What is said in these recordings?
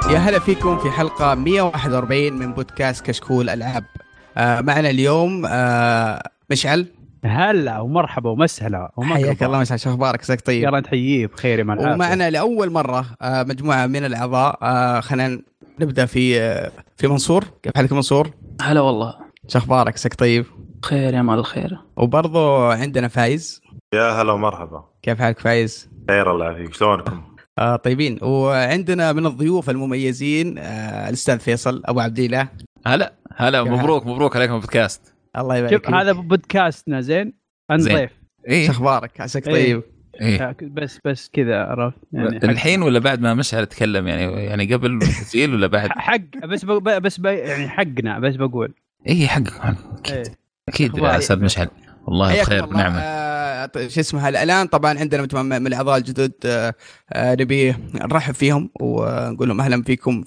يا هلا فيكم في حلقة 141 من بودكاست كشكول ألعاب. معنا اليوم مشعل. هلا ومرحبا ومسهلا حياك الله مشعل، شو أخبارك؟ ساك طيب؟ يلا نحييه بخير مع العافية. ومعنا لأول مرة مجموعة من الأعضاء. خلينا نبدأ في منصور. كيف حالك منصور؟ هلا والله، شو أخبارك؟ ساك طيب؟ خير يا مال الخير. وبرضو عندنا فايز. يا هلا ومرحبا. كيف حالك فايز؟ خير الله يعافيك، شلونكم؟ طيبين. وعندنا من الضيوف المميزين الأستاذ فيصل أبو عبد الله. هلا مبروك عليكم البودكاست. الله يبارك شوف فيك. هذا بودكاستنا زين نضيف. إيه؟ شو أخبارك؟ عساك طيب؟ إيه؟ بس كذا عرفت يعني الحين ولا بعد ما مشعل اتكلم يعني قبل التسجيل ولا بعد؟ حق بس يعني حقنا بس بقول ايه حق اكيد استاذ مشعل والله بخير بنعمه. شو اسمها الان طبعا عندنا مجموعه من الاعضاء الجدد. نبي نرحب فيهم ونقول لهم اهلا فيكم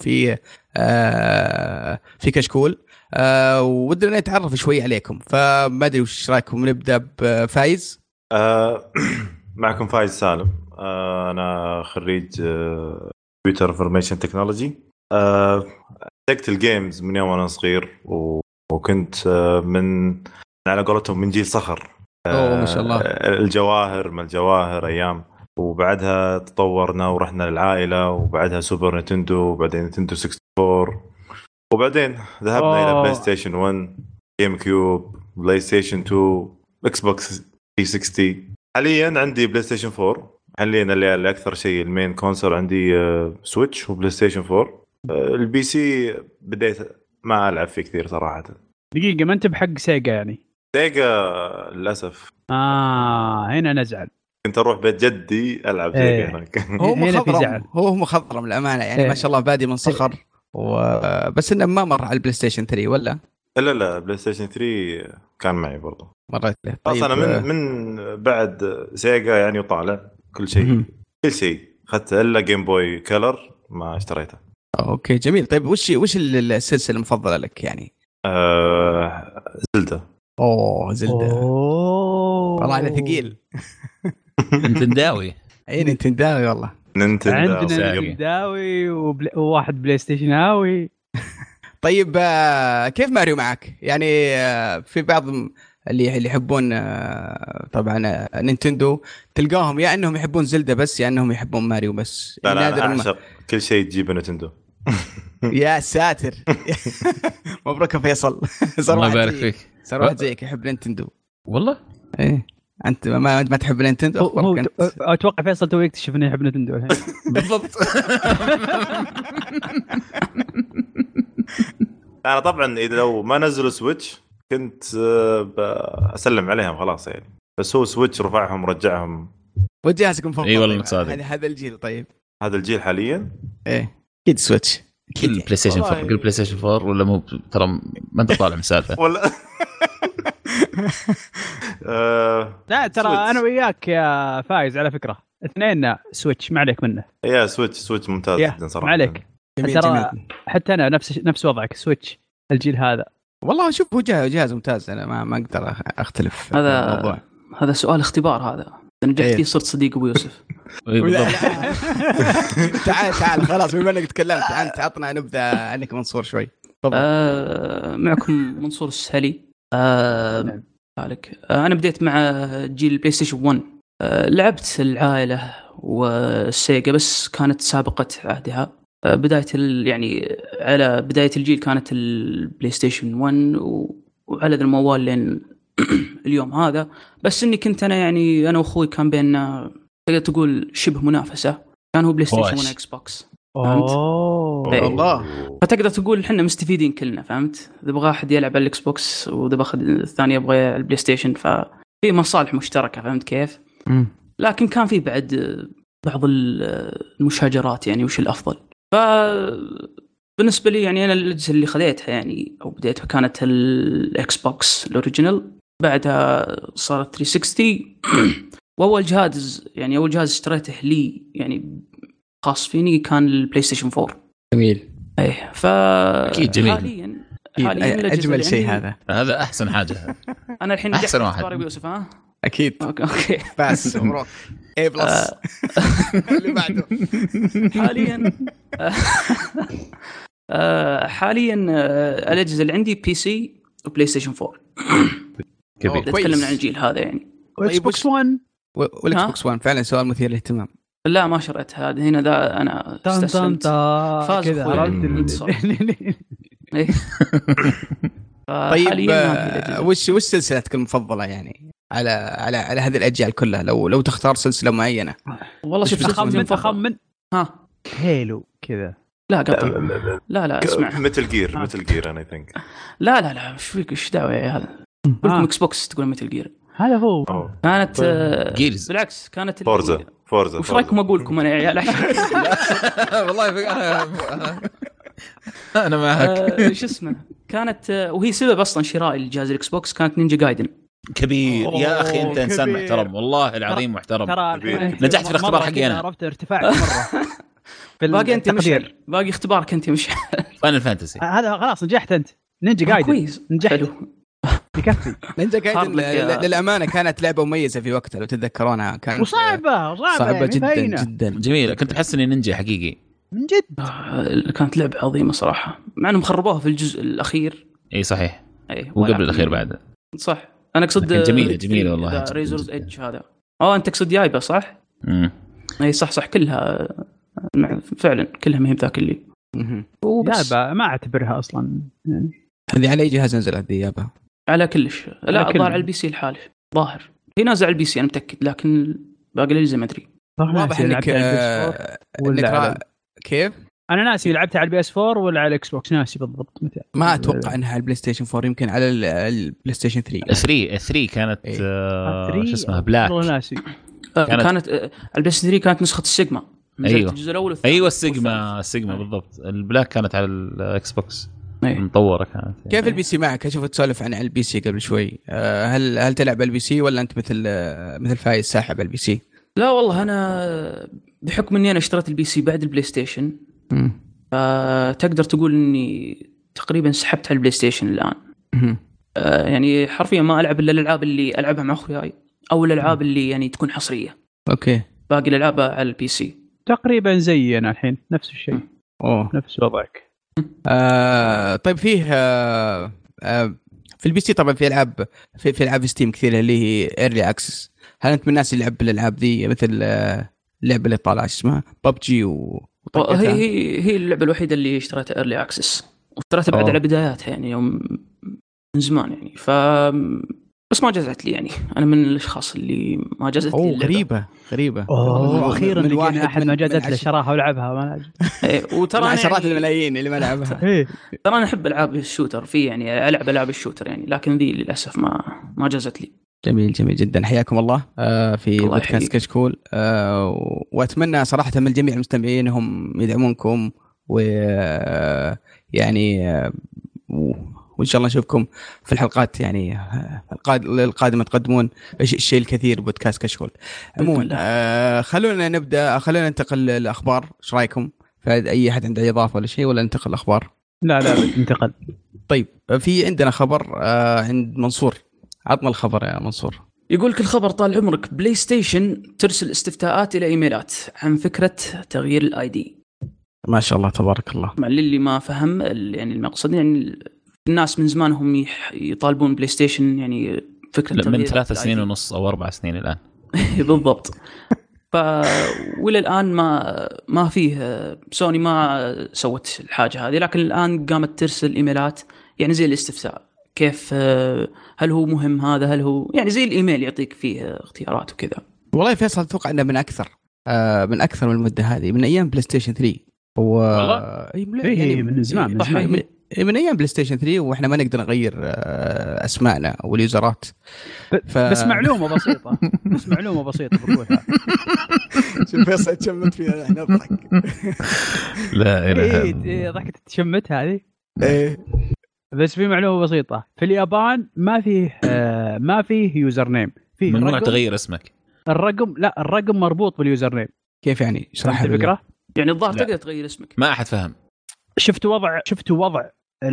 في كشكول. ودنا نتعرف شوي عليكم، فما ادري وش رايكم نبدا بفايز. معكم فايز سالم. انا خريج كمبيوتر انفورميشن تكنولوجي. مسكت الجيمز من يوم وانا صغير وكنت من على قولتهم من جيل صخر. ما شاء الله. الجواهر ما الجواهر ايام، وبعدها تطورنا ورحنا للعائله، وبعدها سوبر نينتندو، وبعدين نينتندو 64، وبعدين ذهبنا الى بلاي ستيشن 1، جيم كيوب، بلاي ستيشن 2، اكس بوكس 360. حاليا عندي بلاي ستيشن 4. حاليا اللي اكثر شيء المين كونسول عندي سويتش وبلاي ستيشن 4. البي سي بديت ما العب فيه كثير صراحه. دقيقه، ما انت بحق سيجا يعني؟ سيجا للاسف. هنا نزعل. كنت اروح بيت جدي العب سيجا هناك. هو مخضرم الامانه يعني. ما شاء الله بادي من صخر بس انه ما مر على البلاي ستيشن 3 ولا لا بلاي ستيشن 3 كان معي برضه مريت له. طيب انا من بعد سيجا يعني وطالع كل شيء اخذت الا جيم بوي كلر ما اشتريته. اوكي جميل. طيب وش السلسله المفضله لك يعني؟ زلدة. زلدة. والله انا ثقيل. نينتنداوي. اي نينتنداوي والله. عندنا نينتنداوي وواحد بلاي ستيشناوي. طيب كيف ماريو معك يعني؟ في بعض اللي يحبون طبعا نينتندو تلقاهم يا انهم يحبون زلدة بس يا انهم يحبون ماريو بس. لا انا اعشق كل شيء تجيب نينتندو. يا ساتر. مبروك فيصل. الله يبارك فيك. صار واحد زيك يحب نينتندو والله. ايه انت ما تحب نينتندو؟ اتوقع فيصل تو يكتشف انه يحب نينتندو الحين. بالضبط. انا طبعا اذا لو ما نزلوا سويتش كنت اسلم عليهم خلاص يعني، بس هو سويتش رفعهم رجعهم. وجهازك مفضل؟ اي والله صادق. هذا الجيل. طيب هذا الجيل حاليا ايه اكيد سويتش. كل بلاي ستيشن 4 كل بلاي ستيشن 4 ولا مو ترى ما انت طالع مسالفه ولا. لا ترى انا وياك يا فايز على فكره اثنين سويتش ما عليك منه. يا سويتش ممتاز جدا صراحه. ما عليك. ترى حتى انا نفس وضعك سويتش الجيل هذا. والله شوف هو جهاز ممتاز. انا ما اقدر اختلف. هذا سؤال اختبار. هذا نجحت فيه صرت صديق ابو يوسف. تعال خلاص بما انك تكلمت انت عطنا نبذه عنك منصور شوي. معكم منصور السهلي. انا بديت مع جيل بلاي ستيشن 1. لعبت العائله والسيجا بس كانت سابقه عهدها. بدايه يعني على بدايه الجيل كانت البلاي ستيشن 1 وعلى ذا الموال لين اليوم هذا. بس اني كنت انا واخوي كان بيننا تقدر تقول شبه منافسه. كان هو بلاي ستيشن 1 اكس بوكس. الله. فتقدر تقول احنا مستفيدين كلنا. فهمت؟ اذا بغى احد يلعب على الاكس بوكس واذا باخذ الثاني يبغى البلاي ستيشن ففي مصالح مشتركه. فهمت كيف؟ لكن كان في بعد بعض المشاجرات يعني وش الافضل. بالنسبه لي يعني انا الاجهزه اللي خذيتها يعني او بديتها كانت الاكس بوكس الاوريجينال. بعدها صارت 360. واول جهاز اشتريته لي يعني خاص فيني كان البلاي ستيشن 4. جميل. ايه اكيد جميل. حاليا اجمل شيء هذا احسن حاجه. انا الحين احسن واحد ابو يوسف. اكيد. اوكي بس مبروك. اي بلس اللي بعده حاليا الاجهزه اللي عندي بي سي وبلاي ستيشن 4 كبير. نتكلم عن الجيل هذا يعني. واكس بوكس 1 والاكس بوكس 1 فعلا سؤال مثير للاهتمام. لا ما شريت هذا هنا ذا انا استسلمت فاز كذا عرفت طيب وش سلسلتك المفضله يعني على هذه الاجيال كلها لو تختار سلسله معينه؟ والله شوف اخمن هيلو كذا. لا قطع لا اسمع مثل جير انا ثينك. لا ايش فيك ايش دعوه يا هذا لكم اكس بوكس تقول مثل جير هذا هو كانت جيرز بالعكس كانت فورزا وش رايكم اقول لكم انا يا عيال والله انا معك. شو اسمه كانت وهي سبب اصلا شراء الجهاز الاكس بوكس كانت نينجا جايدن. كبير يا اخي انت انسان محترم والله العظيم محترم. نجحت في الاختبار حقي انا عرفت ارتفاع مره باقي انت مش باقي اختبارك انت مش فاينل فانتسي هذا خلاص نجحت انت. نينجا جايدن كويس نجحت يكفي. نينجا جايدن للامانه كانت لعبه مميزه في وقتها لو تتذكرونها. كانت صعبه جدا جميله. كنت احس اني نينجا حقيقي من جد. كانت لعبه عظيمه صراحه مع انهم خربوها في الجزء الاخير. اي صحيح وقبل الاخير بعد صح. انا اقصد جميله والله ريزورز ايدج هذا انت تقصد يايبه صح. اي صح كلها فعلا كلها ما هي ذاك اللي يابا ما اعتبرها اصلا يعني. هذه على اي جهاز نزلت ذي يابا؟ على كلش لا الظاهر على البي سي الحالي ظاهر هي نازل على البي سي انا متاكد لكن باقي لي زي ما ادري. واضح انك كيف انا ناسي لعبتها على البي اس 4 ولا على الاكس بوكس ناسي بالضبط متى. ما اتوقع انها على البلاي ستيشن 4 يمكن على البلاي ستيشن 3 كانت شو اسمها بلاك والله ناسي. كانت البلاي ستيشن 3 كانت نسخه السيجما. الجزء الاول ايوه السيجما بالضبط. البلاك كانت على الاكس بوكس مطوره كانت. كيف البي سي معك؟ اشوف تسولف عن البي سي قبل شوي. هل تلعب على البي سي ولا انت مثل فايز ساحب على البي سي؟ لا والله انا بحكم اني انا اشتريت البي سي بعد البلاي ستيشن تقدر تقول اني تقريبا سحبت على البلاي ستيشن الان. يعني حرفيا ما العب الا الالعاب اللي العبها مع اخوياي او الالعاب اللي يعني تكون حصريه. اوكي باقي الالعاب على البي سي تقريبا زي انا الحين نفس الشيء. نفس وضعك. طيب فيه في البي سي طبعا في العاب في العاب ستيم كثيره اللي هي ايرلي اكسس. هل انت من الناس اللي يلعب الالعاب ذي مثل اللعبه اللي طالعه اسمها ببجي هي اللعبه الوحيده اللي اشتريتها ايرلي اكسس واشتريتها بعد على بداياتها يعني يوم من زمان يعني بس ما جازت لي يعني انا من الاشخاص اللي ما جازت لي اللعبة. غريبه اخيرا لقينا احد ما جازت له شراها ولعبها ما وترى عشرات الملايين اللي ما لعبها. ترى انا احب العاب الشوتر في يعني العب الشوتر يعني لكن ذي للاسف ما جازت لي. جميل جدا. حياكم الله في بودكاست كشكول. واتمنى صراحه من الجميع المستمعين هم يدعمونكم ويعني وإن شاء الله نشوفكم في الحلقات يعني القادمة تقدمون الشيء الكثير بودكاست كشكول. عموما خلونا ننتقل للأخبار. إيش رأيكم؟ فأي أحد عنده إضافة ولا شيء ولا ننتقل الأخبار؟ لا ننتقل. طيب في عندنا خبر عند منصور. عطنا الخبر يا منصور. يقولك الخبر طال عمرك بلاي ستيشن ترسل استفتاءات إلى إيميلات عن فكرة تغيير الاي دي. ما شاء الله تبارك الله. مع اللي ما فهم يعني المقصد يعني الناس من زمان هم يطالبون بلاي ستيشن يعني فكرة من 3 سنين ونص أو 4 سنين الآن. بالضبط. وإلى الآن ما فيه سوني ما سوت الحاجة هذه لكن الآن قامت ترسل إيميلات يعني زي الاستفسار كيف هل هو مهم هذا هل هو يعني زي الإيميل يعطيك فيه اختيارات وكذا. والله فيصل أتوقع أنه من أكثر من المدة هذه من أيام بلاي ستيشن 3 يعني من زمان من ايام بلاي ستيشن 3 واحنا ما نقدر نغير اسماءنا او اليوزرات. بس معلومه بسيطه بقولها. شوف فيصل تشمت فيها احنا نضحك. لا اله ضحكت تشمت هذه. بس في معلومه بسيطه في اليابان ما فيه يوزر نيم. فيه ممنوع تغير اسمك. الرقم مربوط باليوزر نيم. كيف يعني؟ اشرح لي الفكره. يعني الظاهر تقدر تغير اسمك. ما احد فهم. شفتوا وضع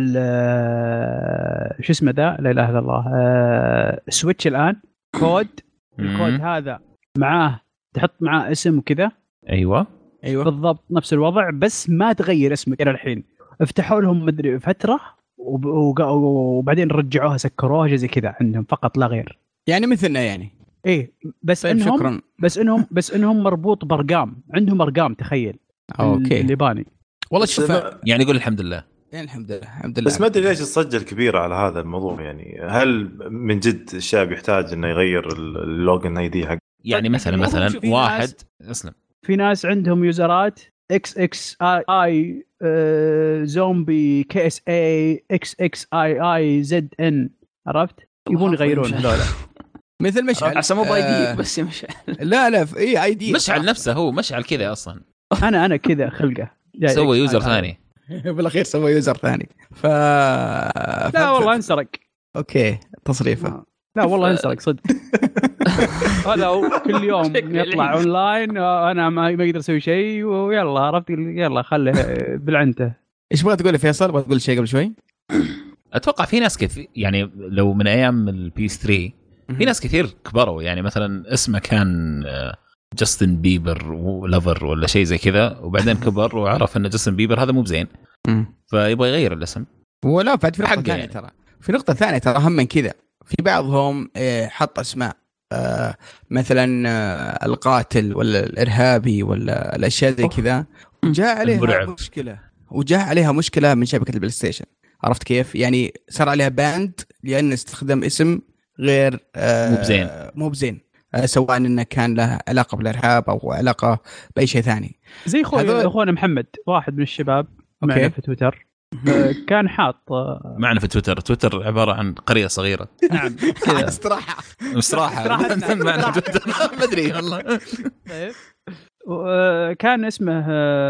شو اسمه ذا لا اله الا الله سويتش الان الكود هذا معاه تحط معاه اسم وكذا. ايوه بالضبط نفس الوضع، بس ما تغير اسمك الى الحين. افتحوا لهم مدري فتره وبعدين رجعوها سكروها زي كذا عندهم فقط لا غير. يعني مثلنا يعني. ايه بس طيب انهم شكرا. بس انهم مربوط بارقام، عندهم ارقام تخيل. اوكي الياباني والله شوف يعني يقول الحمد لله. يعني الحمد لله. بس ما ادري ليش الصجة الكبيرة على هذا الموضوع. يعني هل من جد الشعب يحتاج انه يغير اللوجن اي دي حق؟ يعني مثلا واحد اسلم، في ناس عندهم يوزرات XXII زومبي KSA XXII ZN، عرفت؟ يبون يغيرون هذول. مثل مشعل عشان مو بايديك بس يا مشعل. لا اي اي دي مشعل نفسه هو مشعل كذا اصلا. انا كذا خلقه سوى يوزر ثاني بالاخير سوى يوزر ثاني. لا والله انسرق. اوكي تصريفه. لا والله انسرق صدق. هذا كل يوم يطلع اونلاين انا ما يقدر يسوي شيء ويلا عرفت يلا خله بالعنته. ايش بغيت تقول فيصل؟ بغيت تقول شيء قبل شوي؟ اتوقع في ناس كثير يعني لو من ايام البي 3 في ناس كثير كبروا. يعني مثلا اسمه كان جاستن بيبر ولافر ولا شيء زي كذا، وبعدين كبر وعرف ان جاستن بيبر هذا مو بزين فيبغى يغير الاسم. ولا بعد في نقطة ثانية ترى، في نقطة ثانية ترى أهم من كذا. في بعضهم حط أسماء مثلا القاتل ولا الإرهابي ولا الأشياء زي كذا، وجاء عليها مشكلة من شبكة البلاي ستيشن. عرفت كيف؟ يعني صار عليها باند لأن استخدم اسم غير مو بزين سواء إنه كان له علاقة بالإرهاب أو علاقة بأي شيء ثاني. زي أخونا محمد واحد من الشباب معنا في تويتر كان حاط معنا في تويتر عبارة عن قرية صغيرة. نعم كذا استراحة معنا تويتر ما أدري والله. كان اسمه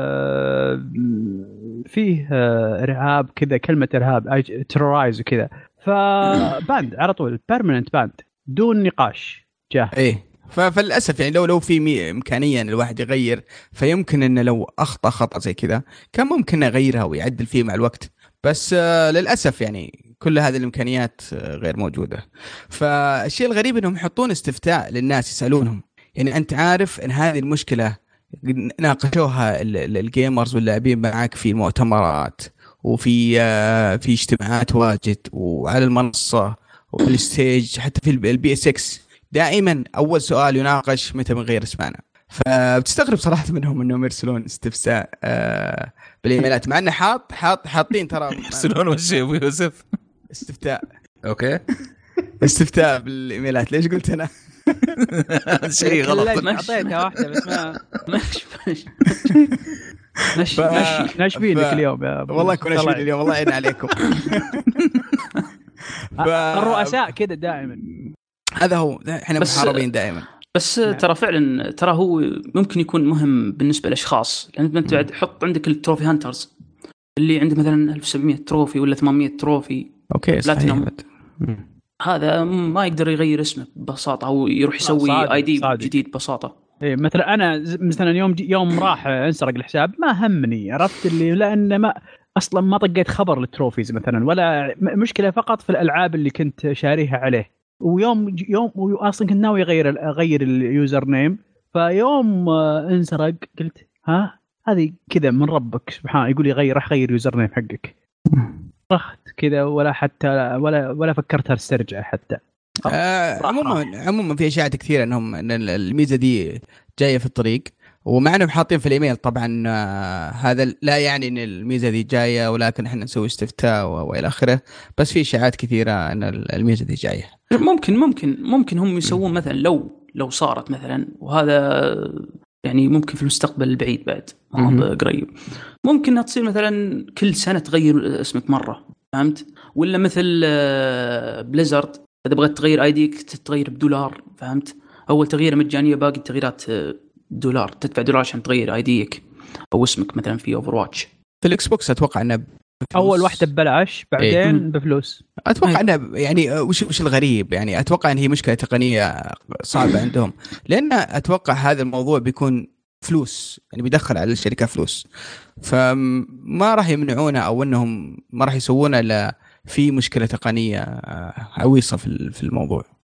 فيه إرهاب كذا، كلمة إرهاب تيرورايز وكذا، فباند على طول بيرمننت باند دون نقاش جاه. إيه فللأسف يعني لو في إمكانية أن الواحد يغير، فيمكن أنه لو أخطأ خطأ زي كذا كان ممكن يغيرها ويعدل فيه مع الوقت. بس للأسف يعني كل هذه الإمكانيات غير موجودة. فالشيء الغريب أنهم يحطون استفتاء للناس يسألونهم. يعني أنت عارف أن هذه المشكلة ناقشوها الجيمرز واللاعبين معك في المؤتمرات وفي اجتماعات واجد وعلى المنصة وفي الستيج حتى في البي اس 6 دائما أول سؤال يناقش متى بنغير اسمنا. فبتستغرب صراحة منهم أنهم يرسلون استفساء بالإيميلات، مع أنه حاطين ترى يرسلون وش أبو يوسف استفتاء. أوكي استفتاء بالإيميلات. ليش قلت أنا شيء غلط؟ أعطيتها واحدة بس ما ناشبين لك اليوم يا والله كنا ناشبين اليوم والله عين عليكم. الرؤساء كده دائما هذا هو احنا محاربين دائما. بس ترى فعلا ترى هو ممكن يكون مهم بالنسبه للاشخاص، لان انت بعد حط عندك التروفي هانترز اللي عنده مثلا 1700 تروفي ولا 800 تروفي. اوكي صحيح. هذا ما يقدر يغير اسمه ببساطه او يروح يسوي اي دي جديد ببساطه. ايه مثلا انا مثلا يوم راح انسرق الحساب ما همني، عرفت اللي لان ما اصلا ما طقيت خبر للتروفيز مثلا، ولا مشكله فقط في الالعاب اللي كنت شاريها عليه. ويوم اصلا كنت ناوي اغير اليوزر نيم، فيوم انسرق قلت ها هذه كذا من ربك سبحانه يقول لي راح غير يوزر نيم حقك. رحت كذا ولا حتى ولا فكرت استرجع حتى. عموما في اشياء كثيره انهم ان الميزه دي جايه في الطريق، ومع انهم حاطين في الايميل طبعا هذا لا يعني ان الميزه دي جايه، ولكن احنا نسوي استفتاء والى اخره. بس في اشاعات كثيره ان الميزه دي جايه. ممكن هم يسوون مثلا لو صارت مثلا، وهذا يعني ممكن في المستقبل البعيد بعد ما قريب ممكن تصير مثلا كل سنه تغير اسمك مره، فهمت؟ ولا مثل بليزرد اذا بغيت تغير ايديك تتغير بدولار، فهمت؟ اول تغيير مجانيه، باقي التغييرات دولار، تدفع دولار عشان تغير ايديك او اسمك مثلا في اوفر واتش. في الاكس بوكس اتوقع انه اول واحده ببلاش بعدين بفلوس. اتوقع انه يعني وش الغريب، يعني اتوقع ان هي مشكله تقنيه صعبه عندهم، لان اتوقع هذا الموضوع بيكون فلوس، يعني بيدخل على الشركه فلوس، فما راح يمنعونه او انهم ما راح يسوونه الا في مشكله تقنيه عويصه في الموضوع.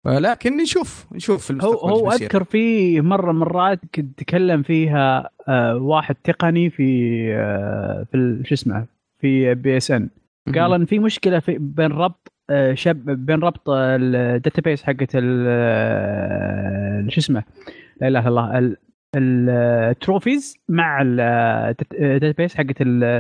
لكن نشوف في المستقبل. هو اذكر في مرات كنت تكلم فيها واحد تقني في شو اسمه في BSN، قال ان في مشكله بين ربط بين ربط الداتابيس حقت شو اسمه، لا اله الا الله، التروفيز مع الداتابيس حقت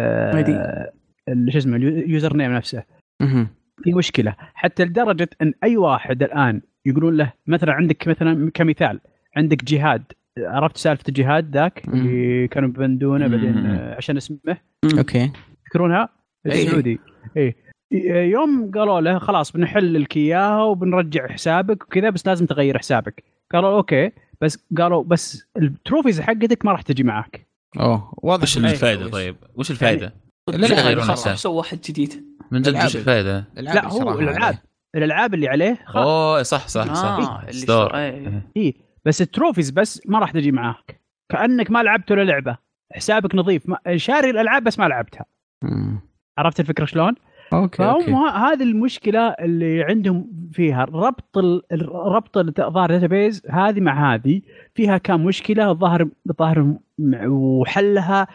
شو اسمه اليوزر نيم نفسه. في مشكله حتى لدرجه ان اي واحد الان يقولون له مثلا عندك مثلا كمثال عندك جهاد، عرفت سالفه الجهاد ذاك اللي كانوا بندونه بعدين عشان اسمه اوكي تذكرونها السعودي؟ اي يوم قالوا له خلاص بنحل لك اياها وبنرجع حسابك وكذا، بس لازم تغير حسابك. قالوا اوكي، قالوا بس التروفيز حقتك ما راح تجي معك. واضح. وش الفائده؟ طيب وش الفائده؟ لا خلاص سووا واحد جديد من جد. وش الفائده؟ لا هو الالعاب اللي عليه صح ستور. بس التروفيز بس ما راح تجي معاك، كأنك ما لعبت ولا لعبة، حسابك نظيف، شاري الألعاب بس ما لعبتها. عرفت الفكرة شلون؟ أوكي. هذه المشكلة اللي عندهم فيها ربط الظاهر داتابيز هذه مع هذه، فيها كم مشكلة الظاهر وحلها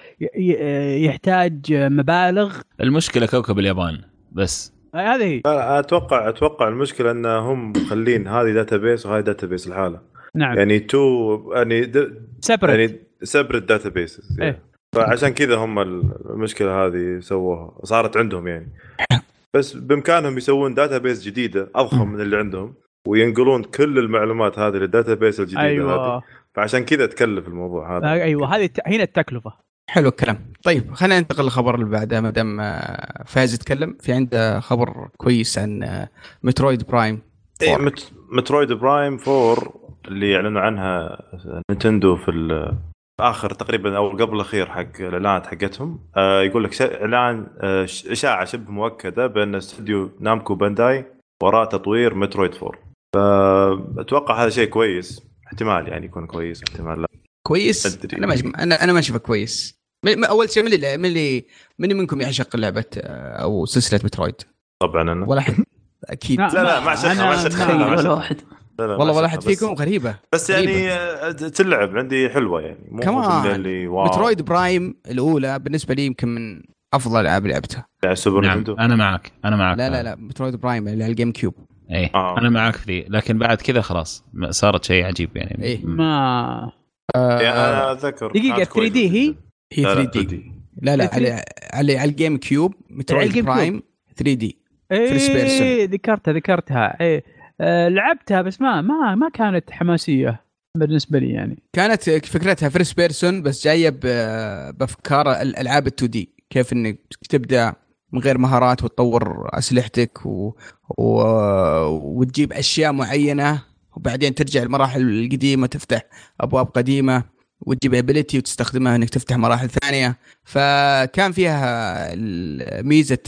يحتاج مبالغ. المشكلة كوكب اليابان بس هذه. اتوقع المشكله ان هم مخلين هذه داتابيس وهذه داتابيس الحاله. نعم. يعني يعني سيبريت داتابيسز. فعشان كذا هم المشكله هذه سووها، صارت عندهم يعني. بس بامكانهم يسوون داتابيس جديده اضخم من اللي عندهم وينقلون كل المعلومات هذه للداتابيس الجديده. أيوة. هذه فعشان كذا تكلف الموضوع هذا. ايوه هذه هنا التكلفه. حلو الكلام. طيب خلينا ننتقل للخبر اللي بعده، ما دام فايز يتكلم. في عنده خبر كويس عن مترويد برايم. مترويد برايم 4 اللي اعلنوا عنها نينتندو في اخر تقريبا او قبل الاخير حق الاعلانات حقتهم. يقول لك اعلان اشاعه شبه مؤكده بان استوديو نامكو بانداي وراء تطوير مترويد 4. فاتوقع هذا شيء كويس، احتمال يعني يكون كويس، احتمال لا كويس. انا ما اشوفه كويس. اول شيء من منكم يعشق لعبه او سلسله مترويد؟ طبعا انا ولا حد اكيد. لا ما عشقها ولا واحد والله ولا حد فيكم. غريبه بس يعني تلعب عندي حلوه يعني، مو اللي واو. مترويد برايم الاولى بالنسبه لي يمكن من افضل العاب لعبتها. يعني سوبر نينتندو. انا معك لا مترويد برايم اللي على الجيم كيوب. ايه انا معك في ذي، لكن بعد كذا خلاص صارت شيء عجيب يعني. إيه؟ ما انا اذكر دقيقه 3 دي هي 3 دي. لا على الجيم كيوب مترويد برايم 3 دي. ايه ذكرتها. ايه لعبتها بس ما كانت حماسيه بالنسبه لي يعني. كانت فكرتها فيرست بيرسون بس جايه بافكار الالعاب ال2 دي، كيف انك تبدا من غير مهارات وتطور اسلحتك وتجيب اشياء معينه، وبعدين ترجع المراحل القديمه تفتح ابواب قديمه وتجيب ابيليتي وتستخدمها انك تفتح مراحل ثانيه. فكان فيها ميزه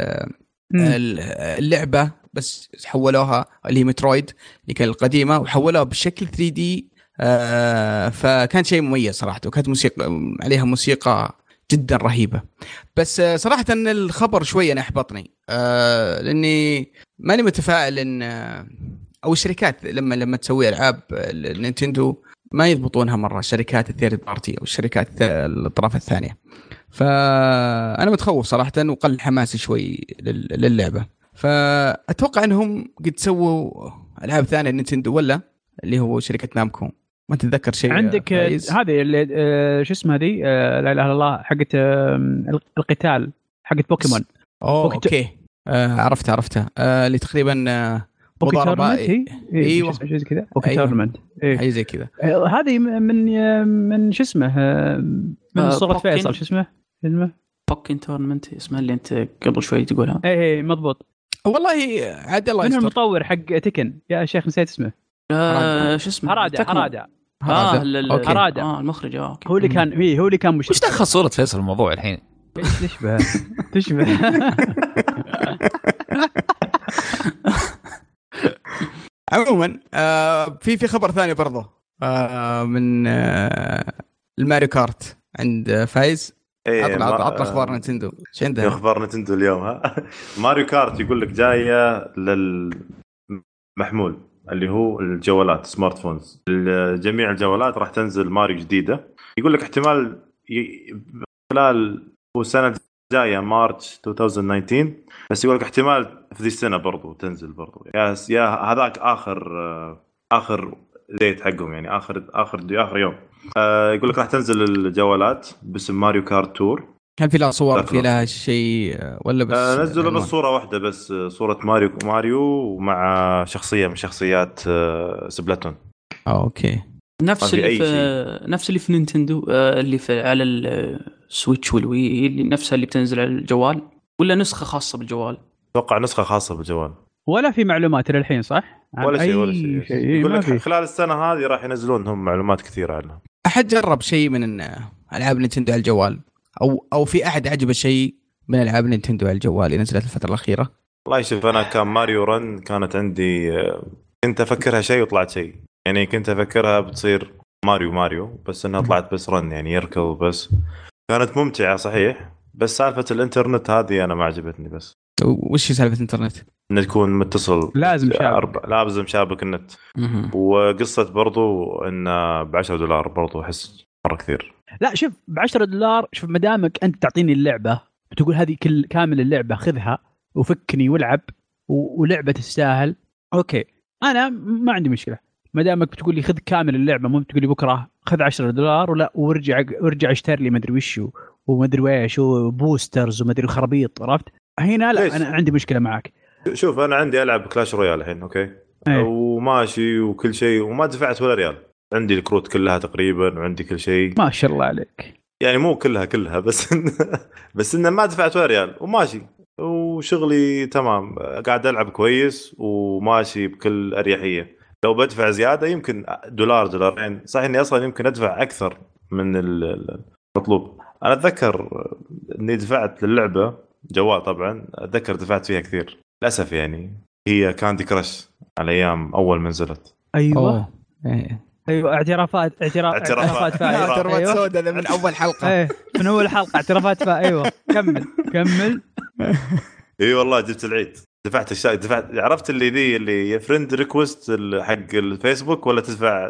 اللعبه، بس حولوها اللي هي مترويد اللي كانت القديمه وحولوها بشكل 3D. فكان شيء مميز صراحه، وكانت موسيقى عليها موسيقى جدا رهيبه. بس صراحه ان الخبر شويه احبطني، لاني ماني متفائل ان او الشركات لما تسوي العاب نينتندو ما يضبطونها مره، شركات الثيرد بارتي او الشركات الطرف الثانيه. فانا متخوف صراحه وقل حماسي شوي للعبه. فاتوقع انهم قد سووا العاب ثانيه نينتندو ولا اللي هو شركه نامكو. ما تتذكر شيء عندك هذه اللي شو اسمها هذه لا اله الا الله حقت القتال حقت بوكيمون. اوكي عرفتها اللي تقريبا مضاربه. ايوه شيء زي كذا بوكي تورنمنت اي زي كذا. هذه من شو اسمه من صورة فيصل شو اسمه بوكين تورنمنت اسمها اللي انت قبل شوي تقولها. اي مضبوط والله. عاد الله يستر. من المطور حق تكن يا شيخ نسيت اسمه. شو اسمه هرادا المخرج. اوكي هو اللي كان مش وش دخل صورة فيصل الموضوع الحين؟ تشبه عموما في خبر ثاني برضه من الماريو كارت عند فايز. عطنا اخبار نينتندو. ايش عنده اخبار نينتندو اليوم؟ ماريو كارت يقول لك جايه للمحمول اللي هو الجوالات سمارت فونز. جميع الجوالات راح تنزل ماريو جديده. يقول لك احتمال خلال السنه الجايه مارس 2019، بس يقول لك احتمال في ذي السنه برضو تنزل برضو. يا هذاك اخر ديت حقهم، يعني اخر يوم. يقول لك راح تنزل الجوالات باسم ماريو كارت تور. هل في لها صور في لها شيء ولا بس نزلوا بس صوره واحده بس، صوره ماريو ومع شخصيه من شخصيات سبلاتون. اوكي. نفس اللي في نينتندو، اللي في على السويتش والوي، اللي نفسها اللي بتنزل على الجوال، ولا نسخه خاصه بالجوال؟ اتوقع نسخه خاصه بالجوال. ولا في معلومات للحين صح؟ ولا شيء. يقول لك خلال السنه هذه راح ينزلون هم معلومات كثيره عنها. احد جرب شيء من العاب نينتندو على الجوال، او في احد عجبه شيء من العاب نينتندو على الجوال اللي نزلت الفتره الاخيره؟ والله شوف، انا كان ماريو رن كانت عندي، كنت افكرها شيء وطلعت شيء. يعني كنت افكرها بتصير ماريو بس انها طلعت بس رن، يعني يركض بس. كانت ممتعه صحيح، بس سالفه الانترنت هذه انا ما عجبتني. بس وش سالفه الانترنت؟ انه تكون متصل، لازم شابك. لازم شابك النت. وقصه برضو انه $10 برضو احس مره كثير. لا شوف، $10 شوف، مدامك انت تعطيني اللعبه بتقول هذه كامل اللعبه خذها وفكني والعب ولعبه تستاهل، اوكي انا ما عندي مشكله. مدامك بتقول لي خذ كامل اللعبه، مو بتقول لي بكره خذ $10 ولا ورجع اشتري لي ما ادري وش وما ادري ويش وبوسترز وما ادري خرابيط، عرفت؟ هنا لا انا عندي مشكله معك. شوف انا عندي العب كلاش رويال الحين، اوكي وماشي وكل شيء وما دفعت ولا ريال. عندي الكروت كلها تقريبا وعندي كل شيء، ما شاء الله عليك. يعني مو كلها بس إن ما دفعت ولا ريال وماشي وشغلي تمام، قاعد ألعب كويس وماشي بكل أريحية. لو بدفع زيادة يمكن $2 صحيح إني أصلا يمكن أدفع أكثر من المطلوب. أنا أتذكر إني دفعت للعبة جوال، طبعا أتذكر دفعت فيها كثير للأسف. يعني هي كاندي كراش على أيام أول ما نزلت. أيوة ايوه اعترافات اعترافات سوداء من اول حلقه. من اول حلقه اعترافات ايوه. كمل. اي والله جبت العيد، دفعت الشيء، دفعت، عرفت اللي فريند ريكوست حق الفيسبوك، ولا تدفع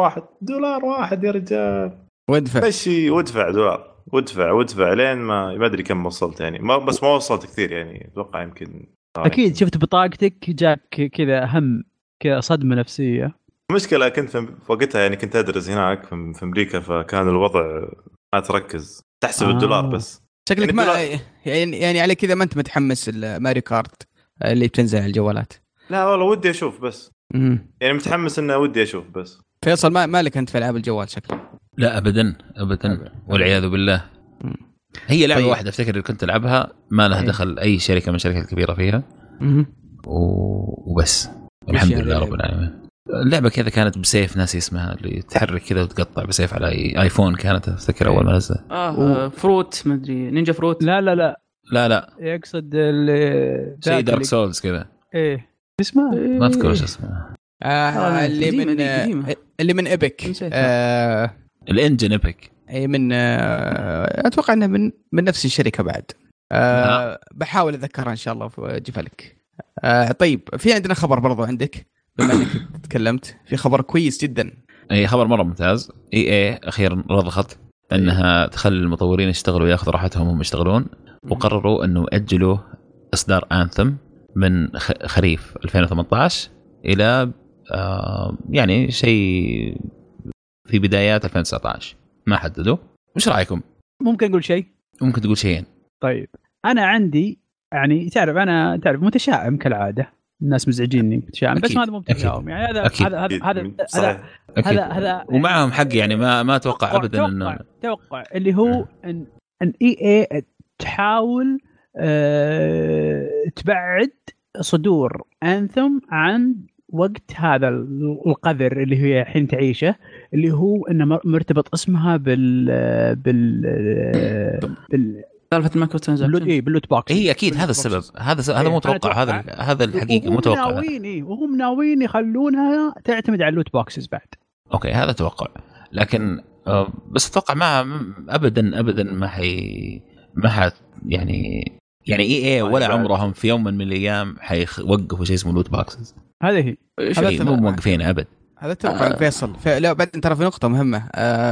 $1 يا رجال، وادفع مشي وادفع $1 وادفع لين ما ادري كم وصلت. يعني ما وصلت كثير، يعني اتوقع يمكن اكيد شفت بطاقتك جاك كذا هم صدمه نفسيه. مشكلة كنت في وقتها، يعني كنت أدرس هناك في أمريكا، فكان الوضع ما تركز، تحسب $1 بس. شكلك يعني ما يعني على كذا ما أنت متحمس الماريو كارت اللي بتنزل على الجوالات؟ لا والله ودي أشوف بس. يعني متحمس إنه ودي أشوف بس. فيصل ما لك أنت في ألعاب الجوال شكله؟ لا أبدا والعياذ بالله. هي لعبة واحدة أفتكر اللي كنت ألعبها، ما لها دخل أي شركة من الشركات الكبيرة فيها. وبس الحمد لله رب العالمين. اللعبة كذا كانت بسيف، ناسي اسمها، اللي تحرك كذا وتقطع بسيف على ايفون، كانت افتكر اول ما نزل. فروت ما ادري، نينجا فروت. لا يقصد شيء دارك سولز كذا. ايه اسمه ما اذكر ايش اسمه. اللي من ايبك. الانجن ايبك. اي من اتوقع انه من نفس الشركة بعد. بحاول اذكرها ان شاء الله واجيب لك. طيب في عندنا خبر برضو عندك، بما انك تكلمت في خبر كويس جدا. اي خبر مره ممتاز. اي اخيرا رضخت انها تخلي المطورين يشتغلوا وياخذوا راحتهم وهم يشتغلون، وقرروا انه ياجلوا اصدار انثم من خريف 2018 الى يعني شيء في بدايات 2019، ما حددوا. وش رايكم؟ ممكن اقول شيء؟ ممكن تقول شيئين. طيب انا عندي يعني تعرف متشائم كالعاده، الناس مزعجيني متشائم، بس ما هذا متشائم يعني. هذا ومعهم حق يعني ما اتوقع ابدا انه توقع اللي هو ان اي تحاول تبعد صدور انثم عن وقت هذا القذر اللي هي الحين تعيشه، اللي هو انه مرتبط اسمها بال سالفه المايكرو ترانزاكشن باللوت بوكس. هي اكيد هذا السبب، هذا مو متوقع، هذا الحقيقه متوقع. وهم ناويين يخلونها تعتمد على اللوت بوكسز بعد. اوكي هذا توقع، لكن بس اتوقع ما ابدا ما يعني اي ولا عمرهم في يوم من الايام حيوقفوا شيء اسمه لوت بوكسز. هذه هي شيء مو موقفين ابد. هذا تبع فيصل. لا بعدين ترى في نقطة مهمة.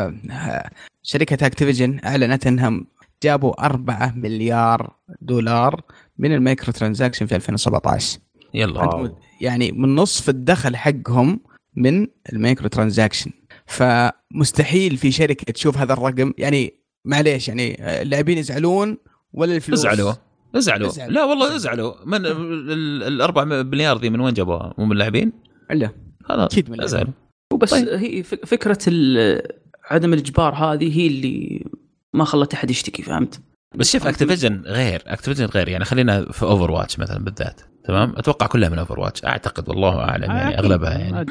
شركة اكتيفيجن اعلنت انهم جابوا 4 مليار دولار من المايكرو ترانزاكشن في 2017. يلا يعني من نصف الدخل حقهم من المايكرو ترانزاكشن. فمستحيل في شركة تشوف هذا الرقم. يعني معليش، يعني اللاعبين يزعلون ولا الفلوس؟ ازعلوا. لا والله ازعلوا. من ال4 مليار دي من وين جابوها؟ مو من اللاعبين؟ لا خلاص ازعلوا. وبس طيب. هي فكرة عدم الإجبار هذه هي اللي ما خلت أحد يشتكي، فهمت؟ بس شوف اكتيفيجن غير يعني خلينا في اوفر واتش مثلا بالذات، تمام؟ اتوقع كلها من اوفر واتش اعتقد، والله اعلم يعني اغلبها يعني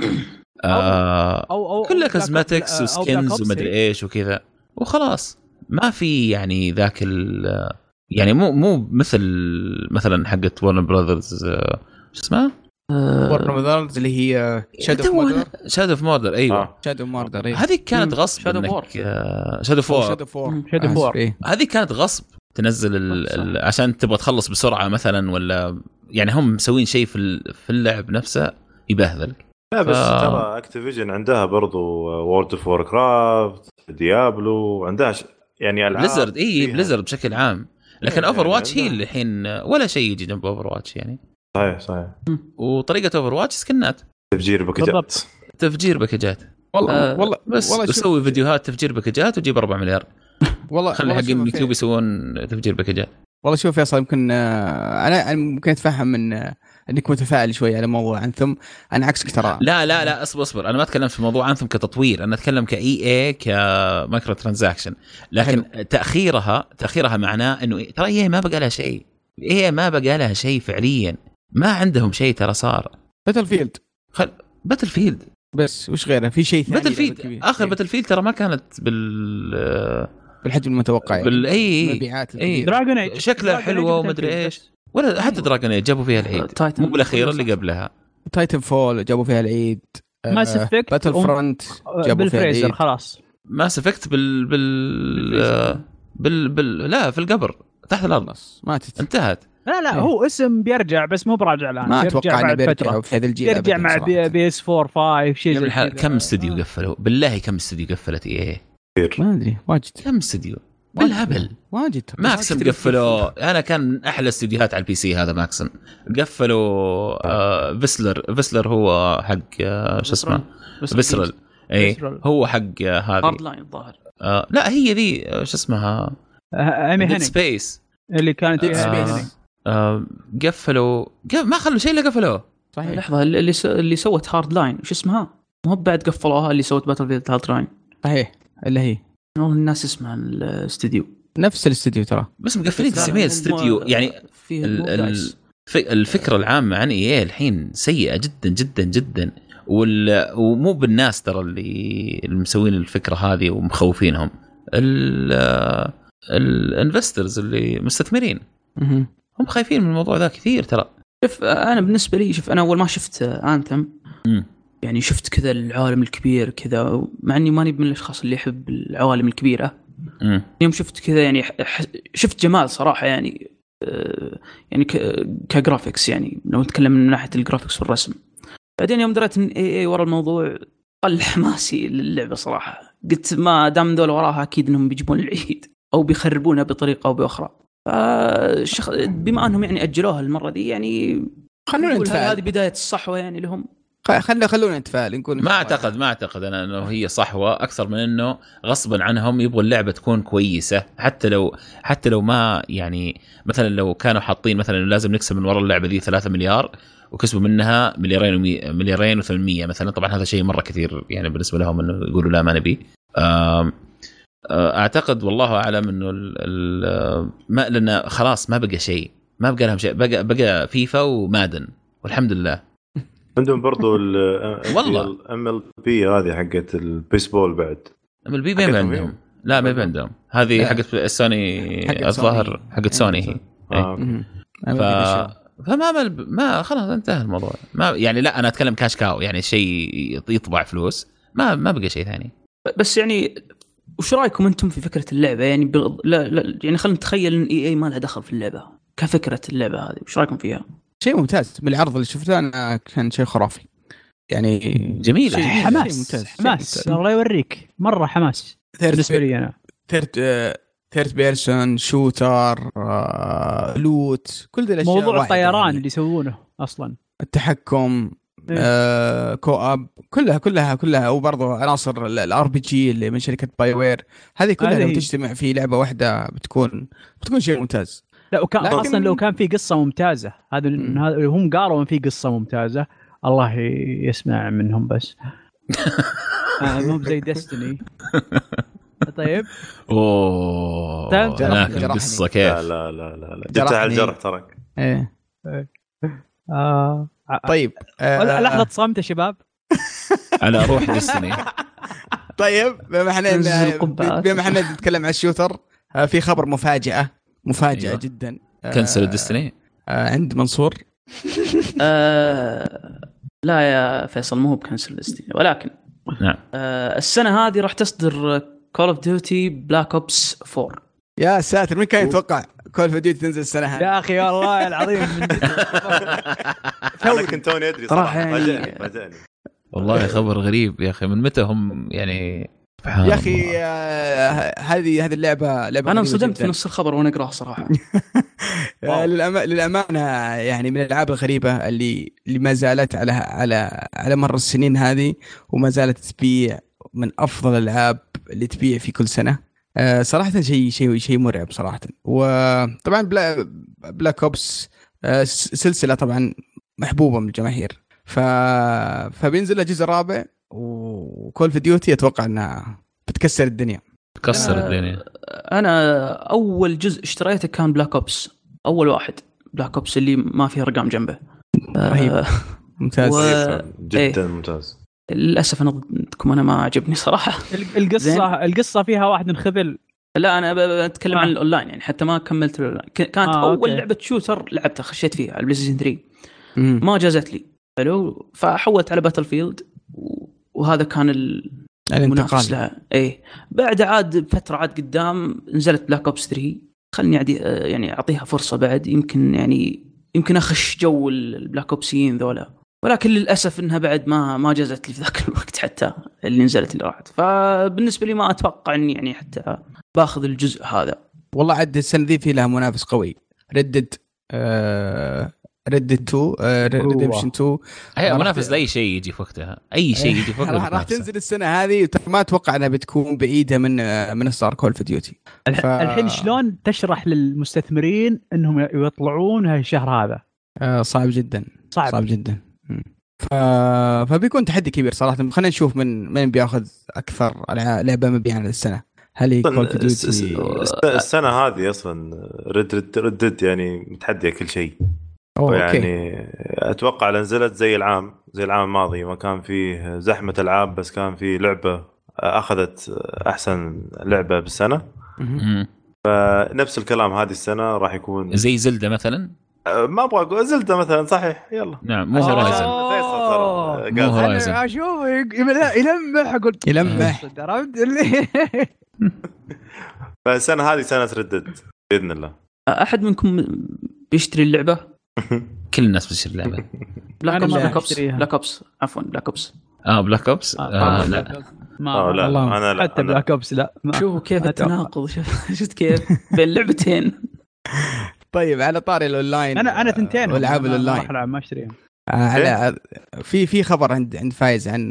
أو كلها كوزماتكس وسكنز ومدري ايش وكذا وخلاص. ما في يعني ذاك يعني مو مثلا حقت وارنر براذرز شو اسمها وارنر براذرز اللي هي شادو اوف موردر. ايوه شادو اوف موردر. هذه كانت غصب. شادو فور هذه كانت غصب تنزل عشان تبغى تخلص بسرعه مثلا، ولا يعني هم مسوين شيء في اللعب نفسه يبهذلك. لا بس ترى اكتيفيجن عندها برضو وورد اوف ووركرافت، ديابلو، عندها يعني العاب بليزرد. بليزرد بشكل عام. لكن اوفر واتش هي اللي الحين ولا شيء يجي جنب اوفر واتش يعني. صحيح. وطريقه اوفر واتش سكنات، تفجير باكجات. والله بس اسوي فيديوهات تفجير باكجات وجيب 4 مليار. والله خلي حقين اليوتيوب يسوون تفجير باكجات. والله شوف فيصل، يمكن انا ممكن اتفهم من انك متفائل شوي على موضوع أنثم. انا عكسك ترى. لا اصبر انا ما اتكلم في موضوع أنثم كتطوير، انا اتكلم كاي كمايكرو ترانزاكشن. لكن تاخيرها معناه انه ترى هي ما بقى لها شيء فعليا. ما عندهم شيء ترى. صار باتل فيلد بس وش غيره؟ في شيء ثاني؟ باتل اخر باتل فيلد ترى ما كانت بالحجم المتوقع يعني. المبيعات دراجون ايج شكلها حلوه ومدري ايش، ولا حتى دراجون ايج جابوا فيها العيد. مو بالاخيره اللي قبلها تايتن فول جابوا فيها العيد. ماس افكت باتل فرونت جابوا فيها العيد. خلاص ماس افكت لا في القبر تحت الارض ماتت انتهت. لا هو اسم بيرجع بس مو براجع الان. ما اتوقع انه بيرجع في هذا الجيل. يرجع مع بي اس 4 5 شيء. كم استوديو قفلوا بالله؟ كم استوديو قفلت ايه؟ ما ادري واجد. كم استوديو بالهبل واجد. ماكسم قفلوا. انا كان احلى استديوهات على البي سي هذا ماكسم. قفلوا فيسلر هو حق شو اسمه فيسرل. اي هو حق هذه هارد لاين الظاهر. لا هي ذي شو اسمها ديد سبيس اللي كانت قفلوا ما خلوا شيء الا قفلوه. صحيح. لحظه اللي سوت هارد لاين وش اسمها؟ مو بعد قفلوها اللي سوت باتل فيلد هارد لاين. صحيح اللي هي والله الناس اسمها الاستوديو نفس الاستوديو ترى بس مقفلين 900 استوديو يعني. الفكره العامه عن ايه الحين سيئه جدا جدا جدا. ومو بالناس ترى اللي مسوين الفكره هذه ومخوفينهم. الانفسترز اللي مستثمرين هم خايفين من الموضوع ذا كثير ترى. شوف انا بالنسبه لي انا اول ما شفت أنثم يعني شفت كذا العالم الكبير كذا، مع اني ماني من الاشخاص اللي يحب العوالم الكبيره. يوم شفت كذا يعني شفت جمال صراحه يعني يعني كجرافيكس يعني لو نتكلم من ناحيه الجرافيكس والرسم. بعدين يوم دريت ان اي ورا الموضوع قل حماسي للعبه صراحه. قلت ما دام دول وراها اكيد انهم بيجيبون العيد او بيخربونها بطريقه او باخرى. بما انهم يعني اجلوها المره دي يعني خلونا نتفائل. هذه بدايه الصحوه يعني لهم. خلونا نتفائل نقول ما اعتقد انا انه هي صحوه اكثر من انه غصبا عنهم يبغوا اللعبه تكون كويسه. حتى لو ما يعني مثلا لو كانوا حاطين مثلا لازم نكسب من وراء اللعبه دي 3 مليار وكسبوا منها مليارين و800 مثلا، طبعا هذا شيء مره كثير يعني بالنسبه لهم انه يقولوا لا ما نبي. اعتقد والله اعلم انه ما لنا خلاص ما بقى شيء، ما بقى لهم شيء. بقى فيفا ومادن والحمد لله. عندهم برضو والله MLB هذه حقت البيسبول بعد. MLB ما عندهم. لا ما عندهم. هذه حقت السوني الظاهر حقت سوني هي. ما خلاص انتهى الموضوع. ما يعني لا انا اتكلم كاش كاو يعني شيء يطبع فلوس. ما بقى شيء ثاني. بس يعني وش رايكم انتم في فكره اللعبه يعني لا يعني خلينا نتخيل ان EA ما لها دخل في اللعبه كفكره اللعبه هذه. وش رايكم فيها؟ شيء ممتاز من العرض اللي شفته انا، كان شيء خرافي يعني. جميل. حماس الله يوريك، مره حماس بالنسبه لي انا. ثيرد بيرسون شوتر، لوت، كل ذي الاشياء. موضوع الطيران يعني. اللي يسوونه اصلا، التحكم، كواب، كلها وبرضه عناصر الار بي جي اللي من شركه باي وير، هذه كلها لما تجتمع في لعبه واحده بتكون شيء ممتاز. لا وكان اصلا لو كان في قصه ممتازه، هذا هم قالوا ان في قصه ممتازه، الله يسمع منهم بس. مو زي ديستني. طيب لكن قصه كيف؟ لا جبتها على الجرح ترك. ايه طيب لحظه صمت يا شباب. على روح ديستني. طيب بما احنا نتكلم عن الشوتر، في خبر مفاجأة أيوة. جدا. كنسل ديستني عند منصور. لا يا فيصل، مو بكنسل ديستني، ولكن نعم السنة هذه راح تصدر كول اوف ديوتي بلاك اوبس 4. يا ساتر، مين كان يتوقع كول اوف ديوتي تنزل السنة هذه؟ يا أخي والله العظيم. أنا كنت توني أدري صراحة، ما جاني والله خبر غريب يا أخي. من متى هم يعني يا أخي هذه اللعبة أنا انصدمت في نص الخبر وأنا أقرأه صراحة. للأمانة يعني من الألعاب الغريبة اللي ما زالت على مر السنين هذه، وما زالت تبيع من أفضل الألعاب اللي تبيع في كل سنة. صراحة شيء مرعب صراحة. وطبعا بلاك أوبس سلسلة طبعا محبوبة من الجماهير، فبينزل له جزء رابع، وكول في ديوتي أتوقع أنها بتكسر الدنيا. أنا أول جزء اشتريته كان بلاك أوبس، أول واحد بلاك أوبس اللي ما فيه رقم جنبه. رهيب ممتاز جدا ممتاز. للأسف أنا ما عجبني صراحة. القصة فيها واحد انخذل. لا أنا بتكلم عن الأونلاين يعني، حتى ما كملت الأونلاين. كانت أول لعبة شوتر لعبتها، خشيت فيها على البلايستيشن 3 ما جازت لي حلو، فحولت على باتل فيلد، وهذا كان المنافس لها. ايه بعد عاد فترة عاد قدام نزلت بلاك اوبس 3، خلني يعني أعطيها فرصة بعد، يمكن أخش جو البلاك اوبسيين ذولا، ولكن للأسف إنها بعد ما جازت لي في ذاك الوقت حتى اللي نزلت اللي راحت. فبالنسبة لي ما أتوقع إني يعني حتى باخذ الجزء هذا. والله عد السنة ذي في لها منافس قوي، ردد 2 ريدمشن 2 هي منافس لاي شيء يجي في وقتها، اي شيء يجي في وقتها راح تنزل السنه هذه، ما اتوقع انها بتكون بعيده من ستار كول في ديوتي. الحين شلون تشرح للمستثمرين انهم يطلعون هالشهر هذا؟ صعب جدا صعب جدا. فبيكون تحدي كبير صراحه. خلينا نشوف من بياخذ اكثر لعبه مبيعا السنه. هل هي كول في ديوتي السنه هذه اصلا ردد يعني متحديه كل شيء يعني. اتوقع نزلت زي العام الماضي، ما كان فيه زحمه العاب، بس كان فيه لعبه اخذت احسن لعبه بالسنه. فنفس الكلام هذه السنه راح يكون زي زلدة مثلا. ما ابغى اقول زلدة مثلا، صحيح يلا نعم مو هورايزن. انا اشوف يلمح، قلت يلمح فالسنه هذه سنه ردد باذن الله. احد منكم بيشتري اللعبه؟ كل الناس بتشتري اللعبه. بلاك اوبس عفوا بلاك اوبس. بلاك اوبس لا انا حتى بلاك اوبس لا. شوفوا كيف التناقض، شفت كيف بين لعبتين. طيب على طاري الاونلاين، انا ثنتين والعاب الاونلاين ما اشتريهم. على في خبر عند فايز عن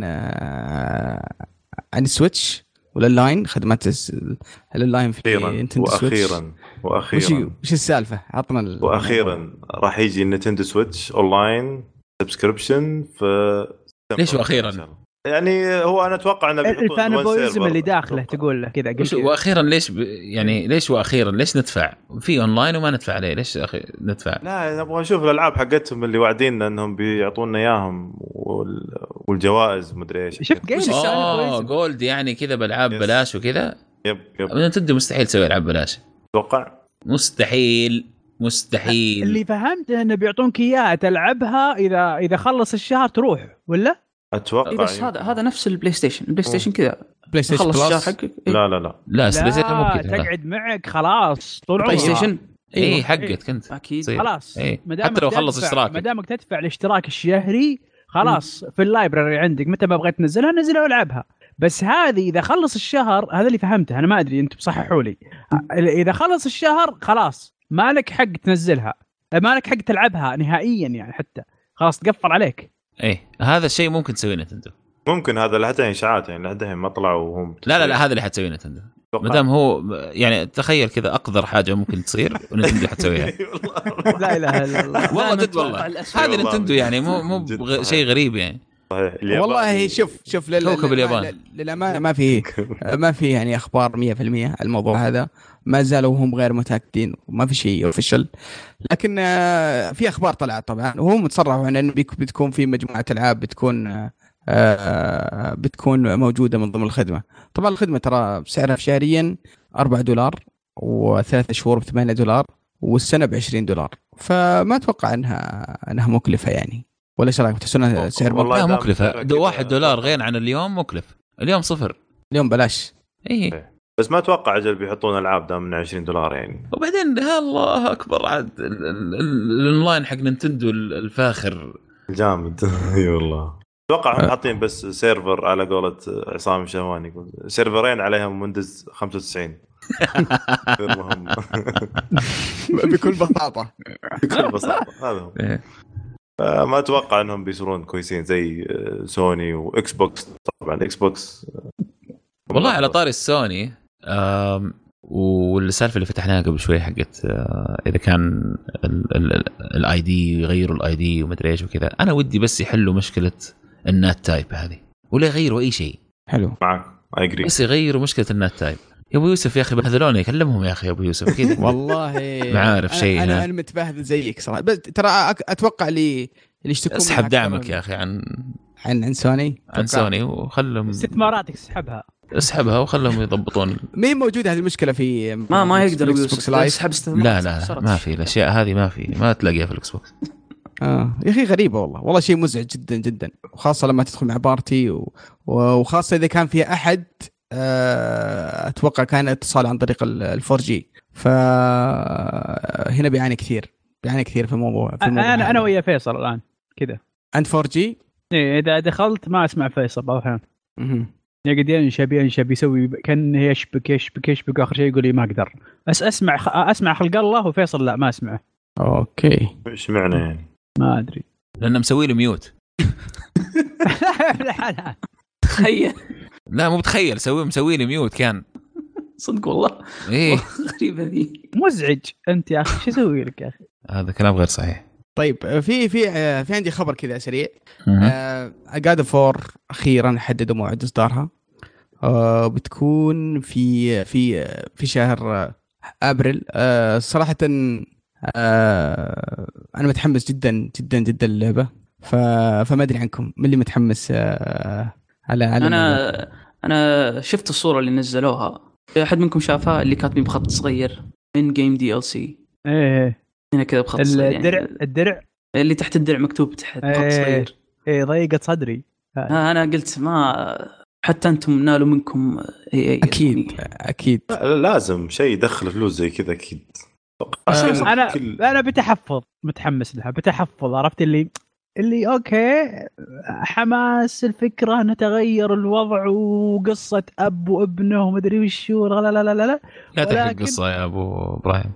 السويتش والاونلاين، خدمات الاونلاين في نينتندو سويتش. واخيرا وش السالفه؟ عطنا واخيرا راح يجي نينتندو سويتش اونلاين سبسكريبشن. في ليش واخيرا؟ يعني هو انا اتوقع انه الفانبويزم اللي داخله تقول له كذا قلت واخيرا. ليش يعني ليش واخيرا؟ ليش ندفع في اونلاين وما ندفع عليه؟ ليش اخي ندفع؟ لا نبغى نشوف الالعاب حقتهم اللي واعديننا انهم بيعطونا اياهم، والجوائز مدري ايش. شفت جولد يعني كذا بالعاب بلاش وكذا. يب نتندو مستحيل تسوي العاب بلاش، اتوقع مستحيل. اللي فهمته انه بيعطونك اياها تلعبها اذا خلص الشهر تروح، ولا اتوقع بس هذا نفس البلاي ستيشن كذا. بلاي ستيشن خلص الشهر حقك. لا لا ممكن تقعد معك خلاص طول عمرك. بلاي ستيشن اي حقت كنت اكيد تصير. خلاص إيه. مدامك حتى لو خلص تدفع- اشتراك. مدامك تدفع الاشتراك الشهري خلاص في اللايبراري عندك متى ما بغيت تنزلها نزلها والعبها. بس هذه اذا خلص الشهر هذا اللي فهمته انا ما ادري انتم صححوا لي. اذا خلص الشهر خلاص ما لك حق تنزلها ما لك حق تلعبها نهائيا يعني حتى خلاص تقفل عليك. ايه هذا الشيء ممكن تسويه نتندو. ممكن هذا لحتى اشاعات يعني لحتى ما طلعوا وهم لا هذا اللي حتسويه نتندو ما دام هو يعني تخيل كذا اقدر حاجه ممكن تصير ونتندو حتسويها. لا اله الا الله. والله جد والله هذه نتندو يعني مو شيء غريب يعني. صحيح. والله شوف كوكب اليابان للامانه ما في يعني اخبار 100% على الموضوع هذا. ما زالوا هم غير متاكدين وما في شيء اوفيشال. لكن في اخبار طلعت طبعا وهم تصرحوا عن انه بتكون في مجموعه العاب بتكون موجوده من ضمن الخدمه. طبعا الخدمه ترى سعرها شهريا $4 و3 شهور $8 والسنه $20. فما اتوقع انها مكلفه يعني. ولا ايش رايك تحسون سعر والله مكلفه $1 غير عن اليوم مكلف. اليوم صفر اليوم بلاش. ايه بس ما اتوقع اجل بيحطون العاب دام من $20 يعني. وبعدين الله اكبر عاد الاونلاين حق نينتندو الفاخر جامد. اي والله اتوقع هم حاطين بس سيرفر على قولة عصام الشهواني يقول سيرفرين عليهم ويندوز 95. المهم بكل بساطه هذا هو. ما اتوقع انهم بيصيرون كويسين زي سوني واكس بوكس. طبعا اكس بوكس والله على طاري السوني والسالفه اللي فتحناها قبل شوي حقت اذا كان الاي دي يغيروا الاي دي وما ادري ايش وكذا. انا ودي بس يحلوا مشكله النات تايب هذه ولا يغيروا اي شيء. حلو معك اجري بس يغيروا مشكله النات تايب. يا ابو يوسف يا اخي بهذلوني كلمهم يا اخي يا ابو يوسف كذا. والله ما عارف شيء. انا متبهذل زيك صراحه. بس ترى اتوقع اللي يشتكون اسحب دعمك يا اخي عن سوني. عن سوني وخلهم استثماراتك اسحبها وخلهم يضبطون. مين موجوده هذه المشكله في ما يقدر يسحب لا ما في الاشياء هذه ما تلاقيها في الاكس بوكس. يا اخي غريبه والله شيء مزعج جدا جدا. وخاصه لما تدخل مع بارتي وخاصه اذا كان فيها احد اتوقع كان اتصال عن طريق ال4G. فهنا بيعاني كثير في الموضوع انا ويا فيصل الان كذا. انت 4G اذا دخلت ما اسمع فيصل بعض الاحيان يقعد ينشب يسوي كان يشبك اخر شيء يقول لي ما اقدر. بس اسمع خلق الله وفيصل لا ما اسمعه. اوكي ايش معنى يعني ما ادري لانه مسوي له ميوت. تخيل لا مو بتخيل مسوي له ميوت كان صدق والله. ايه غريبه ذي مزعج انت يا اخي شو اسوي لك يا اخي. هذا كلام غير صحيح. طيب في عندي خبر كذا سريع. God of War اخيرا حددوا موعد اصدارها. بتكون في شهر ابريل. صراحه انا متحمس جدا جدا جدا للعبه. فما ادري عنكم من اللي متحمس على انا شفت الصوره اللي نزلوها. احد منكم شافها اللي كاتبين بخط صغير ان جيم DLC؟ ايه هنا كذا بخط صغير الدرع اللي تحت الدرع مكتوب تحت بخط صغير. ايه ضيقت صدري. انا قلت ما حتى انتم نالوا منكم اكيد لازم شيء يدخل فلوس زي كذا اكيد. انا بتحفظ متحمس لها بتحفظ. عرفت اللي اوكي حماس الفكره نتغير الوضع وقصه اب وابنه ومدري وشو. لا تحكي القصه يا ابو ابراهيم.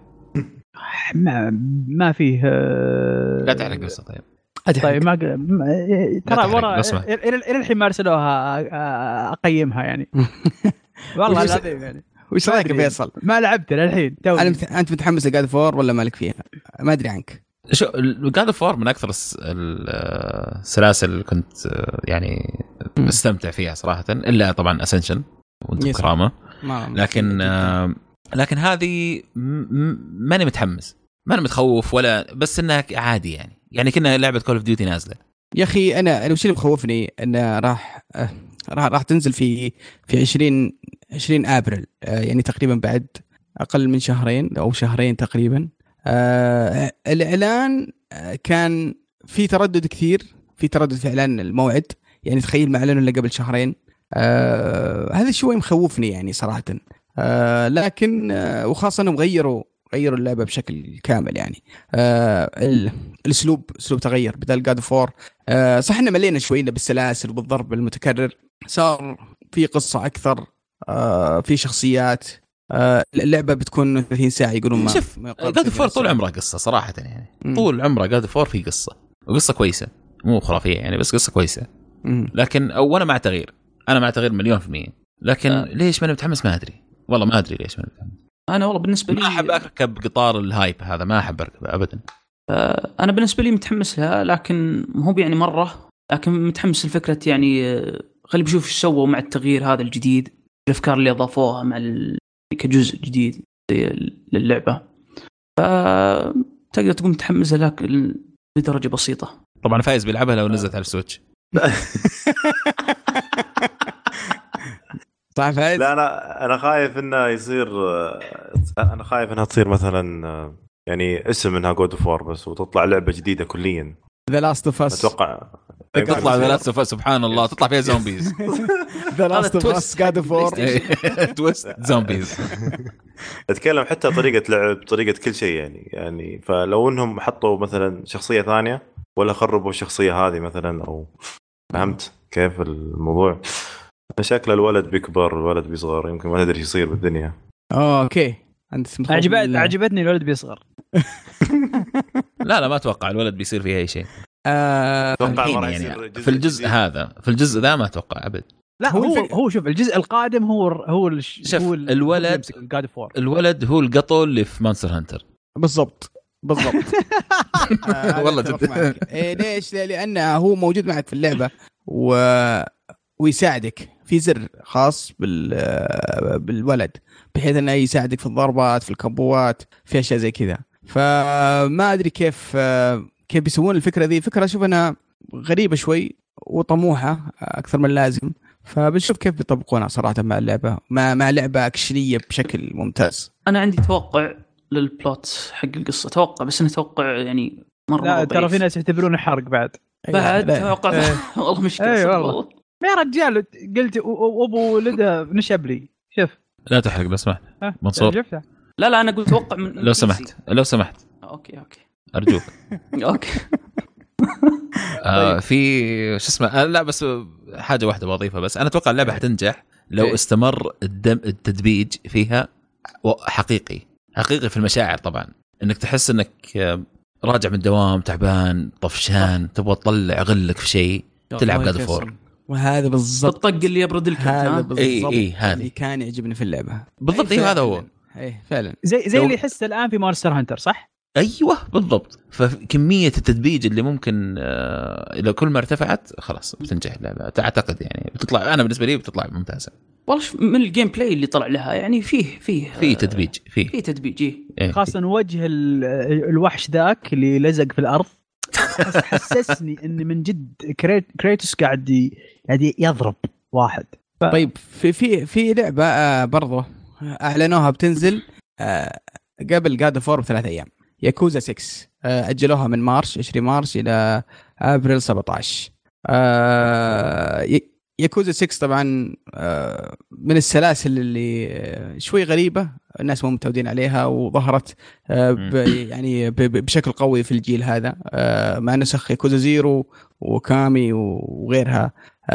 ما فيه لا تحرق قصه. طيب ما ترى ورا الى الحين ما ارسلوها اقيمها يعني. والله العظيم يعني. وش رايك يا فيصل؟ ما لعبت للحين انت متحمس لجاد فور ولا مالك فيها؟ ما ادري عنك. شو جاد فور من اكثر السلاسل اللي كنت يعني مستمتع فيها صراحه. الا طبعا اسنشن وانت كرامه. لكن هذه ماني متحمس ماني متخوف ولا بس انها عادي يعني كنا لعبه كول اوف ديوتي نازله. يا اخي انا وش اللي مخوفني انه راح تنزل في 20 ابريل. يعني تقريبا بعد اقل من شهرين او شهرين تقريبا. الاعلان كان في تردد كثير في اعلان الموعد. يعني تخيل ما اعلنوا الا قبل شهرين. هذا شوي مخوفني يعني صراحه. لكن وخاصه انهم غيروا اللعبة بشكل كامل يعني. الأسلوب تغير، بدل God of War صح إنه ملينا شوية بالسلاسل وبالضرب المتكرر، صار في قصة أكثر، في شخصيات. اللعبة بتكون 30 ساعة يقولون. شوف God of War طول عمره قصة صراحة يعني. طول عمره God of War في قصة، وقصة كويسة مو خرافية يعني، بس قصة كويسة. لكن أنا مع تغيير، أنا مع تغيير 100%. لكن ليش ما متحمس ما أدري، والله ما أدري ليش ما متحمس. أنا والله بالنسبة لي ما أحب أركب قطار الهايب هذا، ما أحب أركبه أبدا. أنا بالنسبة لي متحمس لها، لكن مو يعني مرة، لكن متحمس لفكرة يعني خلي بشوف ايش سووا مع التغيير هذا الجديد، الأفكار اللي أضافوها مع كجزء جديد للعبة. فتقدر تقوم متحمس لكن بدرجة بسيطة. طبعا فايز بيلعبها لو نزلت على السويتش. طيب لا انا خايف انه يصير، انا خايف انها تصير مثلا يعني اسم انها جود اوف وار بس، وتطلع لعبه جديده كليا. ذا لاست اوف اس اتوقع تطلع ذا لاست اوف اس، سبحان الله، تطلع فيها زومبيز. ذا لاست اوف اس جود اوف وار تويست زومبيز. اتكلم حتى طريقه لعب، طريقه كل شيء يعني فلو انهم حطوا مثلا شخصيه ثانيه ولا خربوا الشخصيه هذه مثلا، او فهمت كيف الموضوع؟ شكل الولد بيكبر، الولد بيصغر، يمكن ما ندري ايش يصير بالدنيا. اوكي انت عجبتني الولد بيصغر. لا ما اتوقع الولد بيصير فيه اي شيء. اتوقع يعني في الجزء هذا، في الجزء ذا ما اتوقع ابد. لا هو شوف الجزء القادم هو الولد هو القطو اللي في مونستر هانتر بالضبط. والله جد. ليش؟ لانه هو موجود معك في اللعبه ويساعدك في زر خاص بالولد، بحيث انه يساعدك في الضربات، في الكبوات، في اشياء زي كذا. فما ادري كيف بيسوون الفكره ذي. فكره اشوف انها غريبه شوي وطموحه اكثر من اللازم، فبنشوف كيف بيطبقونها صراحه مع اللعبه، مع لعبه اكشنيه بشكل ممتاز. انا عندي توقع للبلوت حق القصه، توقع، بس انا توقع يعني مره لا ترى في ناس يعتبرونه حرق بعد توقع. والله مشكله والله يا رجال، قلت ابو ولده نشب لي. شوف لا تحرق لو سمحت منصور. لا انا قلت توقع من لو سمحت اوكي ارجوك. اوكي. في شو اسمه، لا بس حاجه واحده بضيفها بس. انا اتوقع اللعبه حتنجح لو استمر التدبيج فيها حقيقي في المشاعر. طبعا انك تحس انك راجع من الدوام تعبان طفشان، تبغى تطلع غلك في شيء، تلعب God of War. وهذا بالضبط الطق اللي يبرد الكبد. هذا بالضبط هذا اللي كان يعجبني في اللعبه بالضبط. هذا هو فعلا زي اللي يحس الان في مونستر هانتر، صح؟ ايوه بالضبط. فكميه التدبيج اللي ممكن لو كل ما ارتفعت خلاص بتنجح اللعبه اعتقد. يعني بتطلع، انا بالنسبه لي بتطلع ممتازه. والله من الجيم بلاي اللي طلع لها يعني فيه تدبيج، فيه تدبيج خاصه وجه الوحش ذاك اللي لزق في الارض حسسني ان من جد كريتوس قاعد يضرب واحد. طيب في لعبه برضه اعلنوها بتنزل قبل God of War ب3 أيام، ياكوزا 6. اجلوها من مارس 20 مارس الى ابريل 17. ياكوزا 6 طبعا من السلاسل اللي شوي غريبة، الناس مو متعودين عليها، وظهرت يعني بشكل قوي في الجيل هذا مع نسخ ياكوزا 0 وكامي وغيرها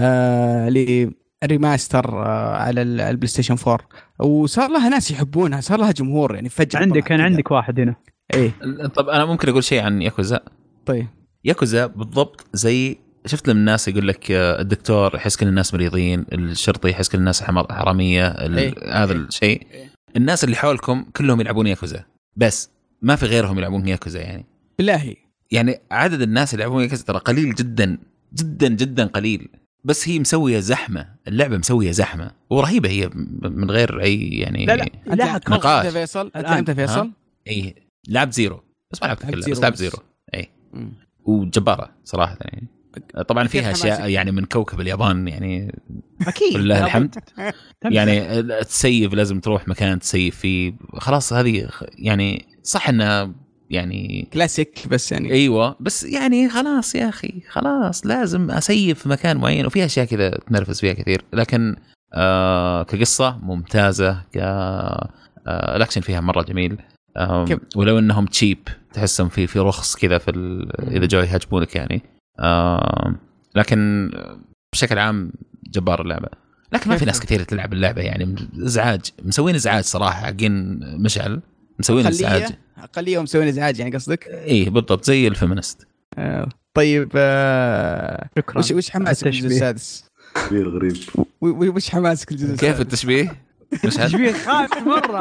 لريماستر على البلاي ستيشن 4، وصار لها ناس يحبونها، صار لها جمهور يعني فجأة. كان عندك واحد هنا. ايه طب انا ممكن اقول شيء عن ياكوزا. طيب ياكوزا بالضبط زي شفت لما الناس يقول لك الدكتور يحس كل الناس مريضين، الشرطي يحس كل الناس حراميه، هذا الشيء. الناس اللي حولكم كلهم يلعبون ياكوزا، بس ما في غيرهم يلعبون ياكوزا. يعني بالله يعني عدد الناس اللي يلعبون ياكوزا ترى قليل جدا جدا جدا قليل، بس هي مسويه زحمه، اللعبه مسويه زحمه ورهيبه هي من غير اي يعني لا نقاش. انت فيصل اي لعبت 0 بس ما لعبت كلها، بس لعبت 0 اي وجباره صراحه. يعني طبعا فيها اشياء يعني من كوكب اليابان يعني اكيد لله الحمد. يعني تسيف لازم تروح مكان تسيف فيه، خلاص هذه يعني صح انها يعني كلاسيك بس يعني ايوه، بس يعني خلاص يا اخي خلاص لازم اسيف في مكان معين، وفيها اشياء كذا تنرفز فيها كثير. لكن كقصه ممتازه، الاكشن فيها مره جميل. ولو انهم تشيب تحسهم في رخص كذا في اذا جو يهاجمونك يعني. لكن بشكل عام جبار اللعبه. لكن ما في ناس كثير تلعب اللعبه يعني ازعاج، مسوين ازعاج صراحه حقين مشعل، مسوين ازعاج اقليه ومسوين ازعاج يعني قصدك؟ ايه بالضبط زي الفيمينست. طيب شكرا. وش حماسك الجزء السادس؟ كبير غريب. وش حماسك الجزء السادس؟ كيف التشبيه؟ مشعل تشبيه خايف مره.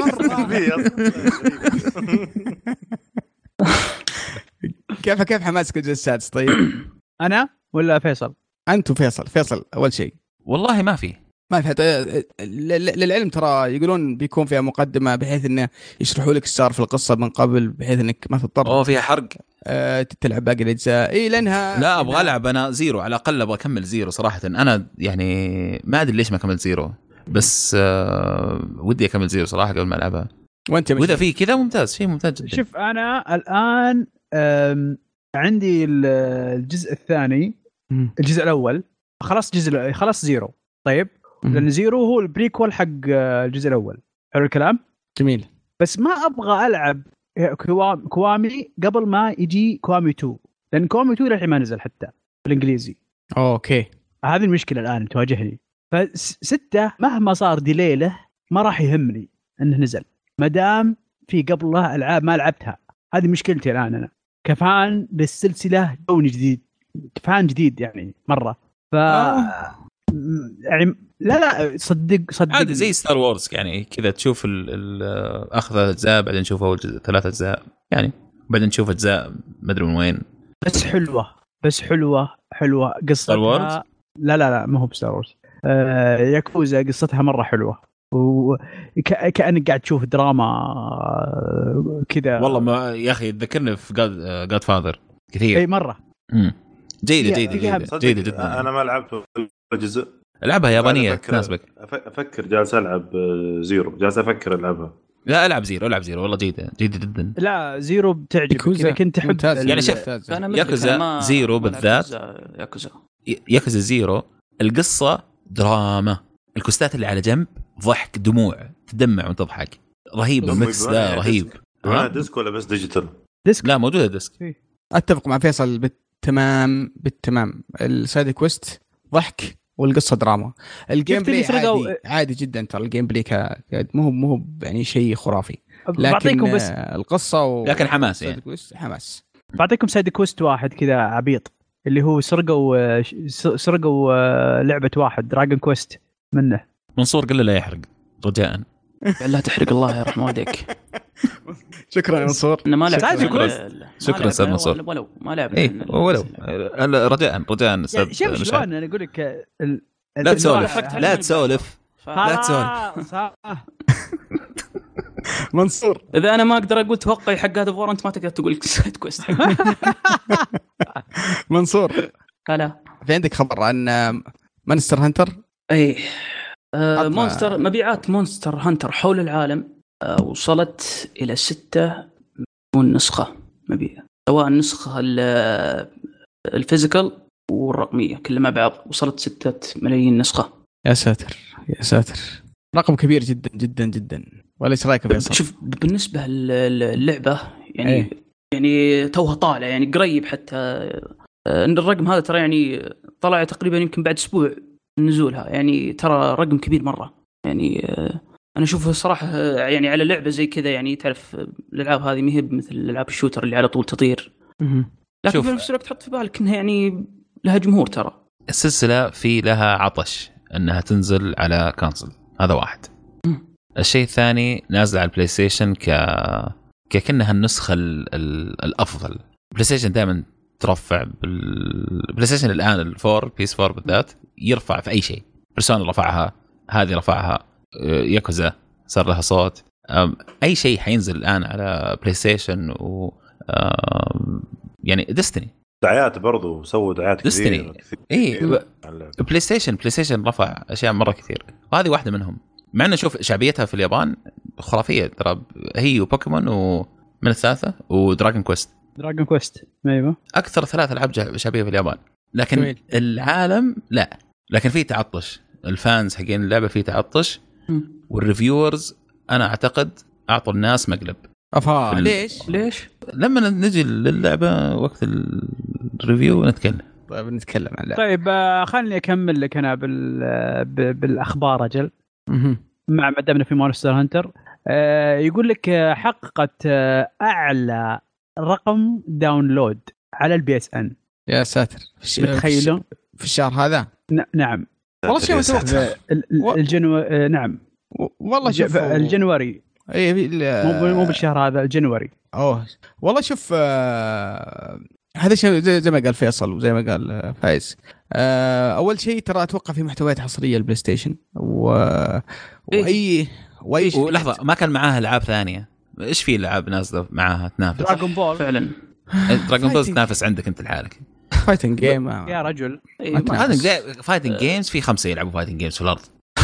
كيف حماسك الجزء السادس؟ طيب انا ولا فيصل؟ انت فيصل اول شيء. والله ما في حتى للعلم ترى يقولون بيكون فيها مقدمه بحيث انه يشرحوا لك السار في القصه من قبل بحيث انك ما تضطر فيها حرق تلعب باقي الاجزاء. اي لانها لا ابغى العب انا زيرو على الاقل، ابغى اكمل زيرو صراحه. انا يعني ما ادري ليش ما كملت زيرو، بس ودي اكمل زيرو صراحه قبل ما العبها. واذا في كذا ممتاز، شيء ممتاز جدا. شوف انا الان عندي الجزء الثاني، الجزء الاول خلاص زيرو. طيب لأن زيرو هو البريكول حق الجزء الأول. حلو الكلام؟ جميل. بس ما أبغى ألعب كوامي قبل ما يجي كوامي 2، لأن كوامي 2 للحين ما نزل حتى بالإنجليزي. أوكي. هذه المشكلة الآن تواجهني. فستة مهما صار ديليله ما راح يهمني أنه نزل، مدام في قبله ألعاب ما لعبتها. هذه مشكلتي الآن. أنا كفان للسلسلة جوني جديد، فان جديد يعني مرة. يعني لا صدق عادي زي ستار وورز يعني كذا، تشوف اخذ اجزاء بعدين نشوف اول 3 أجزاء يعني، بعدين نشوف اجزاء ما ادري من وين. بس حلوه قصتها. لا ما هو بستار وورز. ياكوزا قصتها مره حلوه، وكأنك قاعد تشوف دراما كذا. والله ما يا اخي تذكرني في جاد فاذر كثير. اي مره. جيده جدا. انا ما لعبت الجزء، العبها يابانيه تناسبك. افكر جالس العب زيرو، جالس افكر العبها. لا العب زيرو والله جيده جدا. لا زيرو بتعجبك اذا كنت تحب يعني شوف ياكوزا زيرو بالذات. ياكوزا زيرو القصه دراما، الكوستات اللي على جنب ضحك دموع تدمع وتضحك، رهيب الميكس ذا رهيب. ديسك ولا بس ديجيتال؟ ديسك. لا موجوده ديسك. اتفق مع فيصل بالتمام. السايد كويست ضحك والقصه دراما. الجيم بلاي عادي جدا ترى. الجيم بلاي مو يعني شيء خرافي، لكن بس القصه لكن حماس يعني. حماس. بعطيكم سايد كويست واحد كذا عبيط، اللي هو سرقوا لعبه واحد دراجون كويست منه. منصور قال له لا يحرق رجاء. لا تحرق الله يرحم والديك. شكرا يا منصور. انا ما لعبت. شكرا استاذ منصور. ولو ما لعب. ولو رجاء استاذ. شوف شلون انا اقول لك لا تسولف. منصور اذا انا ما اقدر اقول توقعي حق هذا فور، انت ما تقدر تقول سايد كويست. منصور هلا، في عندك خبر عن مونستر هانتر؟ اي مونستر، مبيعات مونستر هانتر حول العالم وصلت إلى 6 مليون نسخة مبيعة، سواء النسخة الفيزيكال والرقمية كلها مع بعض. وصلت 6 ملايين نسخة. يا ساتر رقم كبير جدا جدا جدا. ولا ايش رايك يا فيصل؟ شوف بالنسبة للعبة يعني يعني توها طالع يعني قريب، حتى ان الرقم هذا ترى يعني طلع تقريبا يمكن بعد أسبوع من نزولها، يعني ترى رقم كبير مرة. يعني أنا أشوفه صراحة يعني على لعبة زي كذا، يعني تعرف الألعاب هذه مهب مثل الألعاب الشوتر اللي على طول تطير، لكن في نفس الوقت تحط في بالك إنها يعني لها جمهور. ترى السلسلة في لها عطش أنها تنزل على كونسول، هذا واحد. الشيء الثاني نازل على البلاي ستيشن كأنها النسخة الأفضل. بلاي ستيشن دائما ترفع بالبلاي ستيشن الآن الفور بيس 4 بالذات يرفع في أي شيء. بيرسونا رفعها، هذه رفعها، ياكوزا صار لها صوت. أي شيء حينزل الآن على بلاي ستيشن و يعني ديستني دعايات برضو سووا دعايات كثير. إيه بلاي ستيشن رفع أشياء مرة كثير، وهذه واحدة منهم. مع أن شوف شعبيتها في اليابان خرافية ترى، هي وبوكيمون ومن الثالثة ودراجون كويست. أيوة أكثر 3 ألعاب شعبية في اليابان، لكن جميل. العالم لا، لكن فيه تعطش. الفانز حقين اللعبة فيه تعطش، والريفيورز أنا أعتقد أعطوا الناس مقلب. افا ليش لما نجي للعبه وقت الريفيو نتكلم. طيب نتكلم عن اللعبة. طيب خلني اكمل لك انا بالاخبار اجل. ما دامنا في مونستر هانتر. يقول لك حققت اعلى رقم داونلود على البي اس ان. يا ساتر تخيلوا في الشهر هذا. نعم والله شيء متوقع. نعم والله شوف الجنوري مو بالشهر هذا الجنوري. والله شوف هذا شيء زي ما قال فيصل وزي ما قال فايز. اول شيء ترى اتوقع في محتويات حصريه البلاي ستيشن واي ولحظه ما كان معاها العاب ثانيه. ايش في العاب نازله معاها تنافس؟ دراغون بول فعلا. دراغون بول تنافس عندك انت لحالك. فايتنج جيم يا رجل. فايتنج جيمز في 5 يلعبوا فايتنج جيمز في الارض.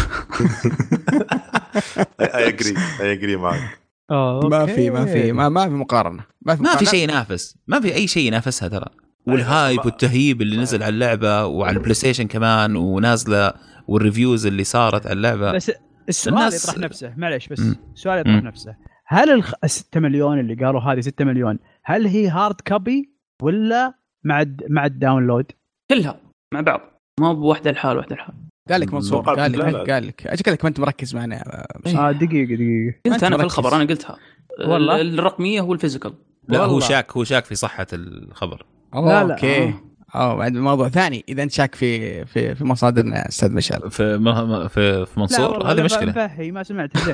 اي اجري معك. ما في مقارنه. ما في شيء ينافس. ما في اي شيء ينافسها ترى. والهايب والتهييب اللي نزل على اللعبه وعلى البلاي ستيشن كمان ونازله والريفيوز اللي صارت على اللعبه. بس السؤال يطرح نفسه معليش بس السؤال يطرح نفسه. هل 6 مليون اللي قالوا هذه 6 مليون هل هي هارد كوبي ولا مع الداونلود؟ كلها مع بعض ما بوحده الحال قال لك منصور قال لك اجلك ما انت مركز معنا. دقيقه قلت انا في الخبر انا قلتها والله الرقميه هو الفيزيكال. لا هو شاك في صحه الخبر. لا اوكي بعد موضوع ثاني. اذا انت شاك في مصادرنا استاذ مشعل في منصور هذه مشكله. فهي ما سمعت زين.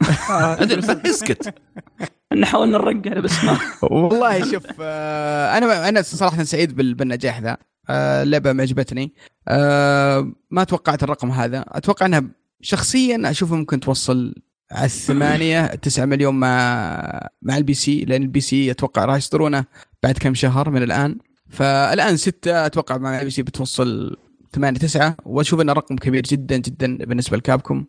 اسكت. نحاول نرجع بس ما والله شوف انا صراحه سعيد بالنجاح ذا. اللعبه معجبتني. ما توقعت الرقم هذا. اتوقع انها شخصيا اشوفها ممكن توصل على 8-9 مليون مع البي سي. لان البي سي اتوقع راح يصدرونه بعد كم شهر من الان. فالان 6 اتوقع مع البي سي بتوصل 8-9 واشوف انه رقم كبير جدا جدا بالنسبه لكابكم.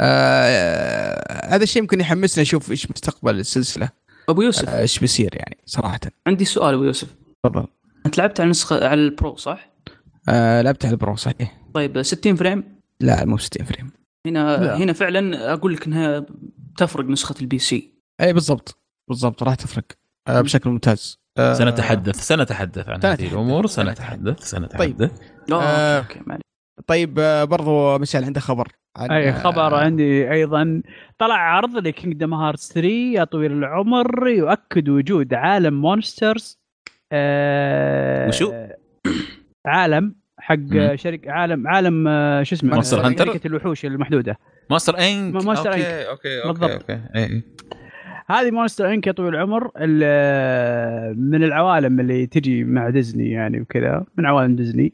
هذا الشيء يمكن يحمسنا نشوف ايش مستقبل السلسله. ابو يوسف ايش بيصير يعني صراحه. عندي سؤال ابو يوسف. تفضل. انت لعبت على نسخه على البرو صح؟ لعبت على البرو صحيح. طيب 60 فريم؟ لا مو 60 فريم. هنا فعلا اقول لك انها تفرق نسخه البي سي. اي بالضبط راح تفرق بشكل ممتاز. سنتحدث عن هذه الامور. سنتحدث. اوكي معلش. طيب برضو مشعل عنده خبر. اي خبر عندي ايضا. طلع عرض لكينجدم هارتس 3 يا طويل العمر يؤكد وجود عالم مونسترز. وشو عالم حق شركه عالم شو اسمه شركه الوحوش المحدوده مونستر انك. اوكي بالضبط. هذه مونستر انك يا طويل العمر من العوالم اللي تجي مع ديزني يعني وكذا من عوالم ديزني.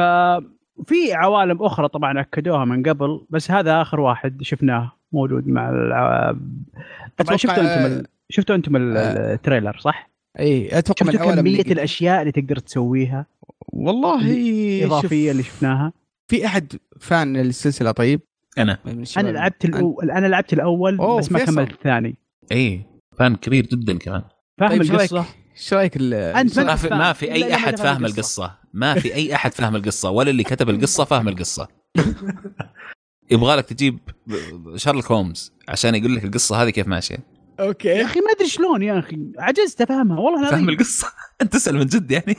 ففي عوالم اخرى طبعا اكدوها من قبل بس هذا اخر واحد شفناه موجود مع طبعا شفتوا انتم التريلر صح؟ اي اتوقع من العوالم كمية الاشياء اللي تقدر تسويها والله اضافيه اللي شفناها. في احد فان السلسله؟ طيب انا لعبت الاول بس ما كملت الثاني. اي فان كبير جدا كمان. فاهم القصه؟ ايش رايك ما في اي احد فاهم القصه. ما في اي احد فاهم القصه ولا اللي كتب القصه فاهم القصه. يبغالك تجيب شارلوك هومز عشان يقول لك القصه هذه كيف ماشيه. اوكي يا اخي ما ادري شلون يا اخي عجزت افهمها والله. فاهم القصه انت تسال من جد يعني.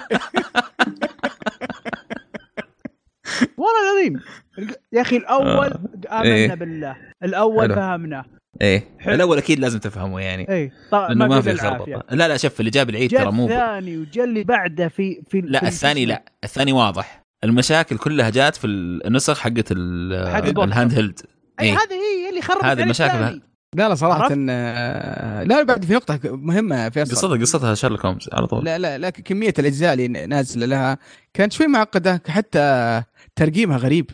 والله العظيم يا اخي الاول آمنا بالله الاول فهمناه. الاول اكيد لازم تفهمه يعني. لانه ما في خربطه. لا شوف اللي جاب العيد ترى مو الثاني وجلي بعده في لا الثاني واضح. المشاكل كلها جات في النسخ حقت الهاند هيلد. هذه هي اللي خربت هذه المشاكل. لا صراحه لا بعد في نقطه مهمه في قصتها شارلوك هومز على طول. لا كميه الاجزاء اللي نازله لها كانت شوي معقده حتى ترقيمها غريب.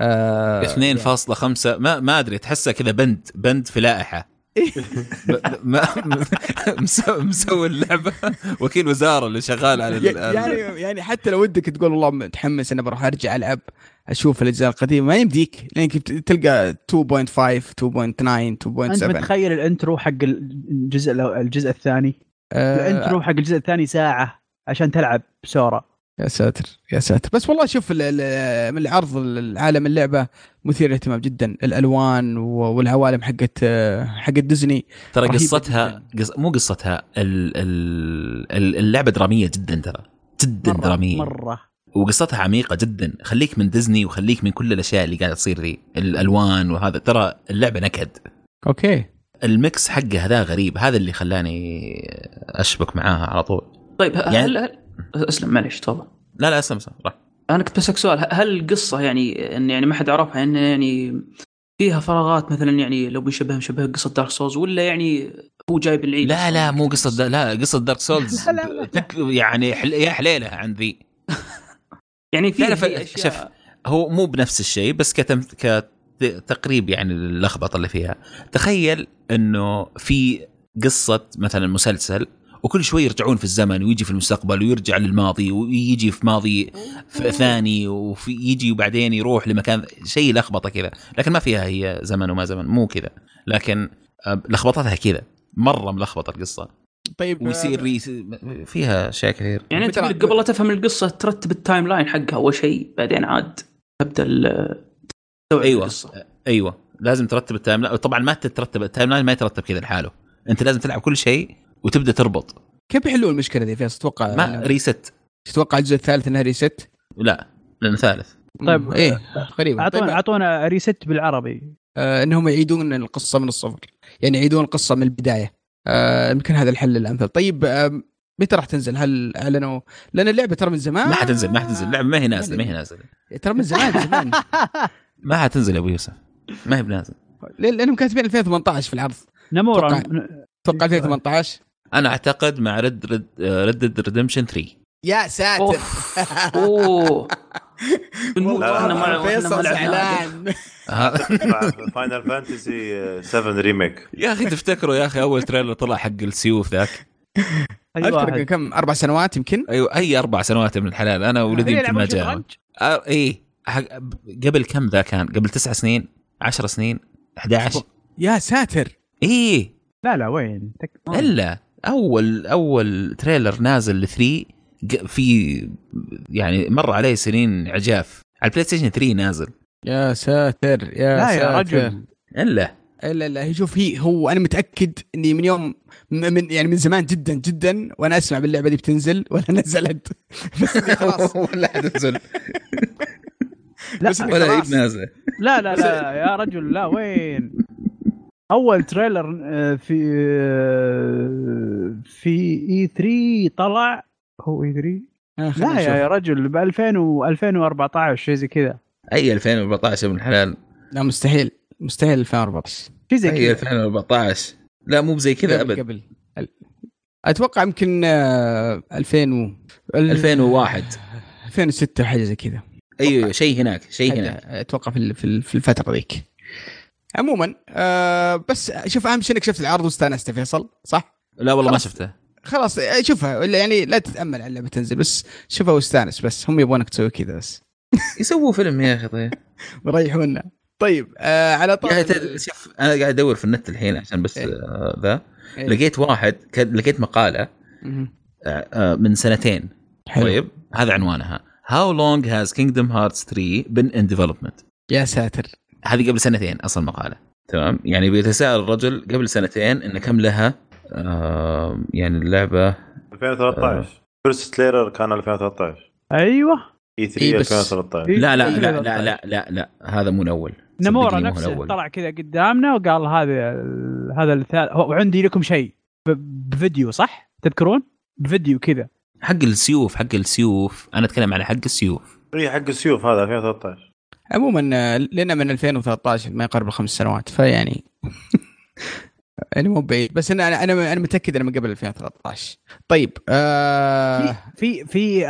2.5 ما ادري تحسها كذا بند في لائحه. مسوي اللعبه وكيل وزاره اللي شغال على يعني حتى لو ودك تقول والله متحمس انا بروح ارجع العب اشوف الاجزاء القديمه ما يمديك لانك تلقى 2.5 2.9 2.7. انت متخيل الانترو حق الجزء الثاني؟ الانترو حق الجزء الثاني ساعه عشان تلعب سورا يا ساتر يا ساتر. بس والله شوف من العرض العالم اللعبه مثير للاهتمام جدا، الالوان والعوالم حقت ديزني ترى رهيبة قصتها مو قصتها اللعبه دراميه جدا، ترى جدا دراميه مره، وقصتها عميقه جدا. خليك من ديزني وخليك من كل الاشياء اللي قاعده تصير ذي الالوان وهذا، ترى اللعبه نكد. اوكي الميكس حقه هذا غريب، هذا اللي خلاني اشبك معاها على طول. طيب يعني هل اسلم معليش تفضل. لا اسلم راح. انا كنت بسألك سؤال، هل القصه يعني ان يعني ما حد عرفها ان يعني فيها فراغات مثلا، يعني لو بنشبه قصه دارك سولز، ولا يعني هو جايب العيد؟ لا مو قصه لا قصه دارك سولز يعني يا حليله عن ذي يعني في اشياء. شوف هو مو بنفس الشيء، بس كتقريب يعني اللخبطه اللي فيها. تخيل انه في قصه مثلا مسلسل، وكل شوي يرجعون في الزمن ويجي في المستقبل ويرجع للماضي ويجي في ماضي ثاني وفي يجي وبعدين يروح لمكان، شيء لخبطه كذا. لكن ما فيها هي زمن وما زمن، مو كذا، لكن لخبطتها كذا مره ملخبطه القصه. طيب ويصير فيها اشياء كثير. يعني انت قبل لا تفهم القصه ترتب التايم لاين حقها اول شيء، بعدين عاد تبدا ايوه لازم ترتب التايم لاين. طبعا ما تترتب التايم لاين، ما يترتب كذا لحاله، انت لازم تلعب كل شيء وتبدا تربط. كيف يحلوا المشكله دي؟ فيصل تتوقع ما ريست؟ تتوقع الجزء الثالث انها ريست؟ لا لانه ثالث. طيب ايه غريبه. اعطونا ريست بالعربي. انهم يعيدون القصه من الصفر، يعني يعيدون القصه من البدايه. يمكن هذا الحل الامثل. طيب متى راح تنزل؟ هل اعلنوا؟ لان اللعبه ترى من زمان ما حتنزل اللعبه، ما هي نازله ترى من زمان ما حتنزل يا ابو يوسف، ما هي بنازل لانهم كاتبين 2018 في العرض. نمورا توقع 2018. انا اعتقد مع ريد ريدمشن 3. يا ساتر اوه فيصل زعلان. فاينل فانتسي 7 ريميك. يا اخي تفتكروا يا اخي اول تريلر طلع حق السيوف ذاك أذكر كم 4 سنوات يمكن. ايوه اي 4 سنوات من الحلال. انا ولدي يمكن ما جاء. ايه قبل كم ذا كان؟ قبل 9 سنين 10 سنين 11. يا ساتر. ايه لا وين الا اول تريلر نازل ل3 في يعني مر عليه سنين عجاف. على البلاي ستيشن 3 نازل. يا ساتر لا ساتر. يا رجل الا شوف هو انا متاكد اني من يوم من زمان جدا جدا وانا اسمع باللعبه دي بتنزل ولا نزلت. بس خلاص ولا تنزل بس ولا نازله. لا يا رجل لا وين. اول تريلر في E3 طلع، هو E3 لا يا رجل ب 2014 شيء زي كذا. اي 2014 من الحلال. لا مستحيل 2014 شيء زي كذا. 2014 لا مو بزي كذا ابد. قبل اتوقع يمكن 2001 2006 حاجه زي كذا. ايوه شيء هناك اتوقع في الفتره ذيك. عموما بس شوف اهم شيء انك شفت العرض واستانست فيصل صح؟ لا والله ما شفته. خلاص شوفها، ولا يعني لا تتامل على اللعبه تنزل، بس شوفها واستانس. بس هم يبغونك تسوي كذا بس. يسووا فيلم يا اخي. طيب وريحونا. طيب على طول شوف انا قاعد ادور في النت الحين عشان بس ذا لقيت لقيت مقاله من سنتين. طيب هذا عنوانها How long has Kingdom Hearts 3 been in development؟ يا ساتر. هذه قبل سنتين أصل مقالة. تمام يعني بيتساءل الرجل قبل سنتين إن كم لها يعني اللعبة 2013 فيرست تريلر كان 2013 ايوه E3 2013. لا هذا مو الأول. نمورا نفسه طلع كذا قدامنا وقال هذا الثالث. وعندي لكم شيء بفيديو صح تذكرون؟ بفيديو كذا حق السيوف أنا أتكلم على حق السيوف. إيه حق السيوف هذا 2013. عموما لنا من 2013 ما يقرب 5 سنوات فيعني يعني مو بعيد. بس انا متاكد انه من قبل 2013. طيب في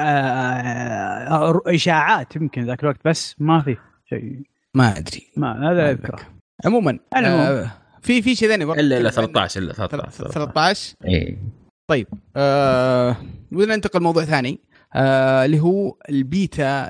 اشاعات يمكن ذاك الوقت بس ما في شيء ما ادري ما هذا اذكره. عموما في شيء ثاني الا 13 اي طيب ودنا ننتقل لموضوع ثاني اللي هو البيتا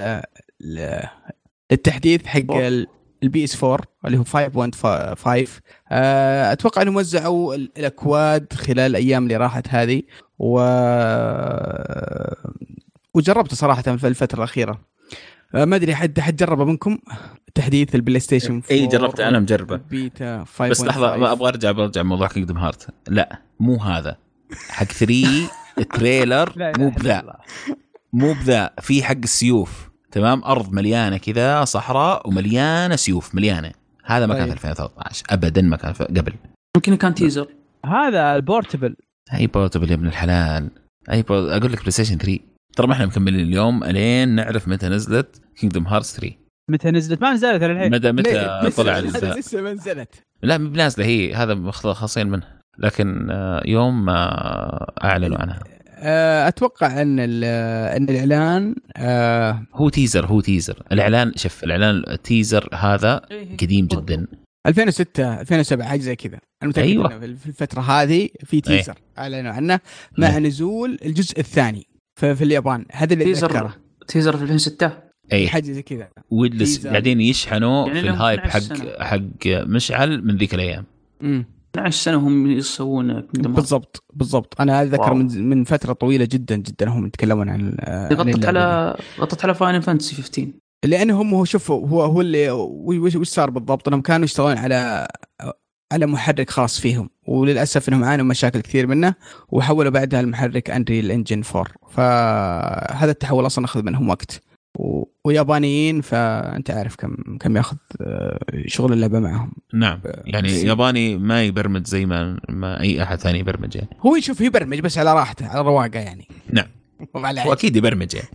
للتحديث حق البي اس 4 اللي هو 5.5. اتوقع انهم وزعوا الاكواد خلال الايام اللي راحت هذه وجربته صراحه في الفتره الاخيره. ما ادري حد جربه منكم تحديث البلاي ستيشن 4؟ اي جربت، انا مجربه بيتا 5. بس لحظه، ما ابغى ارجع موضوع كينجدم هارت. لا مو هذا حق 3 التريلر، مو بذا في حق السيوف. تمام، ارض مليانه كذا صحراء ومليانه سيوف مليانه. هذا ما كان في 2013 ابدا، ما كان قبل. يمكن كان تيزر. هذا البورتبل. اي بورتبل يا ابن الحلال. اقول لك بلاي ستيشن 3. ترى ما احنا مكملين اليوم الين نعرف متى نزلت كينجدم هارتس 3. متى نزلت؟ ما نزلت الحين. متى طلع الجزء؟ لسه ما نزلت. لا بنازله هي، هذا خاصين منه، لكن يوم ما اعلنوا عنها. اتوقع ان الاعلان هو تيزر. الاعلان، شوف الاعلان التيزر هذا قديم جدا، 2006 2007 حاجه زي كذا. انا متاكد أيوة. في الفتره هذه في تيزر اعلنوا عنه مع نزول الجزء الثاني في اليابان. هذا اللي اتذكره، تيزر في 2006 اي حاجه زي كذا. ويدلس قاعدين يشحنوا يعني في الهايب حق مشعل من ذيك الايام. 12 سنه هم يسوون بالضبط. انا اذكر من فتره طويله جدا هم يتكلمون عن غطت على فاينل فانتسي 15. لانه هو شوفوا هو اللي وش صار بالضبط، انهم كانوا يشتغلون على محرك خاص فيهم، وللاسف انهم عانوا مشاكل كثير منه، وحولوا بعدها المحرك انريل انجن 4. فهذا التحول اصلا اخذ منهم وقت، ويابانيين فانت عارف كم ياخذ شغل اللعبه معهم. نعم يعني ياباني ما يبرمج زي ما اي احد ثاني يبرمج يعني. هو يشوف يبرمج بس على راحته، على رواقه يعني. نعم واكيد يبرمج يعني.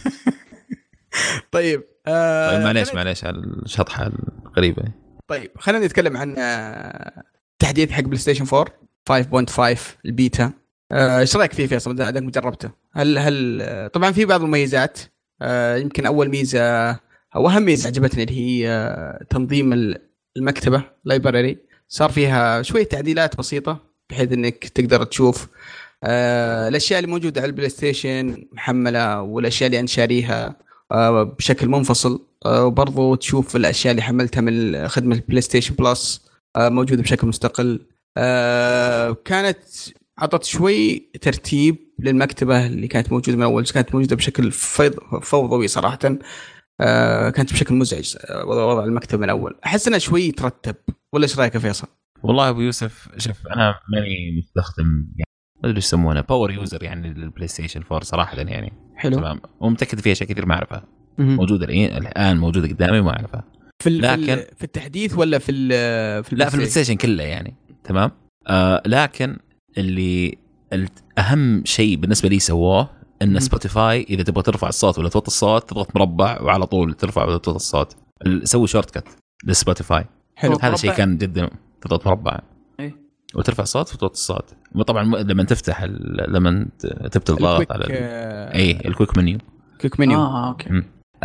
طيب معليش على الشطحه الغريبه. طيب خلينا نتكلم عن تحديث حق بلاي ستيشن 4 5.5 البيتا. ايش رايك فيه فيصل؟ عندك مجربته؟ هل طبعا في بعض المميزات. يمكن اول ميزه او اهم ميزه عجبتني اللي هي تنظيم المكتبه لايبراري. صار فيها شويه تعديلات بسيطه بحيث انك تقدر تشوف الاشياء اللي موجوده على البلاي ستيشن محمله، والاشياء اللي انا شاريها بشكل منفصل، وبرضو تشوف الاشياء اللي حملتها من خدمه البلاي ستيشن بلس موجوده بشكل مستقل. كانت عطت شوي ترتيب للمكتبه اللي كانت موجوده من اول، كانت موجوده بشكل فوضوي صراحه. كانت بشكل مزعج وضع المكتب من اول. احس انه شوي ترتب، ولا ايش رايك يا فيصل؟ والله ابو يوسف شوف، انا ماني مستخدم يعني ما ادري ايش يسمونه باور يوزر يعني للبلاي ستيشن 4 صراحه يعني. حلو تمام، ومتاكد فيها اشياء كثير ما اعرفها موجوده الان موجوده قدامي ما اعرفها. لكن في التحديث ولا في لا في البلاي ستيشن كله يعني. تمام. لكن اللي اهم شيء بالنسبه لي سووه ان سبوتيفاي اذا تبغى ترفع الصوت ولا توطي الصوت تضغط مربع وعلى طول ترفع ولا توطي الصوت. سووا شورت كت لسبوتيفاي. حلو. هذا شيء كان جدا. تضغط مربع وترفع الصوت وتوطي الصوت. وطبعا لما تفتح لما تبتل الضغط على الكويك منيو. اوكي.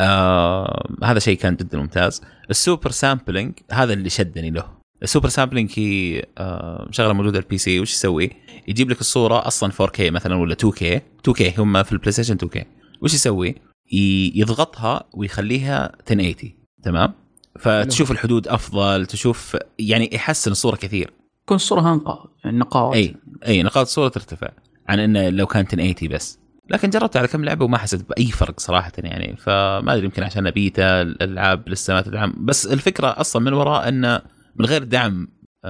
هذا شيء كان جدا ممتاز. السوبر سامبلينج هذا اللي شدني له. السوبر سامبلينج هي شغله موجوده على البي سي. وش يسوي؟ يجيب لك الصوره اصلا 4K مثلا ولا 2K هم في البلاي ستيشن 2K. وش يسوي؟ يضغطها ويخليها 1080. تمام، فتشوف الحدود افضل، تشوف يعني يحسن الصوره كثير. تكون الصوره انقى النقاط. اي نقاط الصوره ترتفع عن انه لو كان 1080 بس. لكن جربت على كم لعبه وما حسيت باي فرق صراحه يعني. فما ادري يمكن عشان بيتا الالعاب لسه ما تدعم. بس الفكره اصلا من وراء انه من غير دعم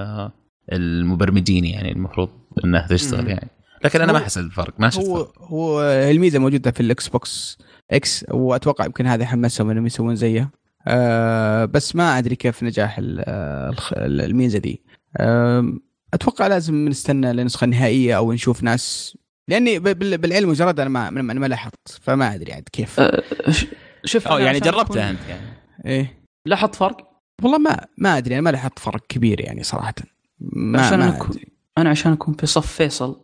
المبرمجين يعني المفروض انها تشتغل يعني. لكن انا ما حسيت الفرق، ما شفت فرق. هو الميزه موجوده في الاكس بوكس اكس، واتوقع يمكن هذا حمسهم انهم يسوون زيه. بس ما ادري كيف نجاح الميزه دي. اتوقع لازم نستنى للنسخه النهائيه او نشوف ناس، لاني بالعلم مجرد انا ما لاحظت، فما ادري عاد كيف. شوف يعني جربتها انت يعني ايه لاحظت فرق؟ والله ما ادري، انا ما لاحظت فرق كبير يعني صراحه. انا عشان اكون في صف فيصل.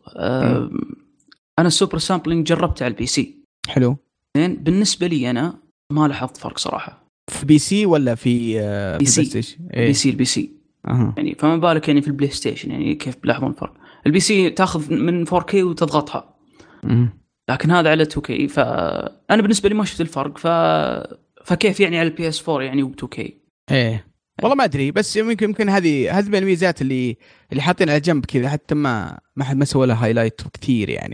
انا السوبر سامبلينج جربته على البي سي. حلو. بالنسبه لي انا ما لاحظت فرق صراحه. في بي سي ولا في بي سي؟ البي سي يعني فما بالك يعني في البلاي ستيشن يعني كيف بلاحظون الفرق. البي سي تاخذ من 4K وتضغطها. لكن هذا على 2K. فانا بالنسبه لي ما شفت الفرق. فكيف يعني على البي اس 4 يعني و2K؟ ايه والله ما ادري. بس يمكن هذه من الميزات اللي حاطين على جنب كذا، حتى ما حد ما سوى لها هايلايت كثير يعني.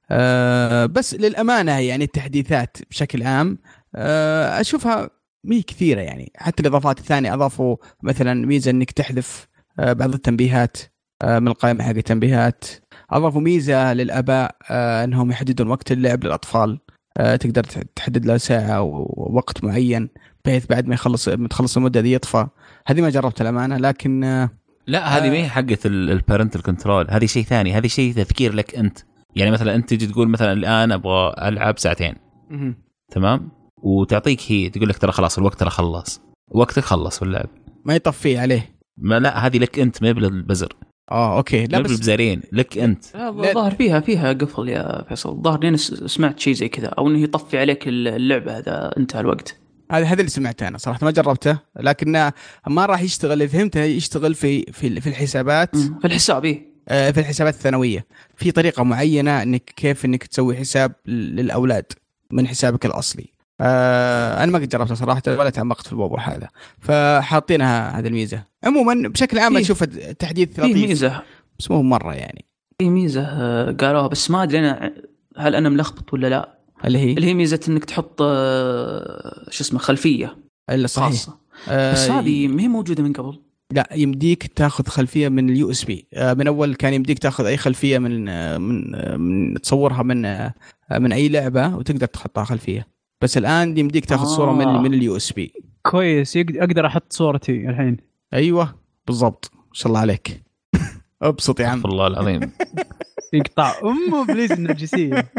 بس للامانه يعني التحديثات بشكل عام اشوفها مي كثيره يعني. حتى الاضافات الثانيه اضافوا مثلا ميزه انك تحذف بعض التنبيهات من القائمه حق التنبيهات. اضافوا ميزه للاباء انهم يحددون وقت اللعب للاطفال، تقدر تحدد له ساعه او وقت معين بحيث بعد ما تخلص المده دي يطفى. هذه ما جربت الامانه، لكن لا هذه ما هي حقه البارنتال كنترول، هذه شيء ثاني، هذه شيء تذكير لك انت. يعني مثلا انت تجي تقول مثلا الان ابغى العب ساعتين تمام، وتعطيك هي تقول لك ترى خلاص الوقت ترى خلص، وقتك خلص واللعب ما يطفي عليه. ما لا هذه لك انت، ما بالبزر. اوكي لا بس بالبزارين لك انت. ظاهر فيها قفل يا فيصل، ظاهر لي سمعت شيء زي كذا، او انه يطفي عليك اللعبه هذا انتهى الوقت. هذا اللي سمعته انا صراحه، ما جربته، لكن ما راح يشتغل. اللي فهمته يشتغل في الحسابات، في الحساب في الحسابات الثانويه في طريقه معينه انك كيف انك تسوي حساب للاولاد من حسابك الاصلي. انا ما قد جربتها صراحه ولا تعمقت في الموضوع هذا، فحاطينها هذه الميزه. عموما بشكل عام اشوف التحديث لطيف، ميزه بس مو مره يعني. في ميزه قالوها بس ما ادري انا هل انا ملخبط ولا لا، اللي هي ميزه انك تحط شو اسمه خلفيه خاصه. بس هذه ما هي موجوده من قبل. لا يمديك تاخذ خلفيه من اليو اس بي. من اول كان يمديك تاخذ اي خلفيه من تصورها من اي لعبه وتقدر تحطها خلفيه، بس الان يمديك تاخذ صوره من اليو اس بي. كويس، اقدر احط صورتي الحين. ايوه بالضبط، ما شاء الله عليك. ابسط يا عم. والله العظيم يقطع بليز النرجسيه.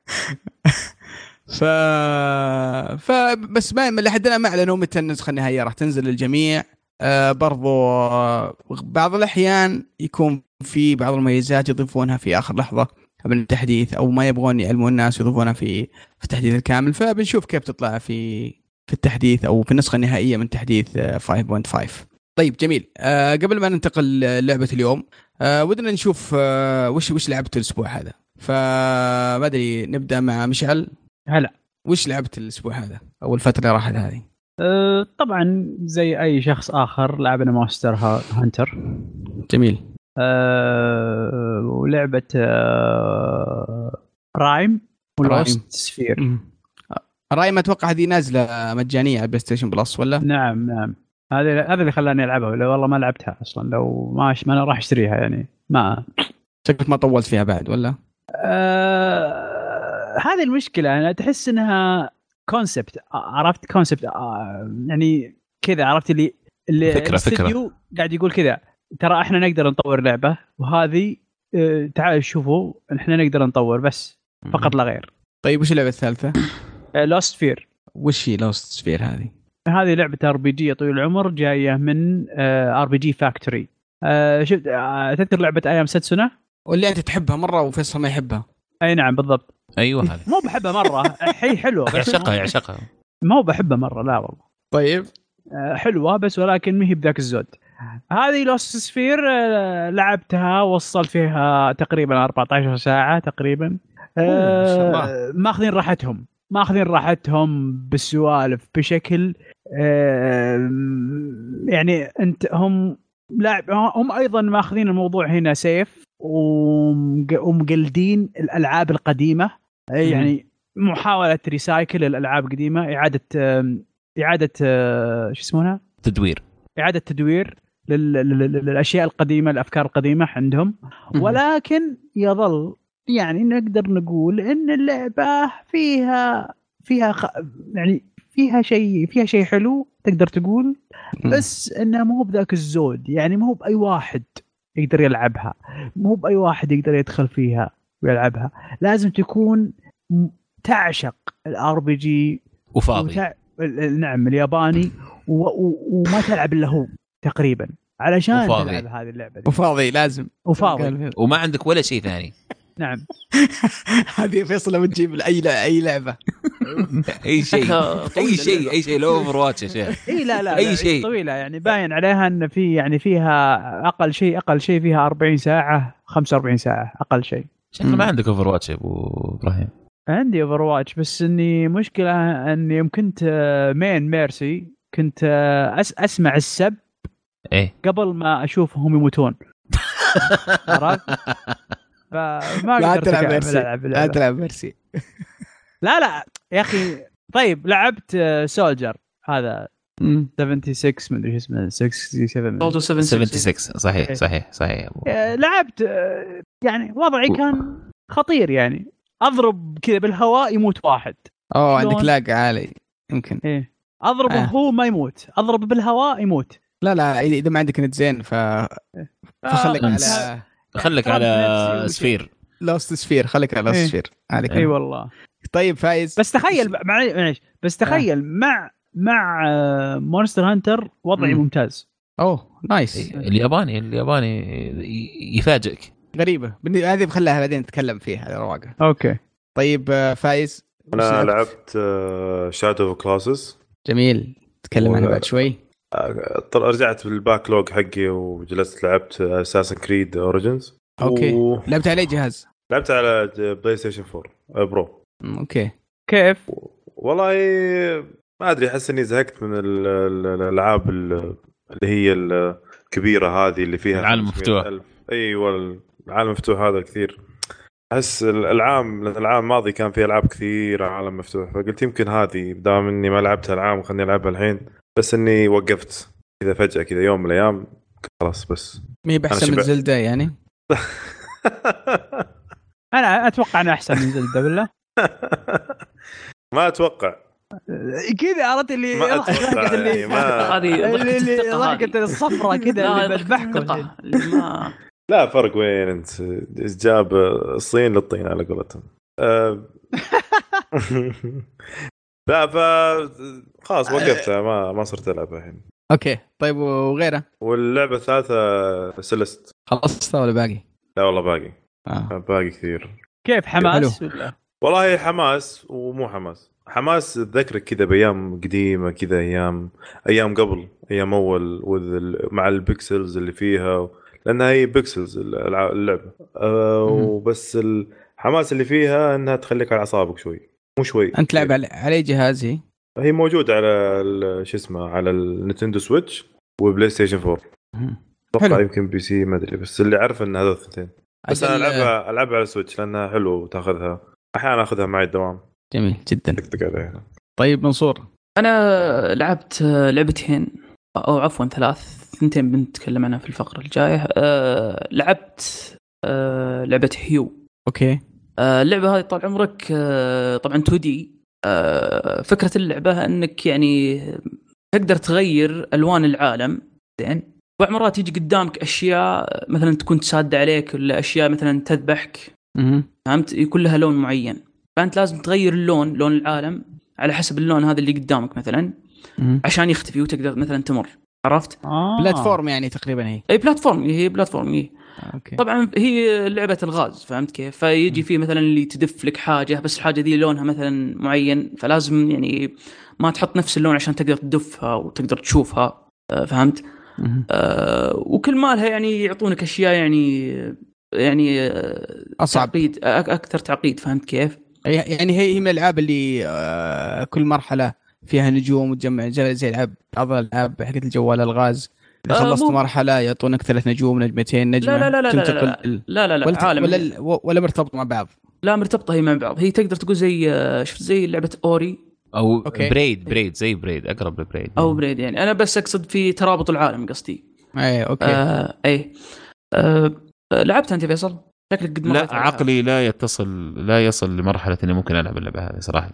بس ما لحد الان ما اعلنوا متى النسخه النهائيه راح تنزل للجميع. برضو بعض الأحيان يكون في بعض المميزات يضيفونها في آخر لحظة من التحديث، أو ما يبغون يعلمون الناس يضيفونها في التحديث الكامل. فبنشوف كيف تطلع في التحديث أو في النسخة النهائية من تحديث 5.5. طيب جميل. قبل ما ننتقل للعبة اليوم ودنا نشوف وش لعبت الأسبوع هذا. فما أدري نبدأ مع مشعل. هلا، وش لعبت الأسبوع هذا أو الفترة اللي راحت هذه؟ طبعا زي اي شخص اخر لعبنا مونستر هانتر. جميل. ولعبه رايم ولوست سفير. رايم اتوقع هذه نازله مجانيه على بلاي ستيشن بلس ولا؟ نعم هذا اللي خلاني العبها، ولا والله ما لعبتها اصلا. لو ما انا راح اشتريها يعني. ما شكلك ما طولت فيها بعد ولا؟ هذه المشكله. انا تحس انها كونسبت، عرفت كونسبت يعني كذا، عرفت اللي فكرة قاعد يقول كذا ترى احنا نقدر نطور لعبه، وهذه تعالوا شوفوا احنا نقدر نطور بس فقط لا غير. طيب وش اللعبه الثالثه؟ لوست سفير. وش هي لوست سفير هذه لعبه ار بي جي طويل العمر جايه من ار بي جي فاكتوري. شفت تذكر لعبه ايام ساتسونا واللي انت تحبها مره وفيصل ما يحبها؟ اي نعم بالضبط. ايوه هذه مو بحبها مره. هي حلوه يعشقها ما بحبها مره، لا والله. طيب حلوه بس ولكن ما هي بذاك الزود. هذه لوست سفير لعبتها وصلت فيها تقريبا 14 ساعه تقريبا. ماخذين راحتهم بالسوالف بشكل يعني انت هم ايضا ماخذين الموضوع هنا سيف ومقلدين الالعاب القديمه. يعني محاوله ريسايكل الالعاب القديمه، اعاده شو اسمها اعاده تدوير للاشياء القديمه، الافكار القديمه عندهم. ولكن يظل يعني نقدر نقول ان اللعبه فيها يعني فيها شيء حلو تقدر تقول، بس انها مو بذاك الزود. يعني مو باي واحد يقدر يلعبها، مو باي واحد يقدر يدخل فيها ويلعبها. لازم تكون تعشق الار بي جي وفاضي نعم الياباني وما تلعب الا هو تقريبا علشان تلعب هذه اللعبه دي. وفاضي لازم وفاضي وما عندك ولا شيء ثاني. نعم. هذه فيصل لو تجيب اي لعبه اي شيء لو اوفر واتش يا شيخ. اي لا اي شيء طويله يعني باين عليها ان فيها اقل شيء فيها 40 ساعه 45 ساعه اقل شيء. شكله ما عندك اوفر واتش يا ابو ابراهيم. عندي اوفر واتش بس اني مشكله اني يوم كنت مين ميرسي كنت اسمع السب ايه قبل ما اشوفهم يموتون. عرفت فما لا قدرت تلعب ألعب ميرسي، لا اللعبة. تلعب ميرسي. لا يا اخي. طيب لعبت سولجر هذا 76 مدري ايش اسمه 67 برضو 76 صحيح يا ابو. لعبت يعني وضعي كان خطير يعني اضرب كذا بالهواء يموت واحد. عندك شلون؟ لاج عالي يمكن. ايه اضربه هو ما يموت، اضرب بالهواء يموت. لا اذا ما عندك نت زين خليك على سفير لاست سفير، خليك على لاست سفير عليك. اي والله. طيب فايز، بس تخيل معليش بس تخيل مع مونستر هانتر وضعي ممتاز. نايس. الياباني يفاجئك. غريبة هذه بخليها بعدين نتكلم فيها على رواقة. اوكي طيب فايز، انا لعبت شادو اوف كلاسز. جميل، تكلم عنها بعد شوي. رجعت بالباك لوج حقي وجلست لعبت اساسن كريد اوريجنز. اوكي لعبت على جهاز؟ لعبت على بلاي ستيشن 4 برو. اوكي كيف؟ والله ما ادري، احس اني زهقت من الالعاب اللي هي الكبيره هذه اللي فيها العالم مفتوح. ايوه العالم مفتوح هذا كثير. احس العام الماضي كان فيه العاب كثير عالم مفتوح، فقلت يمكن هذه دام اني ما لعبتها العام خلني العبها الحين. بس اني وقفت كذا فجاه كذا يوم من الايام خلاص. بس مي بحسن من زلدة يعني. انا اتوقع انه احسن من زلدة بالله. ما اتوقع كذا عرفت اللي ما اتوقع يعني هذه ضحكة الصفرة كذا اللي بذبحكم. لا فرق وين انت جاب الصين للطين على قولتهم. لا خلاص وقفتها ما صرت العبها الحين. اوكي طيب وغيره؟ واللعبه الثالثه سيلست. خلصتها ولا باقي؟ لا والله باقي. باقي كثير. كيف حماس؟ والله حماس ومو حماس تذكرك كذا بايام قديمه كذا، ايام قبل، ايام اول مع البكسلز اللي فيها، لانها هي بكسلز اللعبه. وبس الحماس اللي فيها انها تخليك على اعصابك شوي، مو شوي. انت لعب على جهازي؟ هي موجوده على شو اسمه على النينتندو سويتش وبلاي ستيشن 4. اتوقع يمكن بي سي ما ادري، بس اللي عارف ان هذول الثنتين. بس انا العبها على السويتش لانها حلوه وتاخذها احيانا اخذها معي الدوام. جميل جدا. تكتك عليها. طيب منصور؟ انا لعبت لعبتين او عفوا 3 بنتكلم عنها في الفقره الجايه. لعبت لعبه هيو. اوكي. اللعبه هذه طال عمرك طبعا 2D. فكره اللعبه انك يعني تقدر تغير الوان العالم زين. بعض مرات يجي قدامك اشياء مثلا تكون تساعد عليك، ولا اشياء مثلا تذبحك. فهمت؟ يكون لها لون معين، فانت لازم تغير لون العالم على حسب اللون هذا اللي قدامك مثلا عشان يختفي وتقدر مثلا تمر. عرفت؟ بلاتفورم يعني تقريبا. هي بلاتفورم. أوكي. طبعا هي لعبة الغاز، فهمت كيف؟ فيجي فيه مثلا اللي تدف لك حاجة، بس الحاجة دي لونها مثلا معين، فلازم يعني ما تحط نفس اللون عشان تقدر تدفها وتقدر تشوفها. فهمت؟ وكل مالها يعني يعطونك أشياء يعني أصعب، تعقيد أكثر تعقيد. فهمت كيف؟ يعني هي من الألعاب اللي كل مرحلة فيها نجوم وتجمع زي بعض الألعاب حقت الجوال الغاز. خلصت مرحلة يعطونك 3 نجوم، 2 نجمة. لا عالم ولا مرتبط مع بعض؟ لا مرتبطة هي مع بعض. هي تقدر تقول زي لعبة أوري أو بريد زي بريد، أقرب لبريد أو بريد. يعني أنا بس أقصد في ترابط العالم قصدي. أوكي. لعبت أنت فيصل؟ شكلك قد لا عقلي لا يصل لمرحلة إني ممكن ألعب اللعبة هذه صراحة.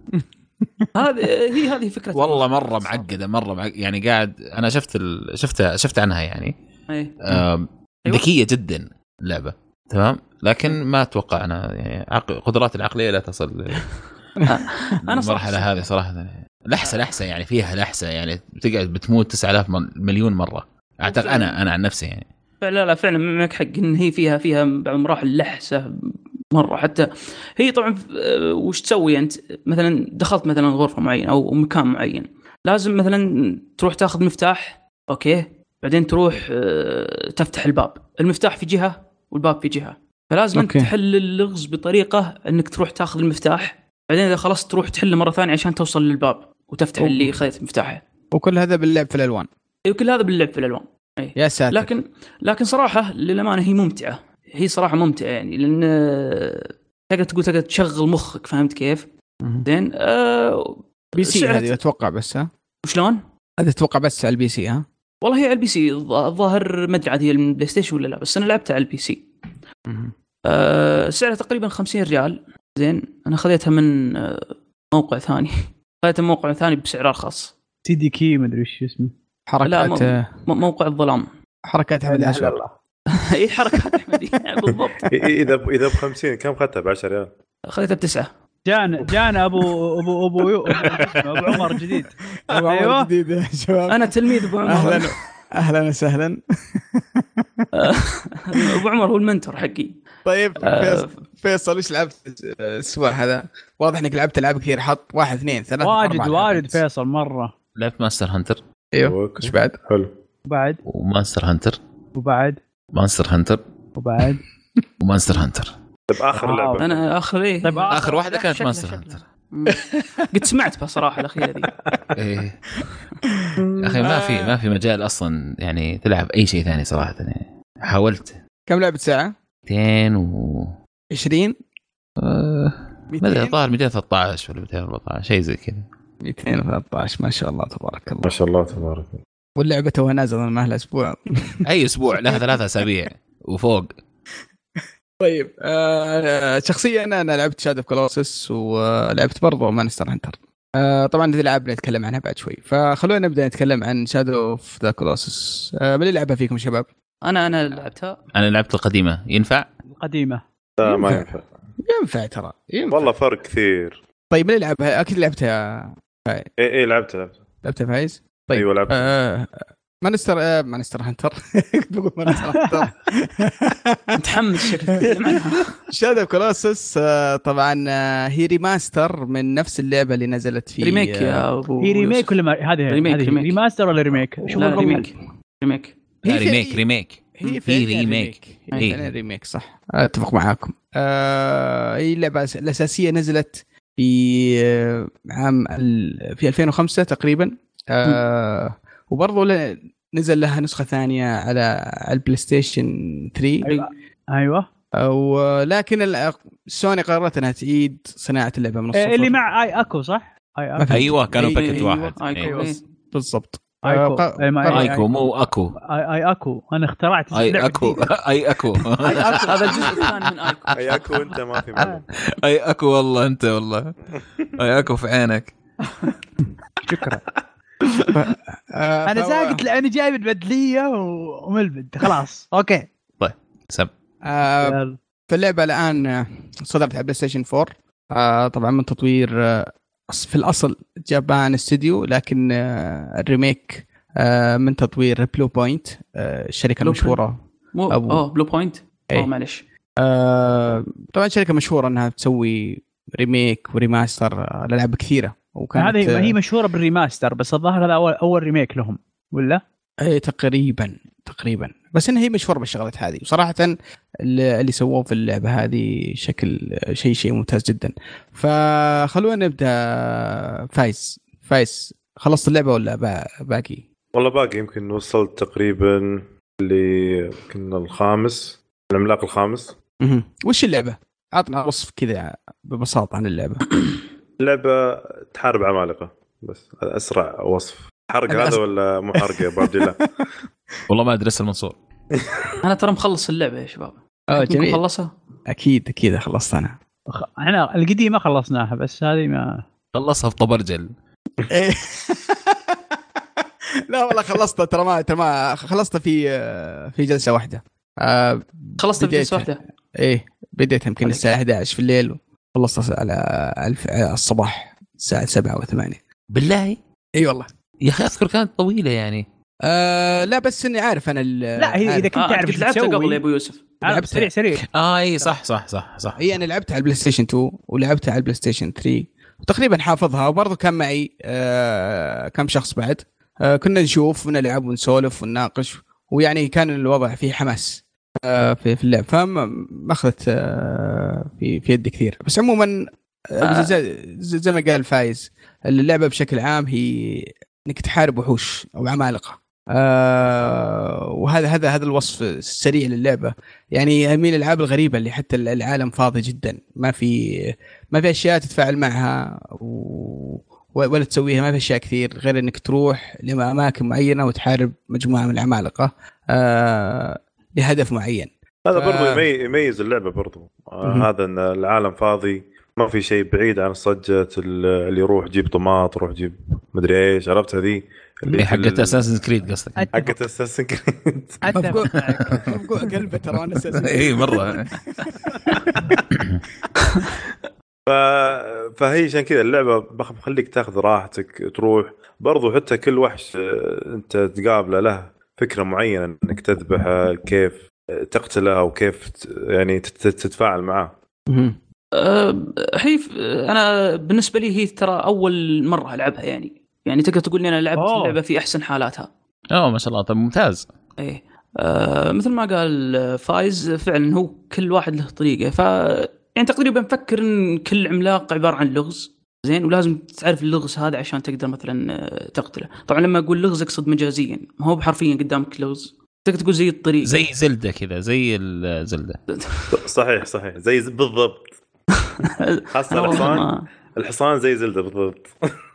هذه فكرة والله مرة معقدة يعني قاعد أنا شفت عنها يعني ذكية جدا اللعبة، تمام، لكن ما أتوقع أنا يعني قدرات العقلية لا تصل المرحلة هذه صراحة. لحسة يعني فيها لحسة، يعني بتقعد بتموت 9000 مليون مرة أعتقد. أنا عن نفسي يعني لا فعلا معك حق إن هي فيها بعض مراحل لحسة مرة. حتى هي طبعا وش تسوي أنت؟ مثلا دخلت مثلا غرفة معينة أو مكان معين، لازم مثلا تروح تاخذ مفتاح. أوكي، بعدين تروح تفتح الباب. المفتاح في جهة والباب في جهة، فلازم أنت تحل اللغز بطريقة أنك تروح تاخذ المفتاح، بعدين إذا خلصت تروح تحل مرة ثانية عشان توصل للباب وتفتح اللي خذت مفتاحه. وكل هذا باللعب في الألوان. وكل هذا باللعب في الألوان. يا ساتر. لكن صراحة للأمانة هي ممتعة. هي صراحه ممتعه يعني، لان تقدر تشغل مخك، فهمت كيف؟ زين بي سي هذه اتوقع بس. ها وشلون هذا اتوقع بس على البي سي. ها والله هي على البي سي الظاهر، ما ادري عاد هي البلاي ستيشن ولا لا، بس انا لعبتها على البي سي. سعرها تقريبا 50 ريال. زين انا خذيتها من موقع ثاني، خذيتها من موقع ثاني بسعر ارخص. سي دي كي ما ادري ايش اسمه، حركات موقع الظلام، حركات احمد الاشقر. اي حركات احمد بالضبط. اذا ب50 كم خدتها؟ ب10 ريال خذيتها ب9. جانا ابو عمر جديد. ابو عمر جديد يا شباب. انا تلميذ ابو عمر. اهلا وسهلا. ابو عمر هو المنتور حقي. طيب فيصل ايش لعبت الاسبوع هذا؟ واضح انك لعبت العاب كثير. حط 1 2 3 4. واجد فيصل مره. لعبت ماستر هانتر. ايوه ايش بعد؟ حلو. وبعد ومانستر هانتر. وبعد مانستر هانتر. وبعد ومانستر هانتر. طيب اخر لعبه انا اخر ايه؟ طيب اخر واحده كانت مانستر هانتر. قد سمعت بها صراحه الاخيره دي. ايه اخي ما في مجال اصلا يعني تلعب اي شيء ثاني صراحه يعني. حاولت. كم لعبه ساعه؟ 220. ما ادري الظاهر 213 ولا 214 شيء زي كذا. 213 ما شاء الله تبارك الله. ما شاء الله تبارك الله. واللعبه توها نازله ما لها اسبوع. اي اسبوع لها 3 أسابيع وفوق. طيب شخصيا انا لعبت شادو اوف كولوسس ولعبت برضه مانستر هانتر. طبعا هذه الالعاب نتكلم عنها بعد شوي، فخلونا نبدا نتكلم عن شادو اوف ذا كولوسس. من اللي لعبها فيكم شباب؟ انا لعبتها. انا لعبت القديمه. ينفع؟ القديمه لا ما ينفع ترى ينفع. والله فرق كثير. طيب من اللي لعبها؟ اكيد لعبتها. ايه لعبتها فايز. طيب ايوه لعبتها. مانستر هانتر. بقول مانستر هانتر. متحمس شكلك. شادو اوف كولوسس طبعا هي ريماستر من نفس اللعبه اللي نزلت في ريميك يا ابو. هي ريميك ولا هذه ريماستر ولا ريميك؟ شو ريميك. هي ريميك هي ريميك صح. اتفق معاكم. هي اللعبه الاساسيه نزلت في عام في 2005 تقريبا. وبرضه نزل لها نسخه ثانيه على البلاي ستيشن 3. ايوه ولكن سوني قررت انها تعيد صناعه اللعبه من الصفر. اللي مع اي اكو صح؟ ايوه كانوا باكت واحد. أيوة. بالضبط. ايكو مو اكو. اي اكو انا اخترعت اي اكو. هذا الجزء الثاني من ايكو. اي اكو انت ما في منه. اي اكو والله انت والله. اي اكو في عينك. شكرا. انا ساكت لاني جايب البدليه وملبد خلاص. اوكي طيب سب. فاللعبه الان صدرت على بلاي ستيشن 4. طبعا من تطوير في الاصل جابان استوديو، لكن الريميك من تطوير بلو بوينت، الشركه المشهوره. بلو بوينت. معلش. طبعا شركه مشهوره انها تسوي ريميك وريماستر لألعاب كثيره، وكانت هي مشهوره بالريماستر، بس الظاهر هذا اول ريميك لهم ولا اي تقريبا. بس انها هي مشهوره بالشغلات هذه، وصراحه اللي سووه في اللعبه هذه شكل شيء ممتاز جدا. فخلونا نبدا. فايز خلصت اللعبه ولا باقي؟ والله باقي، يمكن وصلت تقريبا اللي كنا الخامس، العملاق الخامس. وش اللعبه؟ عطنا وصف كذا ببساطه عن اللعبه. اللعبه تحارب عمالقه، بس اسرع وصف. حرق هذا ولا مو حرق يا ابو عبد الله؟ والله ما ادري المنصور. انا ترى مخلص اللعبه يا شباب. جميل. خلصها اكيد خلصت انا. احنا القديمه خلصناها، بس هذه ما خلصها في طبرجل. لا والله خلصت ترى ما خلصت في جلسه واحده. خلصت في جلسه واحده. ايه بديت يمكن الساعه 11 في الليل، وخلصت على الصباح الساعه 7 و8. بالله اي والله يا اخي اذكر كانت طويله يعني. لا بس اني عارف انا لا هي اذا كنت تعرف لعبتها قبل يا ابو يوسف. لعبت سريع. اي صح. هي انا لعبتها على البلاي ستيشن 2 ولعبتها على البلاي ستيشن 3 وتقريبا حافظها. وبرضه كان معي كم شخص بعد، كنا نشوف ونلعب ونسولف ونناقش، ويعني كان الوضع فيه حماس في اللعب، فما اخذت في يدي كثير. بس عموما زي ما قال فايز، اللعبه بشكل عام هي انك تحارب وحوش او عمالقه، وهذا الوصف السريع للعبه. يعني من الالعاب الغريبه اللي حتى العالم فاضي جدا، ما في اشياء تتفاعل معها ولا تسويها، ما في اشياء كثير غير انك تروح لاماكن معينه وتحارب مجموعه من العمالقه لهدف معين. هذا برضو يميز اللعبه برضو هذا ان العالم فاضي، ما في شيء بعيد عن صجة اللي يروح جيب طماط، روح جيب مدري ايش، عرفت هذه اللي حقت اساسن كريد قصدك؟ حقت اساسن كريد مفقوع قلبه ترى انا اساسا اي مره. فهي عشان كذا اللعبه بخليك تاخذ راحتك تروح. برضو حتى كل وحش انت تقابله له فكره معينه انك تذبحه، كيف تقتله او كيف يعني تتفاعل معه. هي انا بالنسبه لي هي ترى اول مره العبها، يعني تقدر تقول لي انا لعبت اللعبه في احسن حالاتها. ما شاء الله، طيب ممتاز. ايه مثل ما قال فايز فعلا هو كل واحد له طريقه. يعني تقريبا نفكر ان كل عملاق عباره عن لغز، زين، ولازم تعرف اللغز هذا عشان تقدر مثلا تقتله. طبعا لما اقول لغز اقصد مجازيا، ما هو حرفيا قدامك لغز، تقدر تقول زي الطريق، زي زلدة كذا، زي الزلدة. صحيح زي بالضبط. خاصة الحصان زي زلدة بالضبط.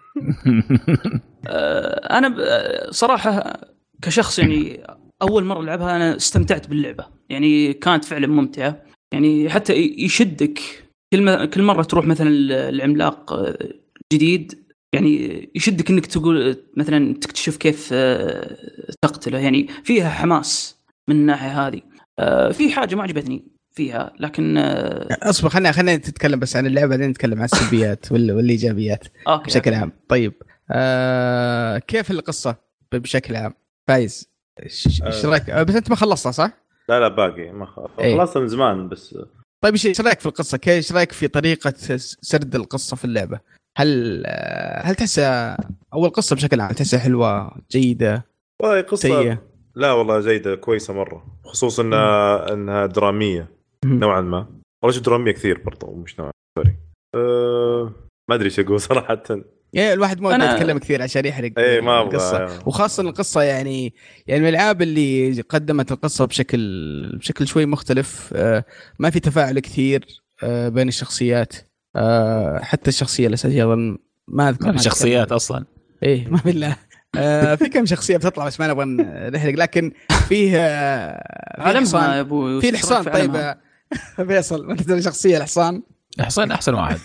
أنا صراحة كشخص يعني أول مرة لعبها أنا استمتعت باللعبة، يعني كانت فعلا ممتعة. يعني حتى يشدك كل مرة تروح مثلا العملاق جديد، يعني يشدك إنك تقول مثلا تكتشف كيف تقتله. يعني فيها حماس من الناحية هذه. في حاجة ما عجبتني فيها، لكن اصبر خلينا نتكلم بس عن اللعبه، بعدين نتكلم عن السلبيات والايجابيات بشكل عام. طيب كيف القصه بشكل عام فايز؟ ايش رايك؟ بس انت ما خلصتها صح؟ لا باقي ما خلصت من زمان بس. طيب ايش رايك في القصه؟ ايش رايك في طريقه سرد القصه في اللعبه؟ هل تحسها اول قصه بشكل عام تحسها حلوه جيده؟ والله قصه لا والله جيده كويسه مره، خصوصا انها دراميه نوعا ما. والله دراميه كثير برضه، مش نوعا سوري ما ادري ايش اقول صراحه. يعني الواحد ما يقدر يتكلم كثير عشان يحرق القصه. وخاصه القصه يعني من الالعاب اللي قدمت القصه بشكل شوي مختلف. ما في تفاعل كثير بين الشخصيات، حتى الشخصيه الاساسيه اظن ما اذكر الشخصيات اصلا. ايه ما بالله. في كم شخصيه بتطلع بس ما نبغى نحرق، لكن فيه علمها يا ابوي في الحصان. طيب فيصل ما تدري شخصيه الحصان احسن واحد.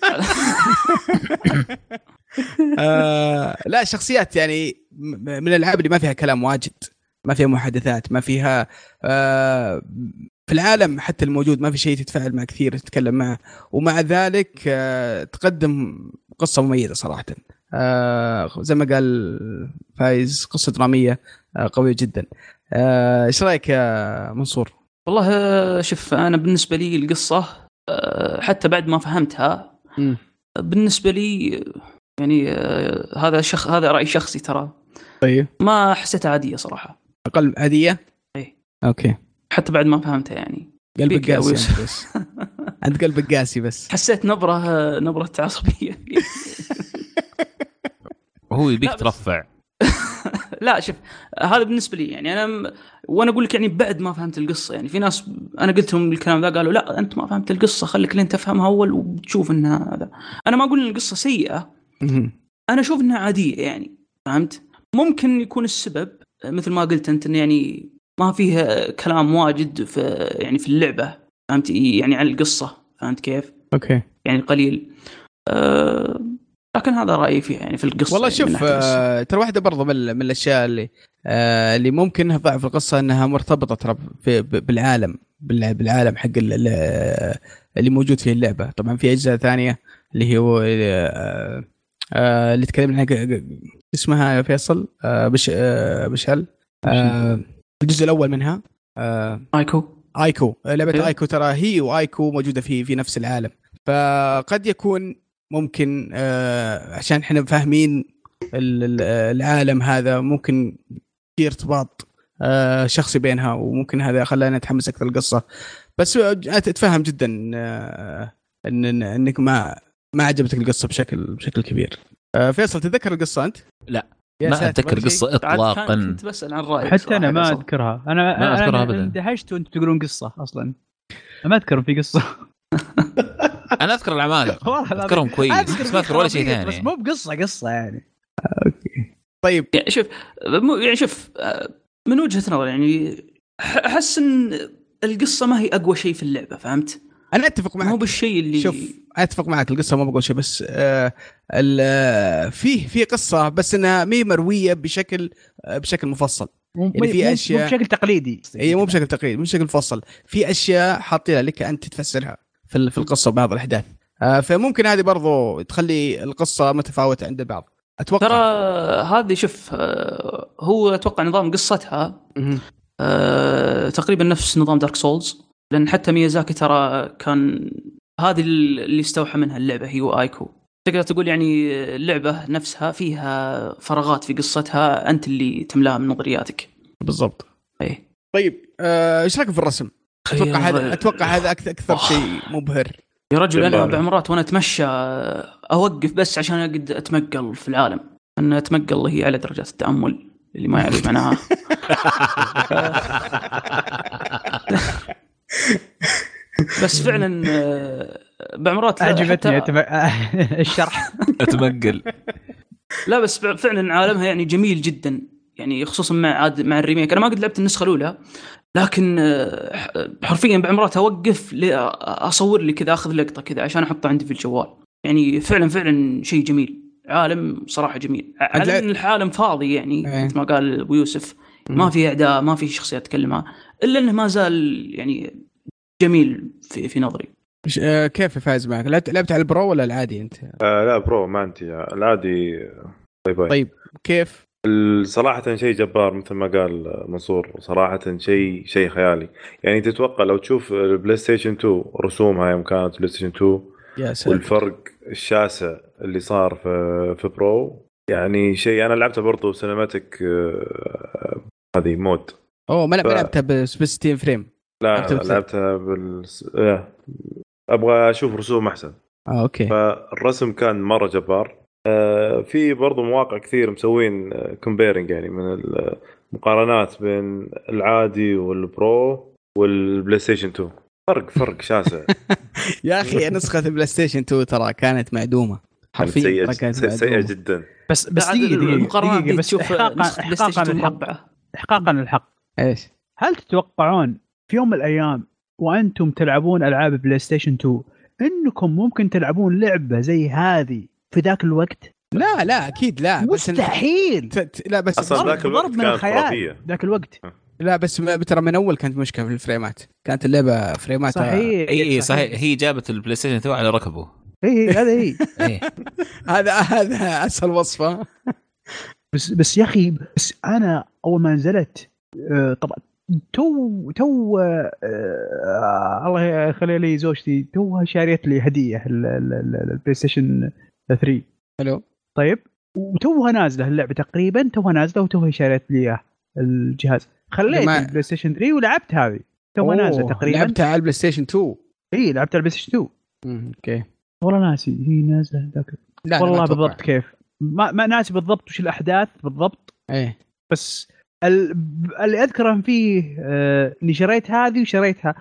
لا الشخصيات يعني من الالعاب اللي ما فيها كلام واجد، ما فيها محادثات، ما فيها في العالم حتى الموجود ما في شيء تتفاعل مع كثير تتكلم معه، ومع ذلك تقدم قصة مميزة صراحة. زي ما قال فايز قصة درامية قوية جدا. ايش رايك يا منصور؟ والله شوف انا بالنسبة لي القصة حتى بعد ما فهمتها بالنسبة لي يعني هذا رأي شخصي ترى. طيب ما حسيتها عادية صراحة. أقل عادية؟ ايه اوكي. حتى بعد ما فهمتها يعني قلبك قاسي بس. عند قلبك قاسي بس. حسيت نبرة عصبية. وهو يبيك ترفع. لا شوف هذا بالنسبة لي يعني وانا اقول لك يعني بعد ما فهمت القصة. يعني في ناس انا قلت لهم الكلام ذا قالوا لا انت ما فهمت القصة، خليك لين تفهمها اول وبتشوف انها هذا. انا ما اقول ان القصة سيئة، انا اشوف انها عادية يعني، فهمت؟ ممكن يكون السبب مثل ما قلت انت إن يعني ما فيها كلام واجد في اللعبة، فهمت؟ يعني عن القصة، فهمت كيف؟ اوكي يعني قليل. لكن هذا رأيي فيها يعني في القصة. والله شوف ترى واحدة برضه من الأشياء اللي ممكن انها ضعف القصة انها مرتبطة ترى بالعالم حق اللي موجود فيه اللعبة. طبعا في أجزاء ثانية اللي هو اللي تكلمنا عنها اسمها يا فيصل بشهل الجزء الأول منها آيكو لعبة آيكو ترى هي وآيكو موجودة في نفس العالم. فقد يكون ممكن عشان احنا فاهمين العالم هذا ممكن في ارتباط شخصي بينها، وممكن هذا خلانا نتحمس أكثر القصة. بس أتفهم جدا انك ما عجبتك القصة بشكل كبير. فيصل تتذكر القصة أنت؟ لا ما اتذكر قصه اطلاقا. كنت بسال عن رايك حتى انا ما اذكرها. انا اندهشت وانتم تقولون قصه اصلا ما اذكر في قصه. انا اذكر العمالقه اذكرهم كويس بس ما اذكر ولا شيء ثاني بس مو بقصه يعني. اوكي طيب يعني شوف من وجهه نظر يعني احس ان القصه ما هي اقوى شيء في اللعبه فهمت. انا اتفق معك مو بالشيء اللي شوف اتفق معك القصه ما بقول شيء بس في قصه بس انها مي مرويه بشكل مفصل يعني في اشياء مو بشكل تقليدي. هي مو بشكل تقليدي مو بشكل مفصل في اشياء حاطينها لك انت تفسرها في القصه وبعض الاحداث فممكن هذه برضو تخلي القصه متفاوته عند البعض اتوقع. ترى هذه شوف هو اتوقع نظام قصتها تقريبا نفس نظام دارك سولز لان حتى ميازاكي ترى كان هذه اللي استوحى منها اللعبه هي وايكو. تقدر تقول يعني اللعبه نفسها فيها فراغات في قصتها انت اللي تملاها من نظرياتك بالضبط. اي طيب ايش رايك في الرسم؟ اتوقع هذا اكثر شيء مبهر يا رجل. انا بعمرات وانا اتمشى اوقف بس عشان اقعد اتمقل في العالم. ان اتمقل هي على درجات التامل اللي ما يعرف معناها. بس فعلا بعمرات عجبتني الشرح اتمقل. لا بس فعلا عالمها يعني جميل جدا يعني خصوصا مع الريميك. انا ما قد لعبت النسخه الاولى لكن حرفيا بعمرات اوقف اصور لي كذا اخذ لقطه كذا عشان احطها عندي في الجوال. يعني فعلا شيء جميل. عالم صراحه جميل على ان العالم فاضي يعني مثل ما قال ابو يوسف ما في اعداء ما في شخصيات تكلمها الا انه ما زال يعني جميل في نظري. كيف فايز معك؟ لعبت على البرو ولا العادي انت؟ لا برو ما انت العادي. طيب كيف؟ صراحة شيء جبار مثل ما قال منصور. صراحة شيء خيالي يعني. تتوقع لو تشوف البلاي ستيشن 2 رسومها يوم كانت بلاي ستيشن 2 والفرق الشاسع اللي صار في برو يعني شيء. انا لعبتها برضو سينماتيك هذه مود. ما لعبتها ب60 فريم. لا لعبتها ابغى اشوف رسوم احسن. اوكي. فالرسم كان مره جبار. في برضو مواقع كثير مسوين كومبيرنج يعني من المقارنات بين العادي والبرو والبلاي ستيشن 2. فرق شاسع. يا اخي نسخه البلاي ستيشن 2 ترى كانت معدومه حرفيا. سيئه جدا. بس دقيقه بس احقاقا الحق ايش هل تتوقعون في يوم من الايام وانتم تلعبون العاب بلاي ستيشن 2 انكم ممكن تلعبون لعبه زي هذه في ذاك الوقت؟ لا اكيد لا مستحيل. لا بس اصلا ذاك الوقت من الخيال ذاك الوقت. لا بس ترى من اول كانت مشكله في الفريمات. كانت اللعبه فريماتها صحيح. صحيح هي جابت البلاي ستيشن 2 على ركبه. هذا هي هذا اسهل وصفه. بس يا اخي بس انا اول ما نزلت طبعا تو الله يخلي لي زوجتي توها شاريت لي هديه البلاي ستيشن 3. حلو. طيب وتوها نازله اللعبه تقريبا توها نازله وتوها شاريت لي الجهاز. خليت البلاي ستيشن 3 ولعبت هذه توها نازله تقريبا. لعبتها على البلاي ستيشن 2. اي لعبتها على البلاي ستيشن 2. اوكي والله ناسي هي نازله ذاك والله بالضبط كيف ما ناسي بالضبط وش الاحداث بالضبط. ايه بس اللي اذكره فيه اني شريت هذه وشريتها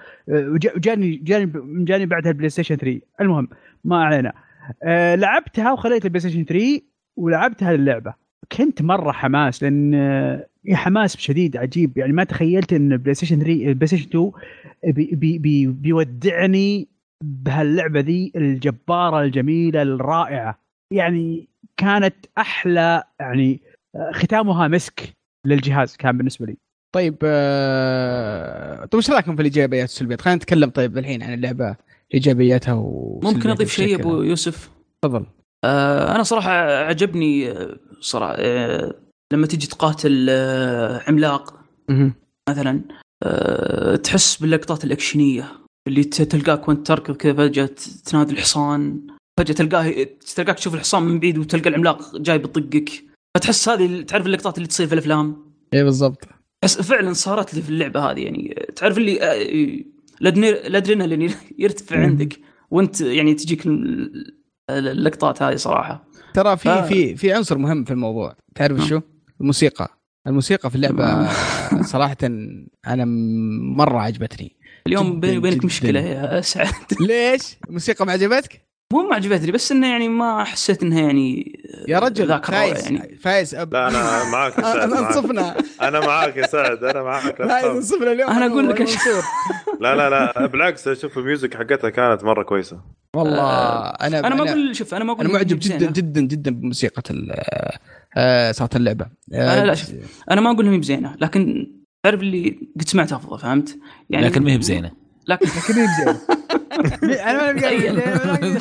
وجاني بعدها البلاي ستيشن 3. المهم ما علينا. لعبتها وخليت البلاي ستيشن 3 ولعبتها اللعبه. كنت مره حماس لان حماس شديد عجيب يعني. ما تخيلت ان البلاي ستيشن 3 البلاي ستيشن 2 بيودعني بهاللعبه ذي الجباره الجميله الرائعه يعني. كانت احلى يعني ختامها مسك للجهاز كان بالنسبه لي. طيب طيب ايش رايكم في الايجابيات والسلبيات؟ خلينا نتكلم طيب الحين عن اللعبه ايجابياتها ممكن اضيف شيء ابو يوسف؟ تفضل. انا صراحه عجبني صراحه لما تيجي تقاتل عملاق مثلا تحس باللقطات الاكشنيه اللي تلقاك وانت تركض كذا فجاه تنادي الحصان فجاه تلقاك تشوف الحصان من بعيد وتلقى العملاق جاي بيطقك. فتحس هذه تعرف اللقطات اللي تصير في الافلام. ايه بالضبط. بس فعلا صارت لي في اللعبه هذه يعني. تعرف اللي الادرينالين يرتفع عندك وانت يعني تجيك اللقطات هذه صراحه. ترى في عنصر مهم في الموضوع، تعرف شو؟ الموسيقى في اللعبه صراحه انا مره عجبتني اليوم. بيني وبينك مشكله يا سعد. ليش الموسيقى ما عجبتك؟ مو ما عجبتني، بس انه يعني ما حسيت انها يعني يا رجل فايز يعني فايز لا انا معاك يا سعد. انصفنا. انا معاك يا سعد، انا معاك. فايز انصفنا اليوم. انا اقول لك لا بالعكس، شوف الميوزك حقتها كانت مره كويسه والله. انا ما اقول، شوف انا ما اقول، انا معجب جدا جدا جدا بموسيقى صوت اللعبه. لا شوف، انا ما اقول انها بزينه، لكن تعرف اللي قد سمعت افضل، فهمت يعني؟ لكن ما هي بزينه. لكن ما هي بزينه. انا ما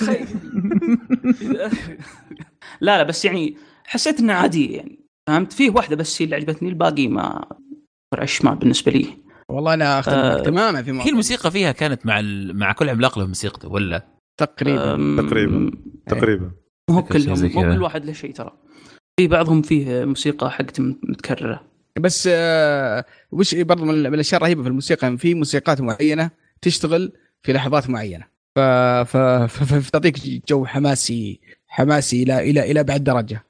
لا بس يعني حسيت انها عاديه يعني، فهمت؟ فيه واحده بس هي اللي عجبتني، الباقي ما فرعش ما بالنسبه لي. والله انا اختلف تماما في هي الموسيقى فيها كانت مع كل عملاق له موسيقته ولا تقريبا مو كل واحد له شيء. ترى في بعضهم فيه موسيقى حقته متكرره، بس وش برضو من الاشياء الرهيبه في الموسيقى، في موسيقات معينه تشتغل في لحظات معينه فتعطيك جو حماسي الى بعد درجه.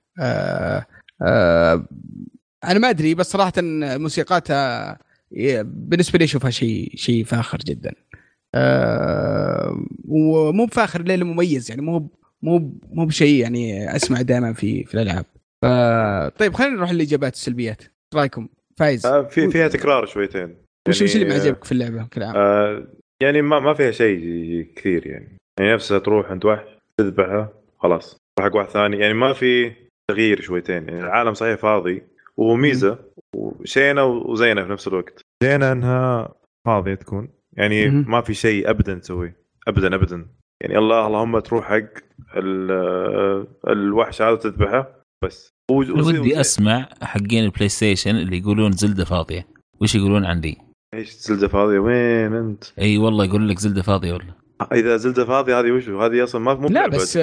انا ما ادري، بس صراحه موسيقاتها بالنسبه لي اشوفها شيء فاخر جدا. ومو فاخر ليه مميز يعني، مو بشيء يعني اسمع دائما في الالعاب. طيب خلينا نروح للاجابات السلبيات. ايش رايكم فايز؟ فيها تكرار شويتين يعني. وش اللي ما عجبك في اللعبه بشكل عام؟ يعني ما فيها شيء كثير يعني نفسها تروح عند واحد تذبحها خلاص روح حق واحد ثاني، يعني ما في تغيير شويتين يعني. العالم صحيح فاضي وهو ميزه وشينه وزينه في نفس الوقت. زينه انها فاضيه تكون يعني ما في شيء ابدا تسويه ابدا يعني. اللهم تروح حق الوحش هذا تذبحه بس. ودي اسمع حقين البلاي ستيشن اللي يقولون زلدة فاضيه، وش يقولون عندي؟ ايش زلدة فاضيه؟ وين انت؟ اي والله يقول لك زلدة فاضيه والله. اذا زلدة فاضيه هذه وشو؟ هذه اصلا مو لا بس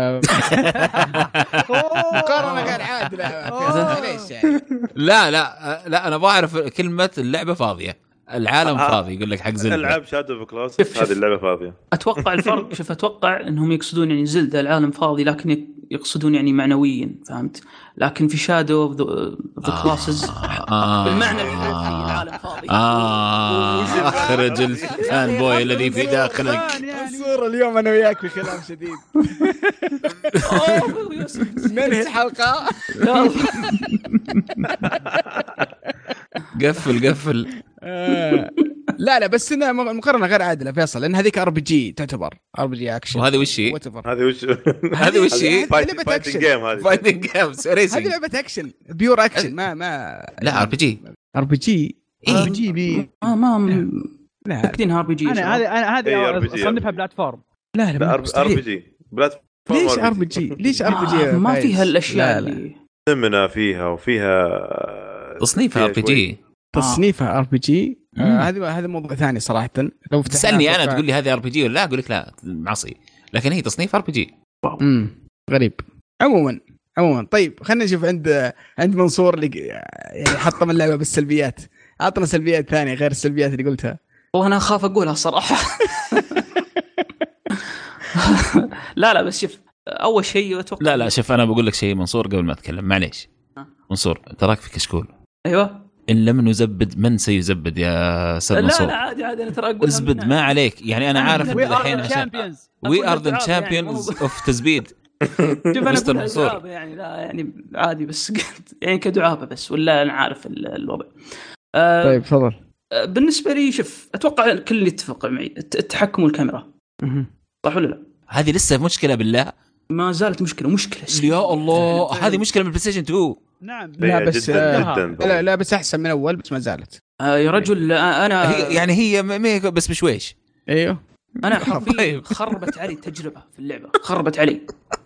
مقارنه غير عادله ليش يعني؟ لا انا بعرف كلمه اللعبه فاضيه، العالم فاضي يقول لك حق زلدة. العاب شادو اوف كلاس هذه اللعبه فاضيه. اتوقع الفرق شوف، اتوقع انهم يقصدون يعني زلدة العالم فاضي، لكن يقصدون يعني معنويا، فهمت؟ لكن في شادو اوف ذا كلاسز بالمعنى الحرفي العالم فاضي. اخرج الفان بوي الذي في داخلك. الصورة اليوم انا وياك في خلاف شديد. ننهي الحلقه. قفل. لا بس انها مقارنه غير عادله فيصل، لان هذيك ار بي جي تعتبر ار بي جي اكشن. وهذه وش هي؟ هذه وش هي؟ فايتنج جيم. هذه فايتنج جيم هذه لعبه اكشن بيور اكشن. ما لا ار بي جي لا فاكرين ار بي جي. هذه اصنفها بلاتفورم. لا ار بي جي بلاتفورم. ليش ار بي جي ما فيها الاشياء اللي ثمنها فيها وفيها تصنيفها ار بي جي. تصنيفها ار بي جي هذا موضوع ثاني صراحه. لو تسالني انا تقول لي هذه ار بي جي ولا لا، اقول لك لا معصي، لكن هي تصنيف ار بي جي. غريب. عموما طيب خلينا نشوف عند منصور اللي يعني حطم اللعبه بالسلبيات. اعطنا سلبيات ثانيه غير السلبيات اللي قلتها. والله انا اخاف اقولها صراحه. لا بس شوف، اول شيء اتوقع لا شوف انا بقول لك شيء منصور قبل ما اتكلم، معليش منصور تراك في كشكول. ايوه إن لم نزبد من سيزبد يا أستاذ منصور. لا عادي أنا ترى أقول ازبد ما عليك يعني. أنا عارف إن الحين عشان we are the champions of تزبيد. شوف أنا أقول دعابة يعني، لا يعني عادي بس يعني كدعابة بس، ولا أنا عارف الوضع. طيب تفضل. بالنسبة لي شوف، أتوقع الكل اللي يتفق معي التحكم والكاميرا. صح ولا لا؟ هذه لسه مشكلة بالله. ما زالت مشكلة يا الله. هذه مشكلة من البلاي ستيشن 2. نعم. لا بس لا بس احسن من اول، بس ما زالت. يا رجل انا هي بس بشويش. ايوه انا حرفيا خربت علي التجربه في اللعبه، خربت علي.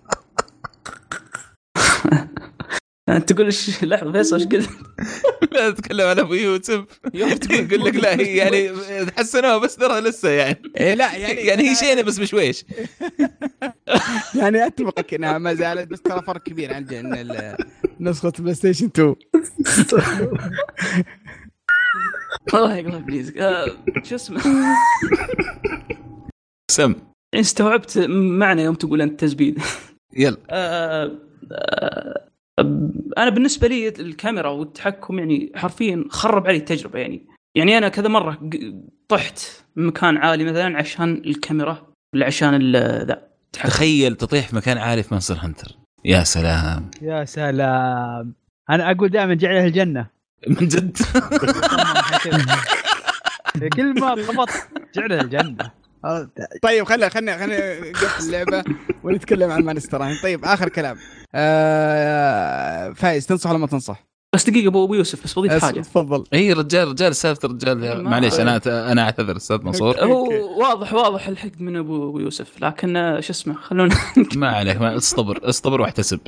انت تقول ايش؟ لحظه فيصل ايش قلت؟ لا تتكلم على ابو يوسف يقول لك لا هي يعني تحسنوها بس ترى لسه يعني لا يعني هي شينه بس بشويش. يعني اتفق انها ما زالت، بس ترى فرق كبير عن نسخه بلاي ستيشن 2. الله يقلب بليز. شو اسمه؟ سم استوعبت معنى يوم تقول أنت تزبيد. يلا. أنا بالنسبة لي الكاميرا والتحكم يعني حرفيا خرب علي التجربة. يعني أنا كذا مرة طحت من مكان عالي مثلا عشان الكاميرا ولا عشان ذا. تخيل تطيح في مكان عالي في مونستر هانتر. يا سلام يا سلام. أنا أقول دائما جعلها الجنة من جد. كل ما ضبط جعلها الجنة. طيب خلينا نقفل اللعبة ونتكلم عن مانستر. طيب آخر كلام. فايز تنصح ولا ما تنصح؟ بس دقيقة أبو يوسف بس بضيف حاجة. تفضل. اي رجال سالفة رجال. معليش انا اعتذر استاذ منصور. هو واضح الحقد من ابو يوسف، لكن شو اسمه خلونا ما عليك، ما اصطبر واحتسب.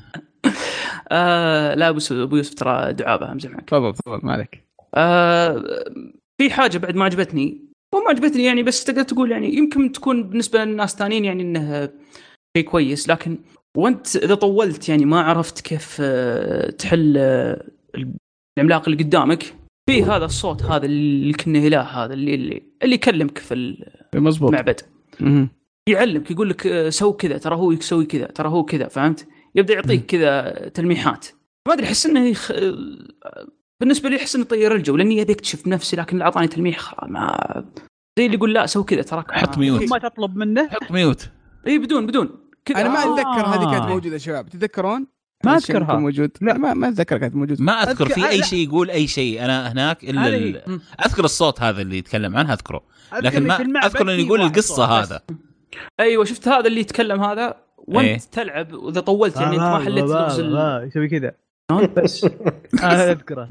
لا ابو يوسف ترى دعابه امزح معك. تفضل ما عليك. في حاجة بعد ما عجبتني وما عجبتني يعني، بس تقدر تقول يعني يمكن تكون بالنسبة للناس ثانيين يعني انه شيء كويس، لكن وانت اذا طولت يعني ما عرفت كيف تحل العملاق اللي قدامك في هذا الصوت هذا اللي كنا اله هذا اللي يكلمك في المعبد يعلمك يقول لك سوي كذا، ترى هو يسوي كذا، ترى هو كذا، فهمت؟ يبدا يعطيك كذا تلميحات. ما ادري احس انه بالنسبه لي احس انه طير الجو، لاني ابي اكتشف نفسي، لكن اللي اعطاني تلميح ما زي اللي يقول لا سوي كذا تراك حط ميوت. ما تطلب منه حط ميوت. اي بدون كذا. انا ما اتذكر هذه كانت موجوده شباب، تتذكرون؟ ما اذكرها موجود. لا ما اتذكر كانت موجوده. ما اذكر في اي شيء يقول اي شيء انا هناك الا اذكر الصوت هذا اللي يتكلم عنه اذكره، لكن ما اذكر انه يقول القصه هذا. ايوه شفت هذا اللي يتكلم هذا وانت تلعب واذا طولت يعني انت ما حليت لغز يسوي كذا بس انا اذكره.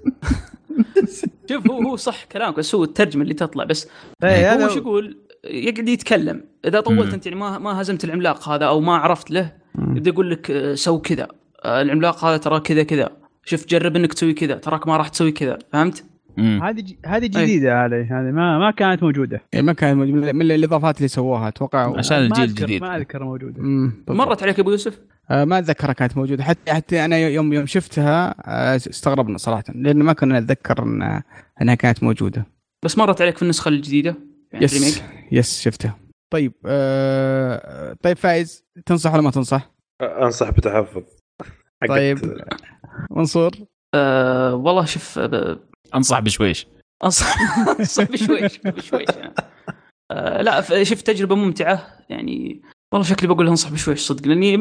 شوف هو صح كلامك، بس هو الترجمه اللي تطلع بس. هو شو يقول يقعد يتكلم اذا طولت انت يعني ما هزمت العملاق هذا او ما عرفت له، يبدا يقول لك سوي كذا، العملاق هذا ترى كذا شوف جرب انك تسوي كذا تراك ما راح تسوي كذا، فهمت؟ هذه جديده هذه ما كانت موجوده. ما كانت موجوده من الاضافات اللي سووها اتوقع عشان الجيل الجديد. ما اذكر موجوده. مرت عليك ابو يوسف؟ ما اتذكرها كانت موجوده، حتى انا يوم شفتها استغربنا صراحه، لان ما كنا نتذكر انها كانت موجوده. بس مرت عليك في النسخه الجديده يعني يس شفتها. طيب طيب فايز تنصح ولا ما تنصح؟ انصح بتحفظ. طيب منصور؟ والله شوف انصح بشويش. انصح بشويش لا شوف تجربه ممتعه يعني. والله شكلي بقول انصح بشويش صدق، لاني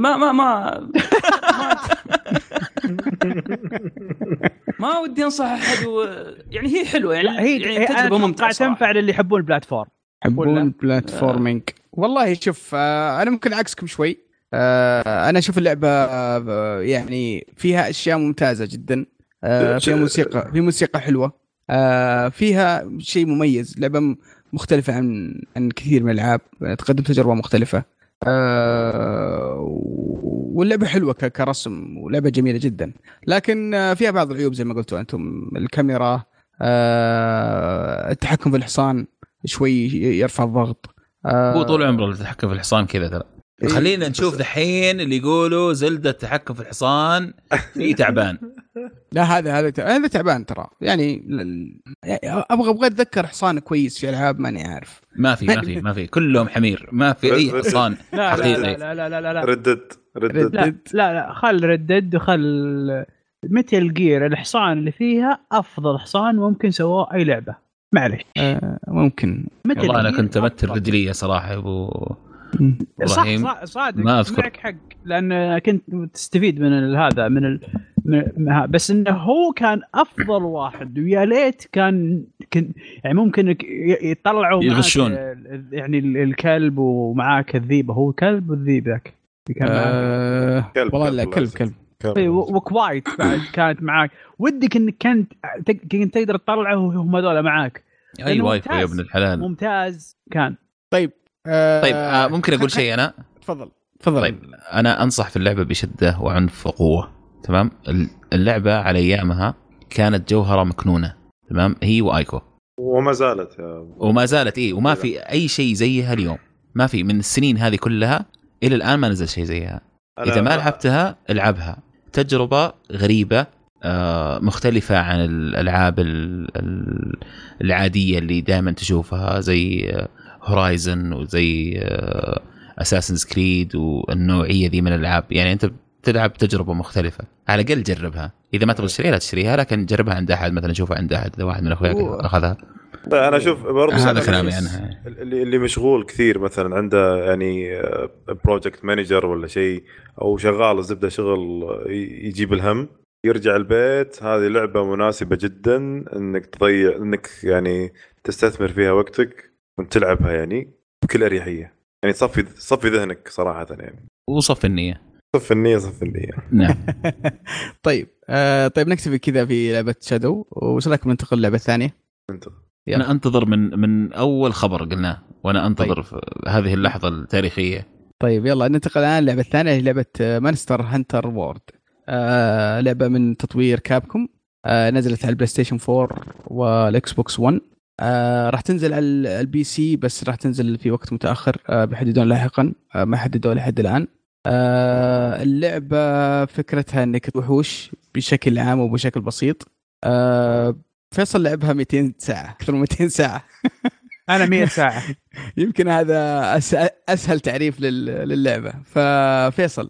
ما ودي انصح احد يعني هي حلوه يعني, هي تجربه ممتعه تنفع للي يحبون البلاتفورم، يحبون البلاتفورمينج. والله شوف انا ممكن عكسكم شوي. انا اشوف اللعبه يعني فيها اشياء ممتازه جدا، فيها موسيقى حلوه، فيها شيء مميز، لعبه مختلفه عن كثير من الالعاب، تقدم تجربه مختلفه، واللعبه حلوه كرسم، ولعبه جميله جدا. لكن فيها بعض العيوب زي ما قلتوا انتم، الكاميرا، التحكم في الحصان شوي يرفع الضغط. هو طول عمره التحكم في الحصان كذا ترى. خلينا نشوف دحين اللي يقولوا زلدة التحكم في الحصان في تعبان. لا هذا تعبان ترى يعني. ابغى اتذكر حصان كويس في العاب ماني عارف. ما في كلهم حمير، ما في اي حصان حقيقي. لا ردد لا خل ردد وخل ميتال جير. الحصان اللي فيها افضل حصان ممكن سووه اي لعبه، معلش. ممكن والله انا كنت امثل رجليه صراحه ابو صح صادق، معك حق، لان كنت تستفيد من هذا من بس انه هو كان افضل واحد، ويا ليت كان يعني ممكن يطلعوا يغشون يعني الكلب ومعاك الذيبه. هو كلب والذيب ذاك كلب والله لا كلب وكوايت بعد كانت معاك. ودك انك كنت تقدر تطلعه وهم هذول معاك. اي واي يا ابن الحلال ممتاز كان. طيب ممكن اقول شيء انا؟ تفضل. طيب انا انصح في اللعبه بشده وعنف وقوه. تمام. اللعبه على ايامها كانت جوهره مكنونه. تمام. هي وايكو وما زالت وما في اي شيء زيها اليوم. ما في من السنين هذه كلها الى الان ما نزل شيء زيها. اذا ما لعبتها العبها، تجربه غريبه مختلفه عن الالعاب العاديه اللي دائما تشوفها، زي هورايزن وزي اساسنز كريد والنوعيه ذي من الالعاب. يعني انت تلعب تجربه مختلفه، على الاقل جربها. اذا ما تبغى تشتريها لا تشتريها، لكن جربها عند احد مثلا، شوفها عند احد، اذا واحد من اخوياك اخذها. انا اشوف برضه هذا كلامي عنها. اللي مشغول كثير مثلا عنده يعني بروجكت مانجر ولا شيء، او شغال الزبده شغل يجيب الهم، يرجع البيت هذه لعبه مناسبه جدا انك تضيع، انك يعني تستثمر فيها وقتك وانت تلعبها يعني بكل اريحيه. يعني صفي ذهنك صراحه يعني، وصف النيه. صف النيه. نعم. طيب طيب نكتفي كذا في لعبه شادو، وش رايكم ننتقل للعبه الثانيه؟ أنا أنتظر من أول خبر قلناه، وأنا أنتظر طيب. هذه اللحظة التاريخية. طيب يلا ننتقل الآن للعبة الثانية، هي لعبة مانستر هانتر وورد. لعبة من تطوير كابكوم، نزلت على البلاي ستيشن 4 والإكس بوكس 1. راح تنزل على البي سي، بس راح تنزل في وقت متأخر بيحددون لاحقا، ما حددوا لحد الآن. اللعبة فكرتها انك وحوش بشكل عام وبشكل بسيط. فيصل لعبها 200 ساعة، أكثر من 200 ساعة. أنا 100 ساعة. يمكن هذا أسهل تعريف للعبة. ففيصل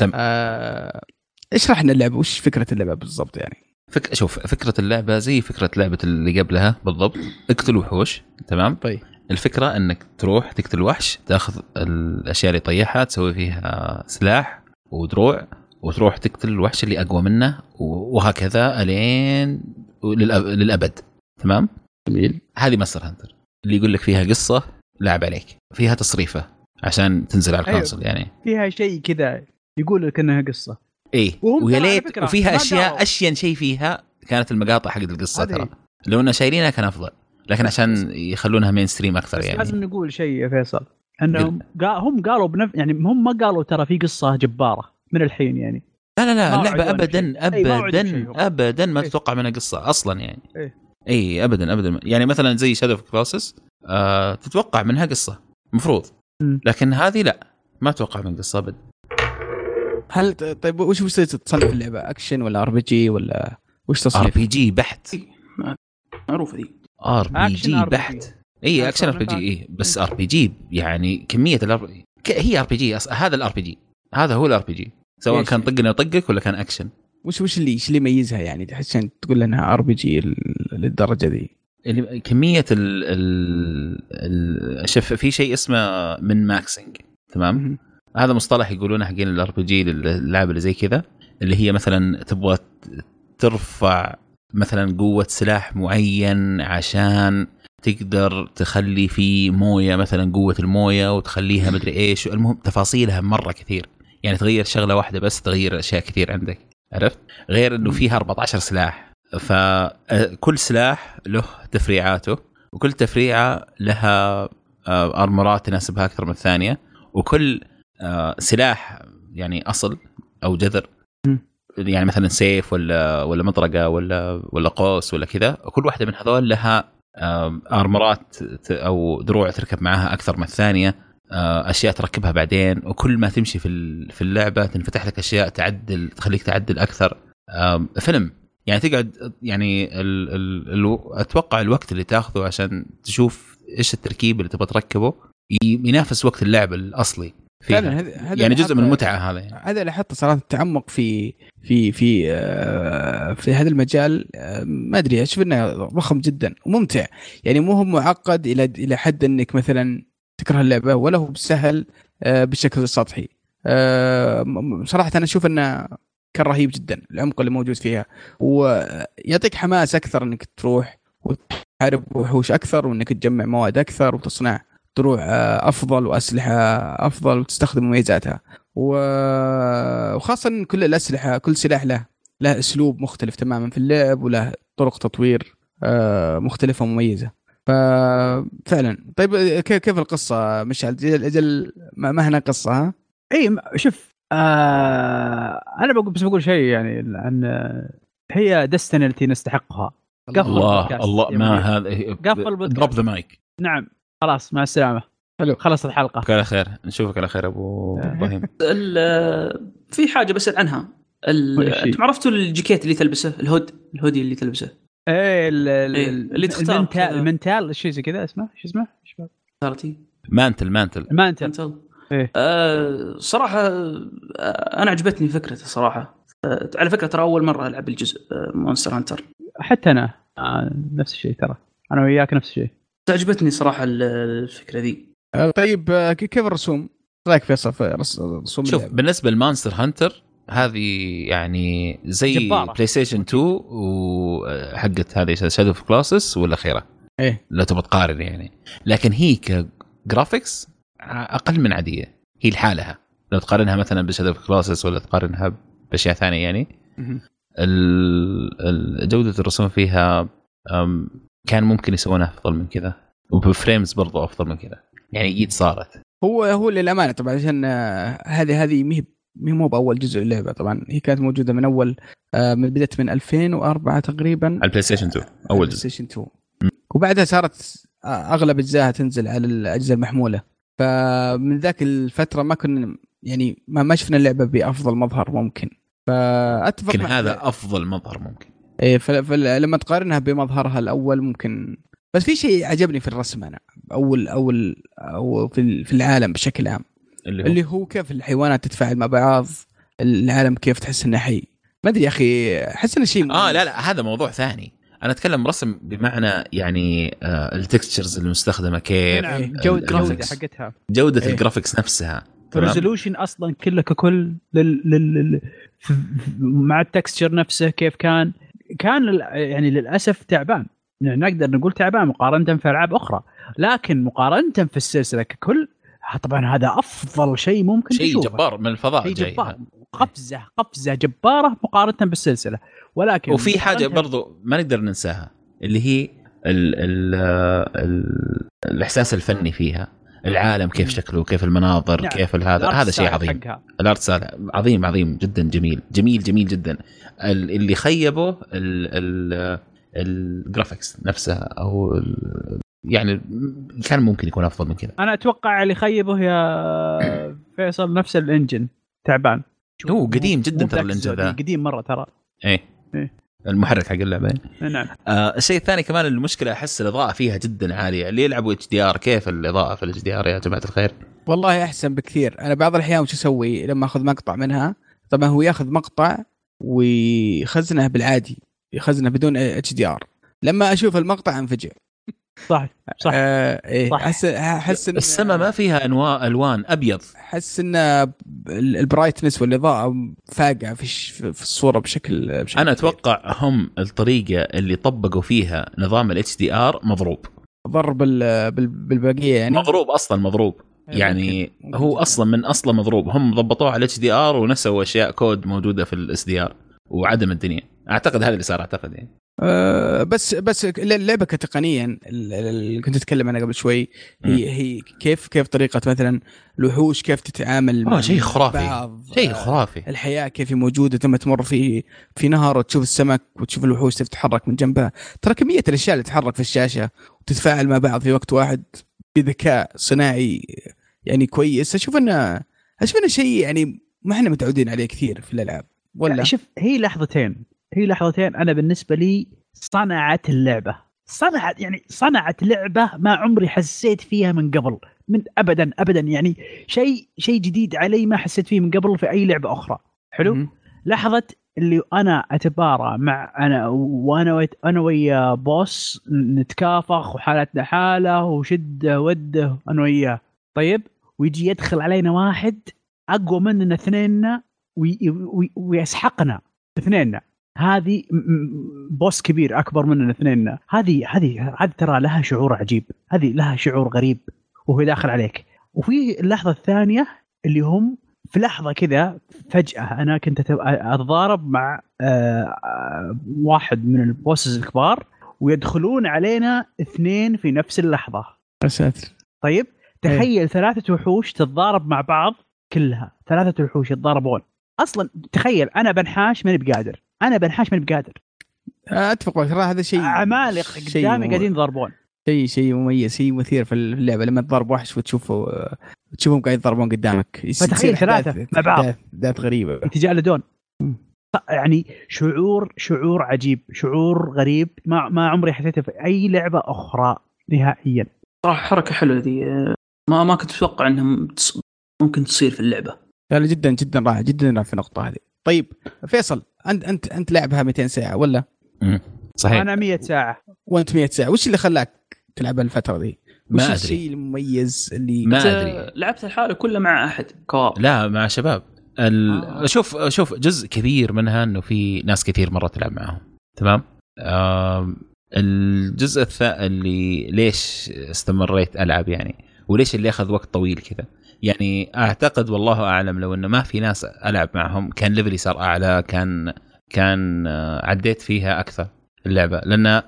اشرح لنا اللعبة، وش فكرة اللعبة بالضبط يعني؟ شوف، فكرة اللعبة زي فكرة لعبة اللي قبلها بالضبط، اقتل وحوش. تمام. طيب الفكرة انك تروح تقتل وحش، تاخذ الاشياء اللي يطيحها، تسوي فيها سلاح ودروع، وتروح تقتل الوحش اللي اقوى منه، وهكذا الين للابد. تمام. جميل. هذه ماستر هانتر اللي يقول لك فيها قصة لعب عليك، فيها تصريفة عشان تنزل على الكونسول. يعني فيها شيء كذا يقول لك انها قصة. ايه، ويا ليت وفيها اشياء شيء فيها كانت المقاطع حق القصة ترى لو انه شايلينها كان افضل، لكن عشان يخلونها مين ستريم اكثر. يعني لازم نقول شيء يا فيصل، انهم هم قالوا يعني هم ما قالوا ترى في قصة جبارة من الحين يعني. لا اللعبة ابدا ما تتوقع منها قصة اصلا يعني. اي ابدا يعني مثلا زي شادو اوف كلاسس تتوقع منها قصة مفروض، لكن هذه لا، ما اتوقع من قصة ابدا. هل طيب وش تصنف اللعبة؟ اكشن ولا ار بي جي ولا وش تصنيف؟ ار بي جي بحت، معروفة دي. ار بي جي بحت. اي اكشن ار بي جي. اي بس ار بي جي يعني كمية هي ار بي جي. هذا الار بي جي، هذا هو الار بي جي، سواء كان طقنا يطقك ولا كان اكشن. وش اللي يميزها يعني تحس ان تقول انها ار بي جي للدرجه دي؟ اللي كميه شوف، في شيء اسمه من ماكسينج. تمام. هذا مصطلح يقولونه حقين الار بي جي للعبه اللي زي كذا، اللي هي مثلا تبغى ترفع مثلا قوه سلاح معين عشان تقدر تخلي فيه مويه، مثلا قوه المويه وتخليها مدري ايش. المهم تفاصيلها مره كثير، يعني تغير شغله واحده بس تغير اشياء كثير عندك، عرفت؟ غير انه فيها 14 سلاح، فكل سلاح له تفريعاته، وكل تفريعه لها ارمرات تناسبها اكثر من الثانيه، وكل سلاح يعني اصل او جذر، يعني مثلا سيف ولا مطرقه ولا قوس ولا كذا، وكل واحده من هذول لها ارمرات او دروع تركب معها اكثر من الثانيه، اشياء تركبها بعدين. وكل ما تمشي في اللعبه تنفتح لك اشياء تعدل، تخليك تعدل اكثر. فيلم يعني تقعد يعني اتوقع الوقت اللي تاخذه عشان تشوف ايش التركيب اللي تبغى تركبه ينافس وقت اللعب الاصلي فيها. يعني جزء من المتعه هذا يعني. هذا اللي حط صراحه التعمق في في في في هذا المجال. ما ادري اشوف انه ضخم جدا وممتع، يعني مو هو معقد الى حد انك مثلا تكره اللعبه، ولا هو سهل بالشكل السطحي. صراحه انا اشوف انه كان رهيب جدا العمق اللي موجود فيها، ويعطيك حماس اكثر انك تروح وتحارب وحوش اكثر، وانك تجمع مواد اكثر وتصنع دروع افضل واسلحه افضل وتستخدم مميزاتها. وخاصه كل الاسلحه، كل سلاح له اسلوب مختلف تماما في اللعب، وله طرق تطوير مختلفه ومميزه. ففعلا طيب كيف القصه مشعل؟ اجل ما هنا قصه. ها اي شوف انا بقول شيء يعني عن هي دستني التي نستحقها. الله ما هذا ضرب ذا مايك. نعم خلاص مع السلامه. حلو خلصت الحلقه. على خير، نشوفك على خير ابو ابراهيم. في حاجه بسال عنها. انتم عرفتوا الجاكيت اللي تلبسه، الهودي اللي تلبسه؟ ايه اللي تختار المنتال شيء زي كذا اسمه، شو اسمه مانتل. إيه؟ صراحة أنا عجبتني فكرته صراحة. على فكرة ترى أول مرة ألعب الجزء مونستر هانتر. حتى أنا نفس الشيء، ترى أنا وياك نفس الشيء. عجبتني صراحة الفكرة ذي. طيب كيف الرسوم؟ رأيك فيصل في رسوم شوف اللعبة؟ بالنسبة لمونستر هانتر هذه يعني زي جبارة. بلاي ستيشن 2 وحقت هذه شادو اوف كلاسس والأخيرة إيه لو تبغى تقارن يعني، لكن هي كجرافيكس أقل من عادية هي لحالها لو تقارنها مثلا بشادو اوف كلاسس ولا تقارنها بأشياء ثانية يعني. جودة الرسوم فيها كان ممكن يسوونها أفضل من كذا، وبفريمز برضو أفضل من كذا يعني. جيد صارت هو للأمانة طبعا عشان هذه مو بأول جزء اللعبة، طبعا هي كانت موجودة من أول من بدأت من 2004 تقريبا على البلاي ستيشن 2 أول جزء، بلاي ستيشن 2 وبعدها صارت أغلب أجزائها تنزل على الأجهزة المحمولة. فمن ذاك الفترة ما كنا يعني ما شفنا اللعبة بأفضل مظهر ممكن، فأتفق ممكن هذا أفضل مظهر ممكن. إيه فلما تقارنها بمظهرها الأول ممكن. بس في شيء عجبني في الرسم أنا أو في العالم بشكل عام اللي هو كيف الحيوانات تتفاعل مع بعض، العالم كيف تحس إنه حي. ما أدري يا أخي أحس إنه شيء لا هذا موضوع ثاني. أنا أتكلم رسم بمعنى يعني التكستشرز المستخدمة كيف، جودة حقتها، جودة الجرافيكس نفسها، الريزولوشن أصلا كله ككل مع التكستشر نفسه كيف كان يعني للأسف تعبان. يعني نقدر نقول تعبان مقارنة في ألعاب أخرى، لكن مقارنة في السلسلة ككل طبعا هذا أفضل شيء ممكن شيء تشوفه. جبار من الفضاء شيء جاي جبار، قفزة جبارة مقارنة بالسلسلة. ولكن وفي حاجة برضو ما نقدر ننساها اللي هي الإحساس الفني فيها، العالم كيف شكله، كيف المناظر، نعم. كيف هذا شيء عظيم. الارت عظيم جدا، جميل جدا. اللي خيبه الجرافيكس نفسها او يعني كان ممكن يكون افضل من كذا. انا اتوقع اللي خيبه يا فيصل نفس الانجن تعبان. هو قديم جدا ترى الانجن ذا قديم مره ترى. ايه المحرك حق اللعبه. نعم. الشيء الثاني كمان المشكله احس الاضاءه فيها جدا عاليه. اللي يلعبوا HDR كيف الاضاءه في HDR يا جماعه الخير؟ والله احسن بكثير. انا بعض الاحيان وش اسوي لما اخذ مقطع منها، طبعا هو ياخذ مقطع ويخزنه بالعادي، يخزنه بدون HDR. لما اشوف المقطع انفجع. صح إيه صح. احس ان السماء ما فيها الوان ابيض، احس ان البرايتنس والاضاءه فاقعه في الصوره بشكل انا اتوقع هم الطريقه اللي طبقوا فيها نظام الHDR مضروب، ضرب بالبقيه يعني مضروب اصلا مضروب يعني ممكن. هو اصلا من اصله مضروب. هم ضبطوه على HDR ونسوا اشياء كود موجوده في الSDR وعدم الدنيا. اعتقد هذا اللي صار، اعتقد يعني. بس اللعبه كتقنيا اللي كنت اتكلم عنها قبل شوي هي كيف طريقه مثلا الوحوش كيف تتعامل مع شيء خرافي. الحياه كيف موجوده لما تمر في نهر وتشوف السمك وتشوف الوحوش تتحرك من جنبها. ترى كميه الاشياء اللي تتحرك في الشاشه وتتفاعل مع بعض في وقت واحد بذكاء صناعي يعني كويس. اشوف انه شيء يعني ما احنا متعودين عليه كثير في الالعاب. ولا شوف هي لحظتين انا بالنسبه لي صنعت اللعبه، صنعت لعبه ما عمري حسيت فيها من قبل، من ابدا يعني شيء جديد علي ما حسيت فيه من قبل في اي لعبه اخرى. حلو. لحظه اللي انا اتبارى مع انا ويا بوس نتكافخ وحالتنا حاله وشده وده انا وياه. طيب ويجي يدخل علينا واحد اقوى مننا اثنيننا ويسحقنا اثنيننا. هذه بوس كبير اكبر مننا اثنيننا. هذه ترى لها شعور عجيب، هذه لها شعور غريب وهو داخل عليك. وفي اللحظه الثانيه اللي هم في لحظه كذا فجاه انا كنت اتضارب مع واحد من البوسز الكبار ويدخلون علينا اثنين في نفس اللحظه. يا ساتر. طيب تخيل 3 وحوش تتضارب مع بعض، كلها 3 وحوش يتضاربون. اصلا تخيل انا بنحاش ماني بقادر. اتفق معك. هذا شيء عمالق قدامي قاعدين يضربون. شيء مميز، شيء مثير في اللعبه لما تضرب وحش وتشوفهم قاعد يضربون قدامك. فتخيل 3 مع بعض، ذات غريبه يتجالدون. يعني شعور عجيب، شعور غريب ما عمري حسيته في اي لعبه اخرى نهائيا. صراحه حركه حلوه ذي، ما كنت اتوقع انها ممكن تصير في اللعبه. لا جدا جدا رائع، جدا رائع في النقطه هذه. طيب فيصل، انت لعبها 200 ساعه ولا؟ صحيح. انا 100 ساعه وانت 100 ساعه. وش اللي خلاك تلعبها الفتره دي؟ ما وش أدري. الشيء المميز اللي ما أدري. لعبت الحالة كلها مع أحد كواب؟ لا مع شباب. شوف جزء كبير منها انه في ناس كثير مره تلعب معهم، تمام. الجزء الثاني اللي ليش استمريت العب يعني، وليش اللي اخذ وقت طويل كذا، يعني اعتقد والله اعلم لو انه ما في ناس العب معهم كان ليفلي صار اعلى، كان عديت فيها اكثر اللعبه، لان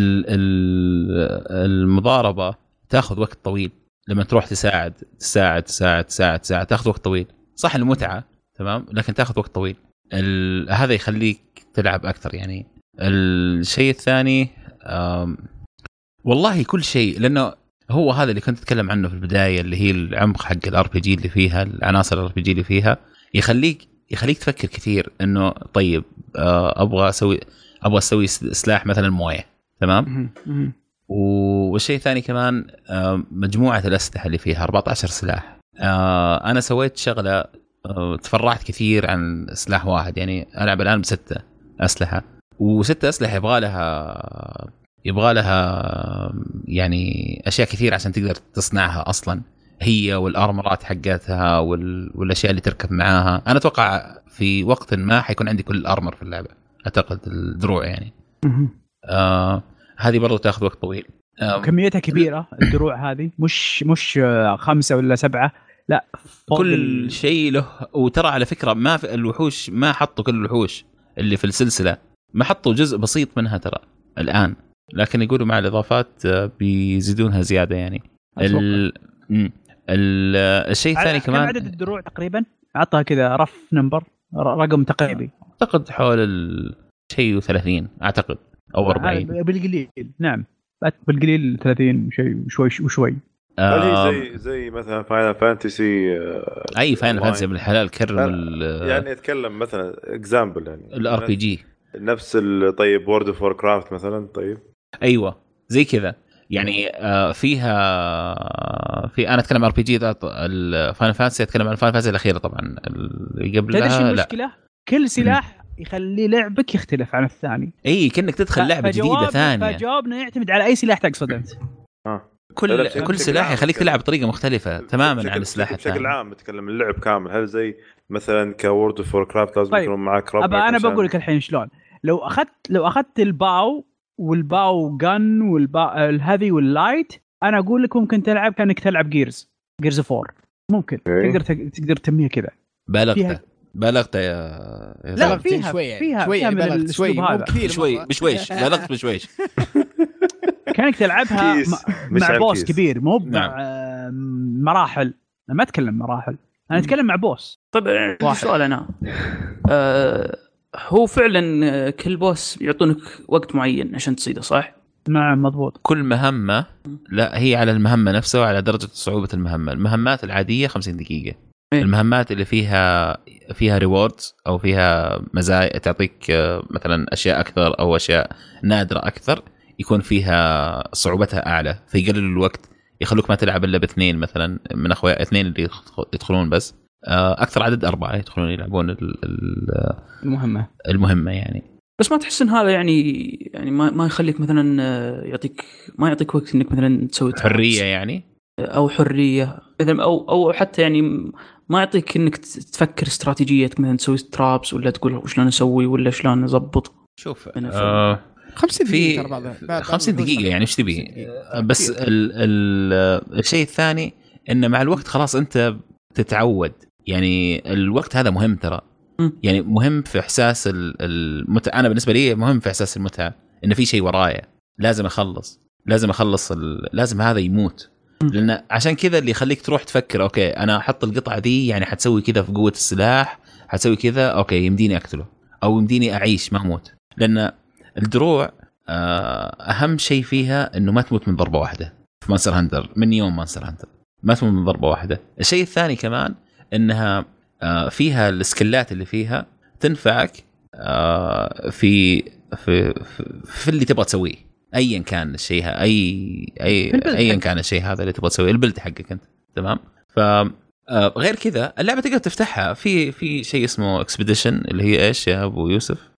المضاربه تاخذ وقت طويل. لما تروح تساعد تاخذ وقت طويل. صح المتعه تمام، لكن تاخذ وقت طويل. هذا يخليك تلعب اكثر يعني. الشيء الثاني والله كل شيء، لانه هو هذا اللي كنت اتكلم عنه في البدايه، اللي هي العمق حق الار بي جي اللي فيها، العناصر الار بي جي اللي فيها، يخليك تفكر كثير انه طيب ابغى اسوي سلاح مثلا مويه، تمام. والشيء الثاني كمان مجموعه الاسلحه اللي فيها 14 سلاح. انا سويت شغله تفرعت كثير عن سلاح واحد، يعني العب الان ب6 اسلحه، و6 اسلحه يبغى لها يعني اشياء كثير عشان تقدر تصنعها اصلا، هي والارمرات حقتها والاشياء اللي تركب معاها. انا اتوقع في وقت ما حيكون عندي كل الارمر في اللعبه، اعتقد الدروع يعني. هذه برضو تاخذ وقت طويل. كميتها كبيره الدروع هذه، مش 5 ولا 7، لا كل شيء له. وترى على فكره ما في الوحوش، ما حطوا كل الوحوش اللي في السلسله، ما حطوا جزء بسيط منها ترى الان، لكن يقولوا مع الاضافات بيزيدونها زياده يعني. الشيء الثاني كمان، كم عدد الدروع تقريبا؟ اعطها كذا رف نمبر، رقم تقريبي. اعتقد حول شيء 30 اعتقد او 40 بالقليل. نعم بالقليل 30 شيء شوي. هل هي زي مثلا فاينل فانتسي؟ اي فاينل فانتسي بالحلال كرم يعني اتكلم مثلا اكزامبل يعني الار بي جي نفس طيب وورد اوف ووركرافت مثلا. طيب ايوه زي كذا يعني. فيها انا اتكلم ار بي جي الفاينل فانتسي، اتكلم عن الفاينل فانتسي الاخيره طبعا اللي قبلها. تدري شو المشكله؟ كل سلاح يخلي لعبك يختلف عن الثاني. اي كأنك تدخل لعبه جديده ثانيه. فجوابنا يعتمد على اي سلاح تقصد انت. كل سلاح يخليك تلعب بطريقه مختلفه تماما عن السلاح الثاني. بشكل عام نتكلم اللعب كامل، هل زي مثلا كورد اوف ووركرافت لازم يكون معك ربع؟ انا بقول لك الحين شلون. لو اخذت الباو جن والهيفي واللايت، انا اقول لك ممكن تلعب كانك تلعب جيرز 4 ممكن. تقدر تسميها كذا. بالغت يا لا فيها من الاسلوب هذا كثير بشويش بالغت بشويش. كانك تلعبها مع بوس كبير، مو مراحل. انا ما اتكلم مراحل، انا اتكلم مع بوس. طيب سؤال انا هو فعلا كل بوس يعطونك وقت معين عشان تصيده صح؟ نعم مضبوط. كل مهمه لا هي على المهمه نفسها وعلى درجه صعوبه المهمه. المهمات العاديه 50 دقيقه. المهمات اللي فيها ريوردز او فيها مزايا تعطيك مثلا اشياء اكثر او اشياء نادره اكثر، يكون فيها صعوبتها اعلى، فيقلل الوقت، يخلوك ما تلعب الا باثنين مثلا من اخويا، 2 اللي يدخلون بس. اكثر عدد 4 يدخلون يلعبون المهمه يعني. بس ما تحس ان هذا يعني ما يخليك مثلا ما يعطيك وقت انك مثلا تسوي حريه يعني، او حريه مثلا او حتى يعني ما يعطيك انك تفكر استراتيجيتك مثلا تسوي ترابس ولا تقول شلون اسوي ولا شلون اضبط. شوف 50 دقيقه 50 دقيقه يعني ايش تبي؟ بس الشيء الثاني انه مع الوقت خلاص انت تتعود يعني. الوقت هذا مهم ترى، يعني مهم في احساس المتعه. انا بالنسبه لي مهم في احساس المتعه، انه في شيء ورايا لازم اخلص لازم هذا يموت. لان عشان كذا اللي يخليك تروح تفكر اوكي انا احط القطعه دي يعني حتسوي كذا في قوه السلاح، حتسوي كذا اوكي يمديني اقتله او يمديني اعيش ما اموت. لان الدروع اهم شيء فيها انه ما تموت من ضربه واحده. في مانستر هانتر من يوم مانستر هانتر ما تموت من ضربه واحده. الشيء الثاني كمان انها فيها السكلات اللي فيها تنفعك في اللي تبغى تسويه. ايا كان الشيء ايا كان الشيء هذا اللي تبغى تسويه البلد حقك انت. تمام. ف غير كذا اللعبه تقدر تفتحها في شيء اسمه اكسبيديشن اللي هي ايش يا ابو يوسف؟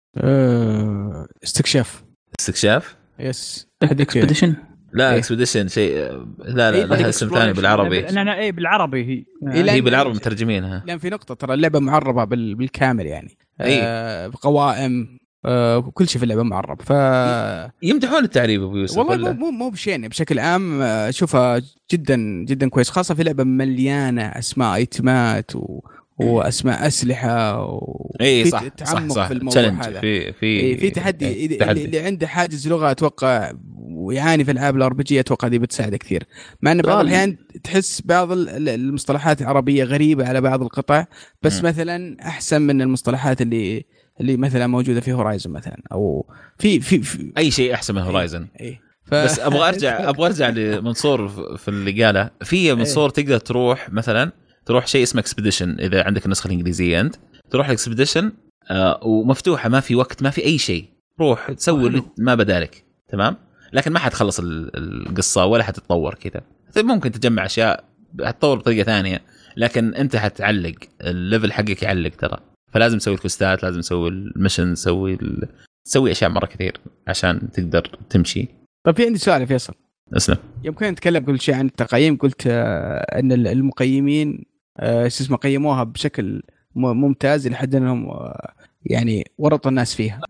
استكشاف يس. اكسبيديشن لا اكسبيديشن شيء لا لها اسم ثاني بالعربي. انا بالعربي هي بالعربي مترجمينها. لان في نقطه ترى اللعبه معربه بالكامل يعني بقوائم كل شيء في اللعبه معرب. ف يمدحون التعريب ابو يوسف والله مو بشيء بشكل عام اشوفها جدا جدا كويس، خاصه في لعبه مليانه اسماء ايتمات واسماء اسلحه اي صح في الموضوع هذا. في تحدي اللي عنده حاجز لغه اتوقع ويعاني في العاب الار بي جي اتوقع دي بتساعده كثير، مع ان بعض الاحيان تحس بعض المصطلحات العربيه غريبه على بعض القطع، بس مثلا احسن من المصطلحات اللي مثلا موجوده في هورايزن مثلا، او في اي شيء احسن من هورايزن. بس ابغى ارجع لمنصور في اللي قاله. في منصور تقدر تروح مثلا تروح شيء اسمه اكسبيديشن اذا عندك النسخه الانجليزيه انت تروح الاكسبيديشن ومفتوحه ما في وقت ما في اي شيء، روح تسوي ما بدالك. تمام. لكن ما حتخلص القصه ولا حتتطور كذا. ممكن تجمع اشياء حتطور بطريقه ثانيه، لكن انت حتعلق الليفل حقك يعلق ترى. فلازم تسوي الكوستات، لازم تسوي الميشن، تسوي اشياء مره كثير عشان تقدر تمشي. طيب في عندي سؤال يا فيصل. اسلم. يوم كنت نتكلم كل شيء عن التقييم قلت ان المقيمين اسمه قيموها بشكل ممتاز لحد انهم يعني ورطوا الناس فيها.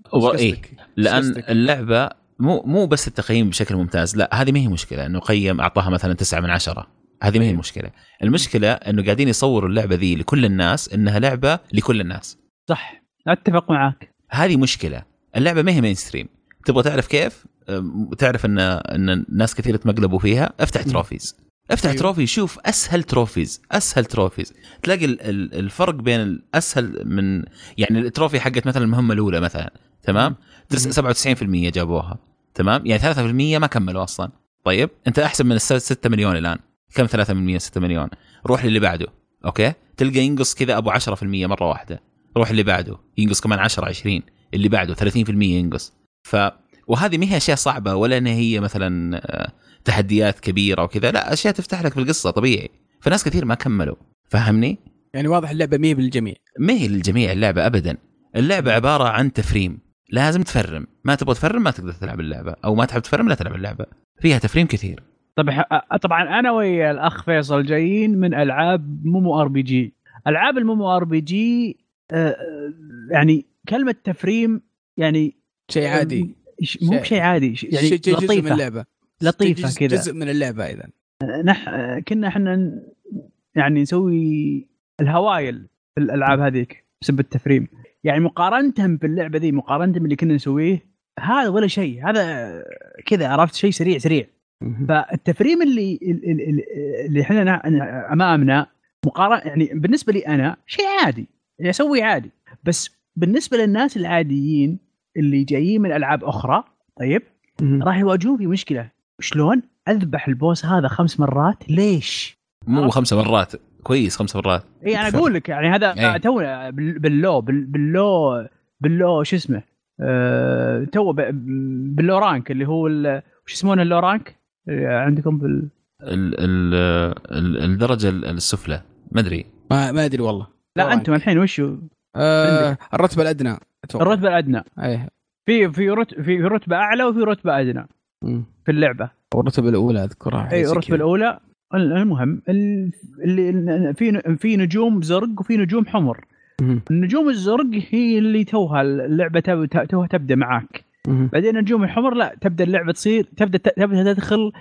لان اللعبه مو بس التقييم بشكل ممتاز، لا هذه ما هي مشكله انه قيم اعطاها مثلا 9/10. هذه ما هي المشكله. المشكله انه قاعدين يصوروا اللعبه ذي لكل الناس انها لعبه لكل الناس. صح، اتفق معك. هذه مشكله. اللعبه ما هي مين ستريم. تبغى تعرف كيف تعرف ان ناس كثير تمقلبوا فيها؟ افتح تروفيز. افتح تروفي، شوف اسهل تروفيز تلاقي الفرق بين الاسهل من يعني التروفي حقت مثلا المهمه الاولى مثلا. تمام. 97% جابوها. تمام. يعني 3% ما كملوا اصلا. طيب انت احسن من 6 مليون الان. كم 3% 6 مليون؟ روح للي بعده. اوكي تلقى ينقص كذا ابو 10% مره واحده. روح اللي بعده ينقص كمان 10 20. اللي بعده 30% ينقص. وهذه ما هي اشياء صعبه ولا ان هي مثلا تحديات كبيره وكذا، لا اشياء تفتح لك في القصه طبيعي. فناس كثير ما كملوا. فهمني؟ يعني واضح اللعبه ما هي بالجميع. ما هي للجميع اللعبه ابدا. اللعبه عباره عن تفريم. لازم تفرم. ما تبغى تفرم ما تقدر تلعب اللعبه، او ما تحب تفرم لا تلعب اللعبه. فيها تفريم كثير. طبعا انا ويا الاخ فيصل جايين من العاب مومو ار بي جي. العاب المومو ار بي جي يعني كلمه تفريم يعني شيء عادي، مو شيء عادي يعني جزء من اللعبه، لطيفه كذا، جزء من اللعبه. ايضا كنا احنا يعني نسوي الهوايل في الالعاب هذيك بسبب التفريم. يعني مقارنه باللعبه ذي، مقارنه باللي كنا نسويه، هذا ولا شيء. هذا كذا عرفت شيء سريع. فالتفريم اللي احنا امامنا مقارنه يعني بالنسبه لي انا شيء عادي يعني اسوي عادي. بس بالنسبه للناس العاديين اللي جايين من العاب اخرى طيب راح يواجهون في مشكله. شلون اذبح البوس هذا 5 مرات؟ ليش مو 5 مرات؟ كويس 5 مرات. اي انا اقول لك يعني هذا تو باللو شو اسمه تو باللو رانك اللي هو وش يسمونه اللو رانك عندكم الدرجه السفلى ما ادري والله. لا انتم الحين وشو الرتبه الادنى أتوقع. الرتبه الادنى في رتبه اعلى وفي رتبه ادنى في اللعبه. الرتبه الاولى اذكرها. اي الرتبه الاولى. المهم اللي في نجوم زرق وفي نجوم حمر. النجوم الزرق هي اللي توها اللعبه توها تبدا معاك. بعدين النجوم الحمر لا، تبدا اللعبه تبدا تدخل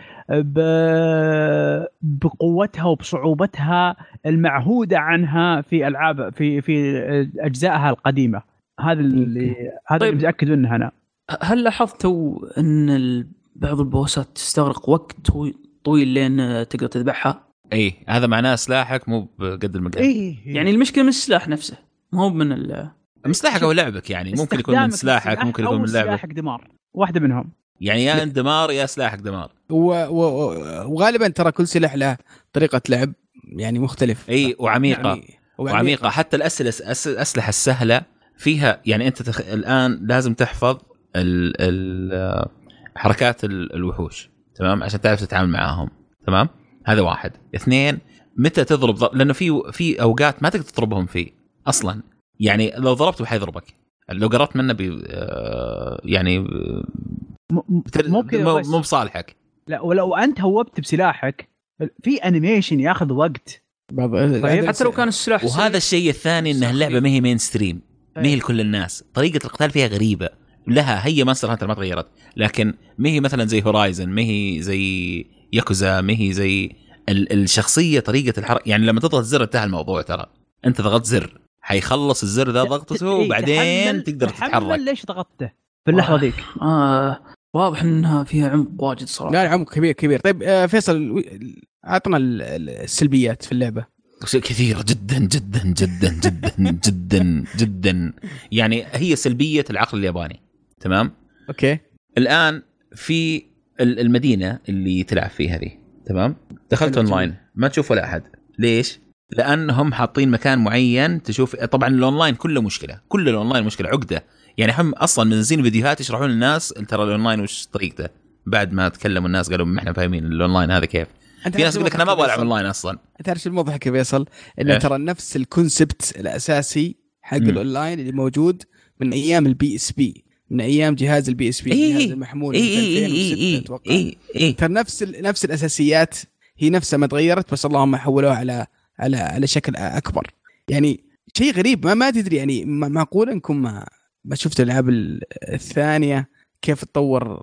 بقوتها وبصعوبتها المعهوده عنها في العاب في اجزائها القديمه. هذا اللي اللي متاكد منه انا. هل لاحظتوا ان بعض البوسات تستغرق وقت طويل لين تقدر تذبحها؟ اي هذا معناه سلاحك مو بقد المقام. يعني المشكله من السلاح نفسه، مو من سلاحك او لعبك. يعني ممكن يكون من سلاحك، ممكن يكون من لعبك. سلاحك دمار واحده منهم، يعني يا دمار يا سلاحك دمار. وغالبا ترى كل سلاح له طريقه لعب يعني مختلف. اي وعميقه وعميقه. حتى الاسلحه السهله فيها يعني انت الان لازم تحفظ حركات الوحوش، تمام، عشان تعرف تتعامل معاهم، تمام. هذا واحد. اثنين، متى تضرب لانه في اوقات ما تقدر تضربهم فيه اصلا، يعني لو ضربته حيضربك، لو قربت منه يعني مو بصالحك. لا ولو انت هوبت بسلاحك في انيميشن ياخذ وقت طيب حتى لو كان السلاح وهذا الشيء الثاني انه اللعبه ما هي مين ستريم، ما هي لكل الناس، طريقه القتال فيها غريبه لها، هي مونستر هانتر ما تغيرت، لكن ما هي مثلا زي هورايزن، ما هي زي ياكوزا، ما هي زي الشخصيه، طريقه الحركه. يعني لما تضغط زر انتهى الموضوع، ترى انت ضغطت زر حيخلص الزر ذا ضغطته وبعدين تقدر تتحرك. ليش ضغطته في اللحظه ذيك؟ واضح انها فيها عمق واجد صراحه. لا عمق كبير. طيب فيصل عطنا السلبيات في اللعبه. كثيره جدا جدا جدا جدا جدا جدا. يعني هي سلبيه العقل الياباني، تمام. اوكي. الان في المدينه اللي تلعب فيها هذه، تمام، دخلت اونلاين ما تشوف ولا احد. ليش؟ لانهم حاطين مكان معين تشوف. طبعا الاونلاين كله مشكله، كل الاونلاين مشكله، عقده. يعني هم اصلا منزلين فيديوهات يشرحون للناس ترى الاونلاين وش طريقته، بعد ما تكلموا الناس قالوا ما احنا فاهمين الاونلاين هذا كيف. في ناس يقول لك انا ما ابغى العب اونلاين اصلا. انت عارف الموضوع كيف يصل؟ انه ترى نفس الكونسبت الاساسي حق الاونلاين اللي موجود من ايام البي اس بي، من ايام جهاز البي اس بي، جهاز المحمول في 2006 اتوقع. ترى نفس الاساسيات هي نفسها ما تغيرت، بس اللهم حولوها على شكل اكبر. يعني شيء غريب، ما تدري يعني معقول انكم ما شفتوا الالعاب الثانيه كيف تطورت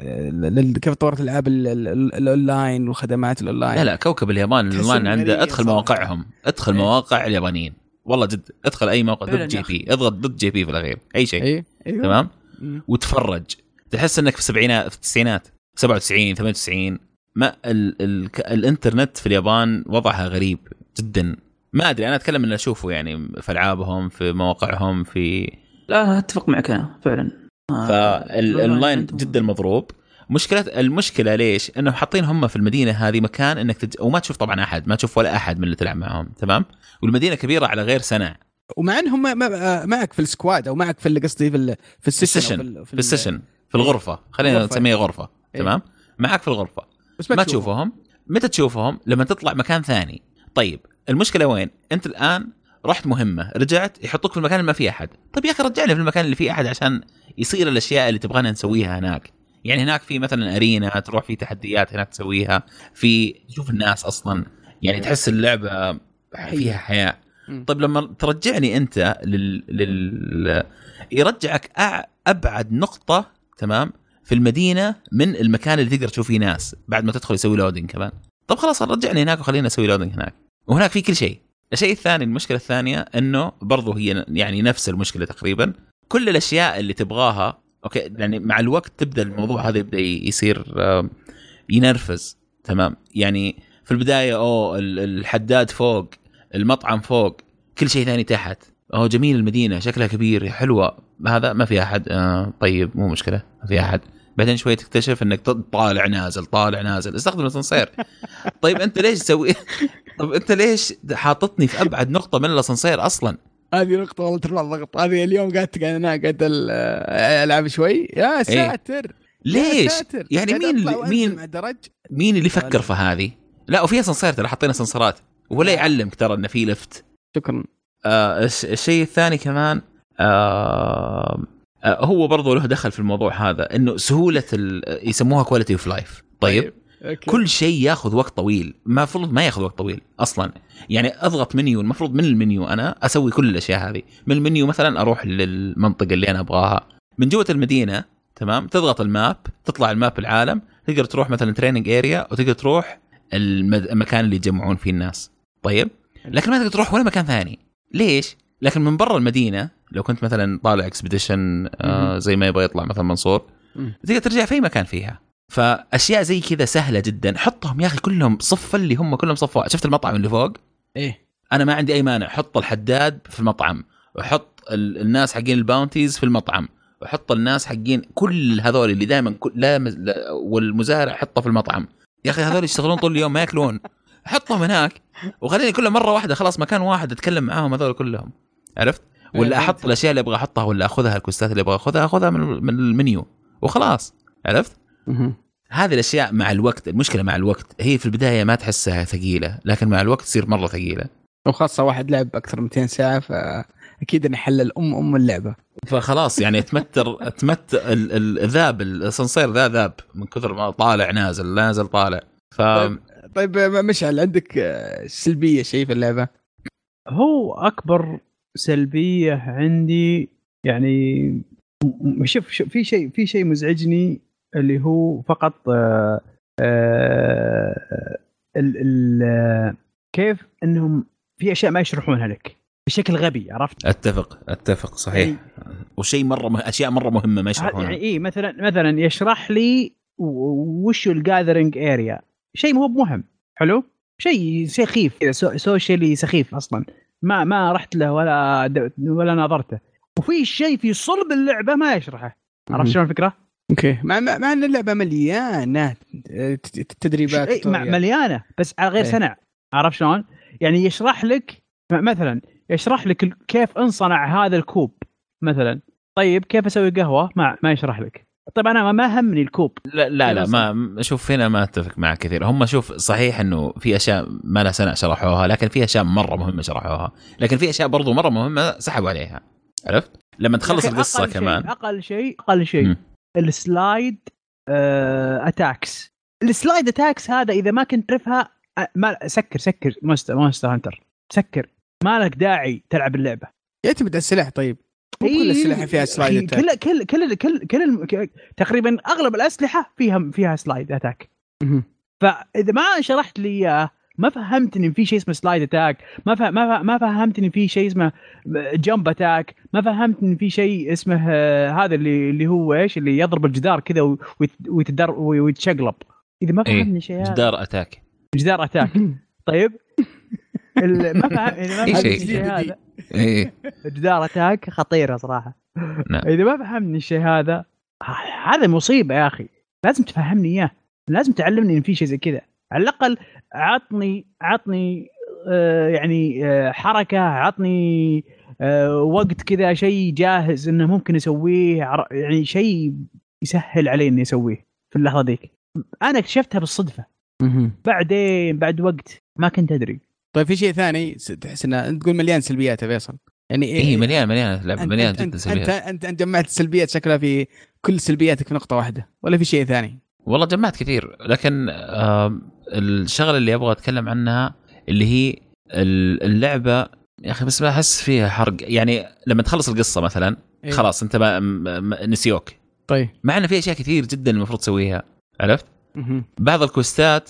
الالعاب الاونلاين وخدمات الاونلاين. لا كوكب اليابان الاونلاين عنده ادخل مواقعهم، ادخل مواقع اليابانيين والله جد، ادخل اي موقع ضد جي بي، اضغط ضد جي بي في الاخير اي شيء. أيوه. تمام. وتفرج تحس انك في السبعينات، في التسعينات، 97 98. ما الانترنت في اليابان وضعها غريب جدا. ما ادري، انا اتكلم ان اشوفه يعني في العابهم، في مواقعهم، في لا اتفق معك انا فعلا. فالاونلاين جدا مضروب. المشكله ليش؟ انه حاطين هم في المدينه هذه مكان انك وما تشوف طبعا احد، ما تشوف ولا احد من اللي تلعب معهم، تمام. والمدينه كبيره على غير سنع، ومع انهم معك في السكواد او معك في اللي قصدي في السيشن في الغرفه، خلينا نسميها غرفه، تمام. معك في الغرفه ما تشوفهم. متى تشوفهم؟ لما تطلع مكان ثاني. طيب المشكله وين؟ انت الان رحت مهمه، رجعت يحطوك في المكان اللي ما فيه احد. طيب يا اخي رجعني في المكان اللي فيه احد عشان يصير الاشياء اللي تبغانا نسويها هناك. يعني هناك في مثلا ارينا تروح في تحديات هناك تسويها، في تشوف الناس اصلا، يعني تحس اللعبه فيها حياه. طيب لما ترجعني انت يرجعك ابعد نقطه، تمام، في المدينه من المكان اللي تقدر تشوف فيه ناس بعد ما تدخل يسوي لودينج كمان. طب خلاص رجعني هناك وخلينا نسوي لودينج هناك، وهناك في كل شيء. الشيء الثاني، المشكله الثانيه انه برضو هي يعني نفس المشكله تقريبا. كل الاشياء اللي تبغاها اوكي، يعني مع الوقت تبدا الموضوع هذا يبدا يصير ينرفز، تمام. يعني في البدايه الحداد فوق، المطعم فوق، كل شيء ثاني تحت. جميل، المدينه شكلها كبير حلوه، هذا ما فيها احد. طيب مو مشكله ما فيها احد. بعدين شويه تكتشف انك طالع نازل استخدم الاسانسير. طيب انت ليش تسوي طب انت ليش حاططني في ابعد نقطه من الاسانسير اصلا؟ هذه نقطه والله ترفع الضغط. هذه اليوم قاعد العب شوي يا ساتر. ليش يعني مين اللي فكر في هذه؟ لا وفي اسانسير، ترى حاطين اسانسيرات ولا يعلمك ترى ان في لفت. شكرا. الشيء الثاني كمان هو برضو له دخل في الموضوع هذا، انه سهوله يسموها كواليتي اوف لايف. طيب كل شيء ياخذ وقت طويل، المفروض ما ياخذ وقت طويل اصلا. يعني اضغط منيو، المفروض من المنيو انا اسوي كل الاشياء هذه. من المنيو مثلا اروح للمنطقه اللي انا ابغاها من جوه المدينه، تمام. تضغط الماب، تطلع الماب العالم، تقدر تروح مثلا تريننج اريا، وتقدر تروح المكان اللي يجمعون فيه الناس. طيب لكن ما تقدر تروح ولا مكان ثاني. ليش؟ لكن من برا المدينه لو كنت مثلا طالع اكسبيديشن زي ما يبغى يطلع مثلا منصور، تقدر ترجع في مكان فيها. فاشياء زي كذا سهله جدا، حطهم يا اخي كلهم صف، اللي هم كلهم صفوا. شفت المطعم اللي فوق؟ انا ما عندي اي مانع، حط الحداد في المطعم، وحط الناس حقين الباونتيز في المطعم، وحط الناس حقين كل هذول اللي دائما والمزارع حطه في المطعم. يا اخي هذول يشتغلون طول اليوم ما ياكلون، حطهم هناك وخليني كل مره واحده خلاص مكان واحد اتكلم معاهم هذول كلهم. عرفت؟ ولا احط الاشياء اللي ابغى احطها، ولا اخذها الكوستات اللي ابغى اخذها من المنيو وخلاص. عرفت؟ هذه الاشياء مع الوقت، المشكله مع الوقت هي في البدايه ما تحسها ثقيله، لكن مع الوقت تصير مره ثقيله. وخاصه واحد لعب اكثر من 200 ساعه فاكيد انه حل ام اللعبه، فخلاص يعني تمتر الذاب الاسانسير ذاب من كثر ما طالع نازل طالع. طيب مشعل عندك سلبيه شيء في اللعبه؟ هو اكبر سلبيه عندي يعني شوف في شيء مزعجني اللي هو فقط كيف انهم في اشياء ما يشرحونها لك بشكل غبي، عرفت؟ اتفق صحيح يعني وشيء مره اشياء مره مهمه ما يشرحونها. يعني مثلا يشرح لي وش الجاذرينج اريا، شيء مو مهم، حلو، شيء سخيف كذا، سوشيالي سخيف اصلا، ما رحت له ولا ناظرته. وفي شيء في صلب اللعبه ما يشرحه، عرفت شلون الفكره؟ اوكي، مع ان اللعبه مليانه تدريبات مليانه بس على غير صنع، عرفت شلون؟ يعني يشرح لك مثلا كيف انصنع هذا الكوب مثلا، طيب كيف اسوي قهوه ما يشرح لك. طيب انا ما همني الكوب. لا ما اشوف هنا، ما اتفق معك كثير. هم شوف صحيح انه في اشياء ما لها سنة شرحوها، لكن في اشياء مره مهمه شرحوها، لكن في اشياء برضو مره مهمه سحبوا عليها، عرفت؟ لما تخلص القصه أقل كمان اقل شيء السلايد اتاكس. السلايد اتاكس هذا اذا ما كنت تعرفها ما سكر مونستر هانتر، سكر، ما لك داعي تلعب اللعبه. يعتمد على السلاح. طيب مو كل الأسلحة فيها سلايد أتاك. كل تقريبا أغلب الأسلحة فيها سلايد أتاك. فإذا ما شرحت لي إياه ما فهمتني في شيء اسمه سلايد أتاك، ما فهمتني في شيء اسمه جمب أتاك، ما فهمتني في شيء اسمه هذا اللي هو إيش اللي يضرب الجدار كذا ويتشقلب. إذا ما فهمني شيء هذا جدار أتاك طيب ما فهمني شيء هذا جدار أتاك خطيرة صراحة. إذا ما فهمني الشيء هذا مصيبة يا أخي. لازم تفهمني إياه، لازم تعلمني إن في شيء زي كذا. على الأقل عطني يعني حركة، عطني وقت كذا، شيء جاهز إنه ممكن أسويه، يعني شيء يسهل علي إني أسويه في اللحظة ديك. أنا اكتشفتها بالصدفة بعدين بعد وقت ما كنت أدري. طيب في شيء ثاني تحس انه تقول مليان سلبيات يا فيصل؟ يعني ايه مليان جدا سلبيات. انت جمعت السلبيات شكلها في كل سلبياتك في نقطه واحده، ولا في شيء ثاني؟ والله جمعت كثير، لكن الشغله اللي ابغى اتكلم عنها اللي هي اللعبه يا اخي، بس بحس فيها حرق. يعني لما تخلص القصه مثلا خلاص انت نسيوك. طيب مع ان في اشياء كثير جدا المفروض تسويها، عرفت؟ بعض الكوستات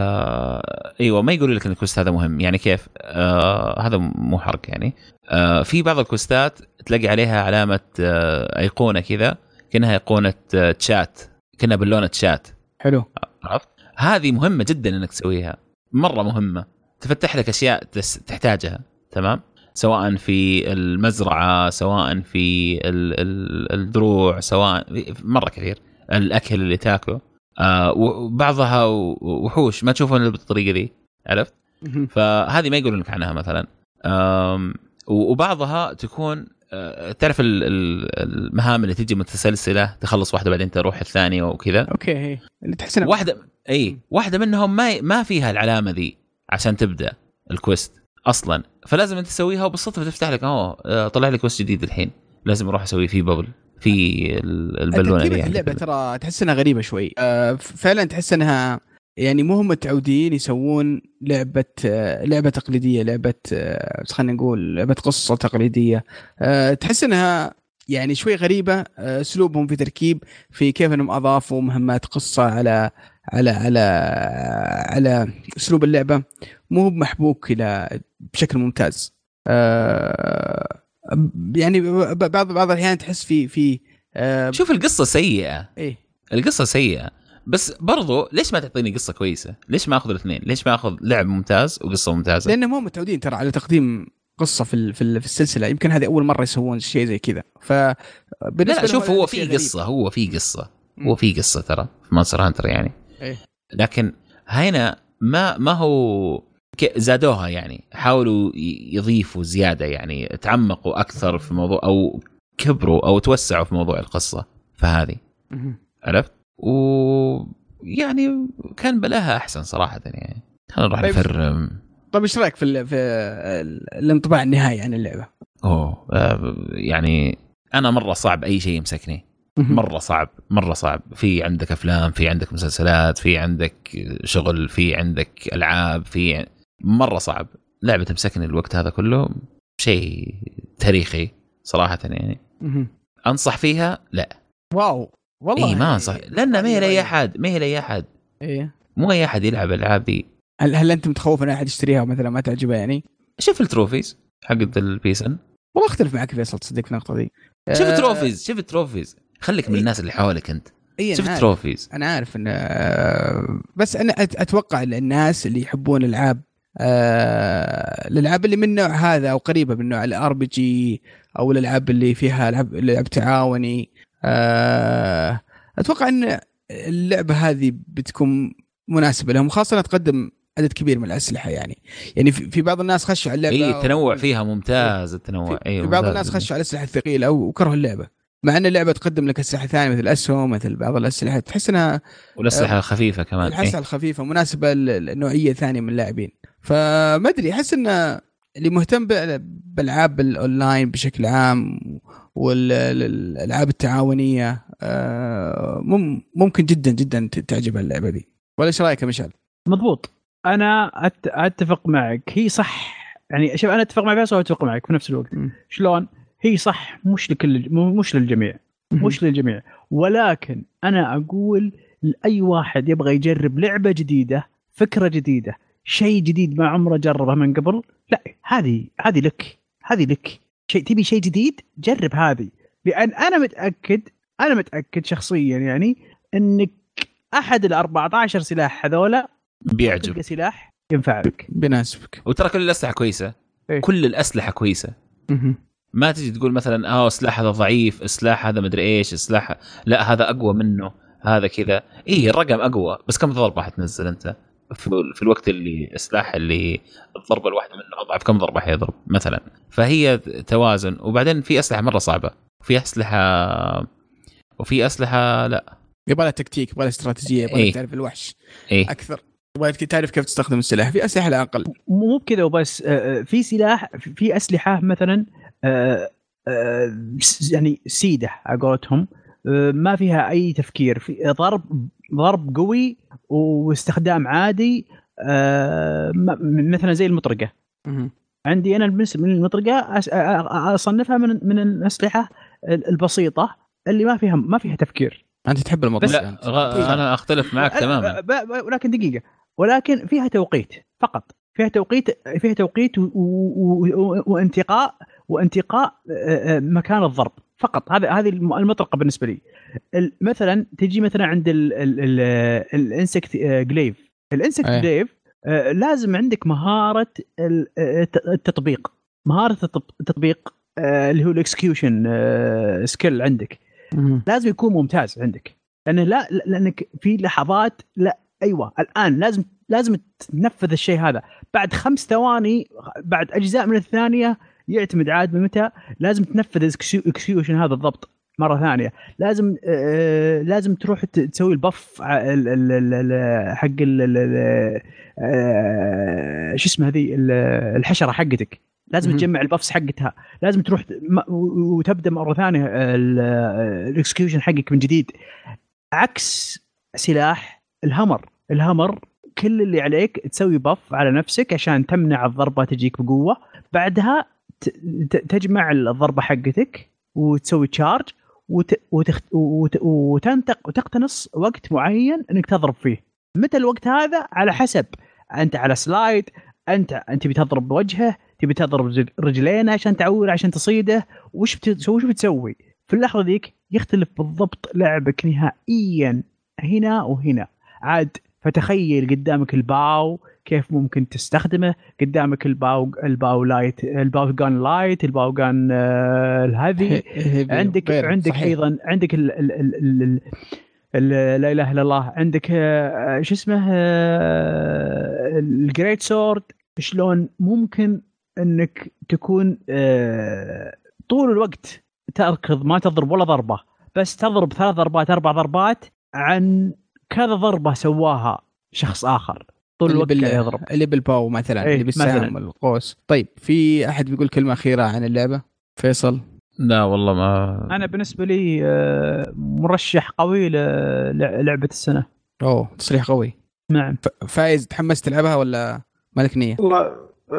ايوه ما يقولوا لك ان الكوست هذا مهم. يعني كيف هذا مو حرق يعني. في بعض الكوستات تلاقي عليها علامه ايقونه كذا، كأنها ايقونه تشات، كأنها باللون تشات. حلو، عرفت؟ هذه مهمه جدا انك تسويها، مره مهمه، تفتح لك اشياء تحتاجها. تمام، سواء في المزرعه، سواء في الدروع، سواء مره كثير الاكل اللي تاكله. وبعضها وحوش ما تشوفون بالطريقه دي، عرفت؟ فهذه ما يقولون لك عنها مثلا. وبعضها تكون تعرف المهام اللي تجي متسلسله، تخلص واحده بعدين تروح الثانيه وكذا. اوكي، اللي تحسن واحده منهم ما فيها العلامه ذي عشان تبدا الكويست اصلا، فلازم انت تسويها وبالصدفه تفتح لك طلع لك كويست جديد الحين لازم اروح اسوي فيه ببل في البالونه دي. يعني اللعبه ترى تحس انها غريبه شوي. فعلا تحس انها يعني مو هم متعودين يسوون لعبه تقليديه، لعبه خلينا نقول لعبه قصه تقليديه. تحس انها يعني شوي غريبه اسلوبهم في تركيب، في كيف انهم اضافوا مهمات قصه على اسلوب اللعبه، مو محبوك الى بشكل ممتاز. يعني بعض الأحيان تحس في شوف القصة سيئة. إيه؟ القصة سيئة، بس برضو ليش ما تعطيني قصة كويسة؟ ليش ما أخذ الاثنين؟ ليش ما أخذ لعب ممتاز وقصة ممتازة؟ لأنه مو متعودين ترى على تقديم قصة في السلسلة. يمكن هذه أول مرة يسوون شيء زي كذا. لا شوف، هو في قصة ترى في مونستر هانتر يعني. إيه؟ لكن هنا ما هو زادوها، يعني حاولوا يضيفوا زيادة، يعني تعمقوا أكثر في الموضوع أو كبروا أو توسعوا في موضوع القصة. فهذه عرفت؟ ويعني كان بلاها احسن صراحه يعني. خلينا نروح نفرم. طيب ايش رايك في الانطباع النهائي عن اللعبه؟ يعني انا مره صعب اي شيء يمسكني، مره صعب. في عندك افلام، في عندك مسلسلات، في عندك شغل، في عندك العاب، في مره صعب لعبه تمسكني الوقت هذا كله. شيء تاريخي صراحه يعني. انصح فيها؟ لا. واو والله اي ما انصح، لان ما هي لاي احد. ايه مو اي احد يلعب الالعاب دي. هل انت متخوف ان احد يشتريها مثلا ما تعجبها يعني؟ شوف التروفيز حقت البيسن. والله اختلف معك فيصل، تصدق في النقطه دي. شوف التروفيز خليك من الناس اللي حواليك انت. شوف التروفيز. انا عارف ان بس انا اتوقع الناس اللي يحبون الالعاب اللي من نوع هذا او قريبه من نوع الار بي جي او الالعاب اللي فيها لعب تعاوني، اتوقع ان اللعبه هذه بتكون مناسبه لهم، خاصه تقدم عدد كبير من الاسلحه يعني في بعض الناس خشوا على اللعبه. التنوع فيها ممتاز. التنوع في بعض الناس خشوا على الاسلحه الثقيله وكرهوا اللعبه، مع ان اللعبه تقدم لك اسلحه ثانيه مثل اسهم، مثل بعض الاسلحه تحس انها والاسلحه الخفيفه كمان. الاسلحه الخفيفه مناسبه للنوعيه ثانيه من اللاعبين. فما ادري، احس ان اللي مهتم بالالعاب الاونلاين بشكل عام والالعاب التعاونيه ممكن جدا جدا تعجب اللعبه دي. ولا ايش رايك يا مشعل؟ مضبوط، انا اتفق معك. هي صح يعني. شوف انا اتفق مع فيصل واتفق معك في نفس الوقت. شلون هي صح؟ مش للجميع، ولكن انا اقول لاي واحد يبغى يجرب لعبه جديده، فكره جديده، شيء جديد ما عمره جربه من قبل، لا هذه لك شيء. تبي شيء جديد جرب هذه، لان انا متاكد شخصيا يعني انك احد ال14 سلاح هذولا بيعجب، سلاح ينفعك بيناسبك. وترى كل الاسلحه كويسه. كل الاسلحه كويسه. ما تجي تقول مثلا السلاح هذا ضعيف، السلاح هذا مدري ايش، السلاح لا هذا اقوى منه، هذا كذا. الرقم اقوى، بس كم ضربه حتنزل انت في الوقت اللي السلاح اللي الضربه الواحده منه اضعف، كم ضربه حيضرب مثلا. فهي توازن. وبعدين في اسلحه مره صعبه، وفي اسلحه لا، يبغى لها تكتيك، يبغى لها استراتيجيه، يبغى تعرف الوحش اكثر، يبغى تعرف كيف تستخدم السلاح. في اسلحه لا اقل، مو بكذا وبس. في سلاح، في اسلحه مثلا يعني سيده على قولتهم، ما فيها اي تفكير، في ضرب قوي واستخدام عادي. مثلا زي المطرقه. عندي انا بالنسبه للمطرقه اصنفها من الاسلحه البسيطه اللي ما فيها تفكير. انت تحب المطرقه؟ انا اختلف معك تماما. ولكن دقيقه، ولكن فيها توقيت فقط، فيها توقيت وانتقاء مكان الضرب فقط. هذه المطرقه بالنسبه لي. مثلا تجي مثلا عند الانسكت جليف. الانسكت جليف لازم عندك مهاره التطبيق، اللي هو الاكسكيوشن سكيل عندك. لازم يكون ممتاز عندك، لانك في لحظات الان لازم تنفذ الشيء هذا بعد 5 ثواني، بعد اجزاء من الثانيه، يعتمد عاد من متى لازم تنفذ الاكسكيوشن هذا الضبط مره ثانيه. لازم تروح تسوي البف حق شو اسمه هذه الحشره حقتك، لازم تجمع البفس حقتها، لازم تروح وتبدا مره ثانيه الاكسكيوشن حقك من جديد. عكس سلاح الهمر كل اللي عليك تسوي بف على نفسك عشان تمنع الضربه تجيك بقوه، بعدها تجمع الضربه حقتك وتسوي تشارج وتقتنص وقت معين انك تضرب فيه. متى الوقت هذا؟ على حسب انت على سلايد، انت بتضرب بوجهه، تبي تضرب رجلينه عشان تعور، عشان تصيده، وش بتسوي في اللحظه ذيك يختلف بالضبط لعبك نهائيا هنا وهنا عاد. فتخيل قدامك الباو كيف ممكن تستخدمه، قدامك الباو لايت، الباو جان لايت، الباو جان الهيفي، عندك صحيح. ايضا عندك لا اله الا الله، عندك شو اسمه الجريت سورد. شلون ممكن انك تكون طول الوقت تركض، ما تضرب ولا ضربه، بس تضرب 3 ضربات 4 ضربات عن كذا ضربة سواها شخص آخر طول الوقت يضرب، اللي بالباو مثلا، اللي بالسهم القوس. طيب في أحد بيقول كلمة أخيرة عن اللعبة؟ فيصل؟ لا والله ما. أنا بالنسبة لي مرشح قوي للعبة السنة. تصريح قوي. نعم. فايز، تحمست تلعبها ولا مالك نية؟ والله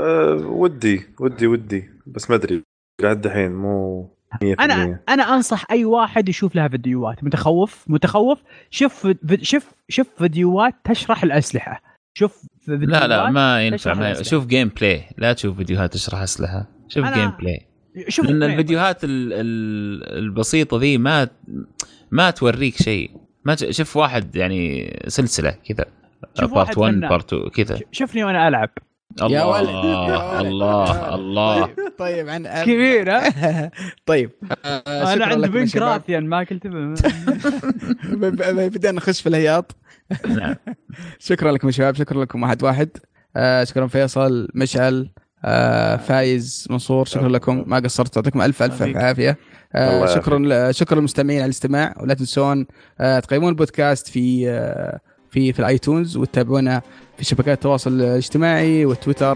ودي بس ما أدري لحد الحين مو 100%. أنا أنصح أي واحد يشوف لها فيديوهات. متخوف شوف فيديوهات تشرح الأسلحة. شوف فيديوهات. لا ما ينفع. شوف جيم بلاي، لا تشوف فيديوهات تشرح أسلحة. شوف جيم بلاي. لأن الفيديوهات البسيطة ذي ما توريك شيء. ما شوف واحد يعني سلسلة كذا، بارت 1 بارت 2 كذا. شوفني وأنا ألعب. الله. طيب عن كبيرة. طيب أنا عندي بنك راثيان ما كنت بدأنا نخش في الهياط. نعم. شكرا لكم يا شباب، شكرا لكم واحد. شكرا فيصل، مشعل، فايز، منصور، شكرا لكم، ما قصرت، يعطيكم ألف عافية. شكرا للمستمعين على الاستماع، ولا تنسون تقيمون البودكاست في الايتونز، وتتابعونا في شبكات التواصل الاجتماعي والتويتر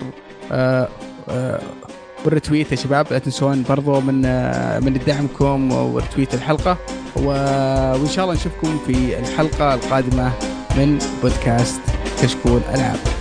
والرتويت يا شباب. لا تنسون برضو من دعمكم ورتويت الحلقة، وإن شاء الله نشوفكم في الحلقة القادمة من بودكاست كشكول ألعاب.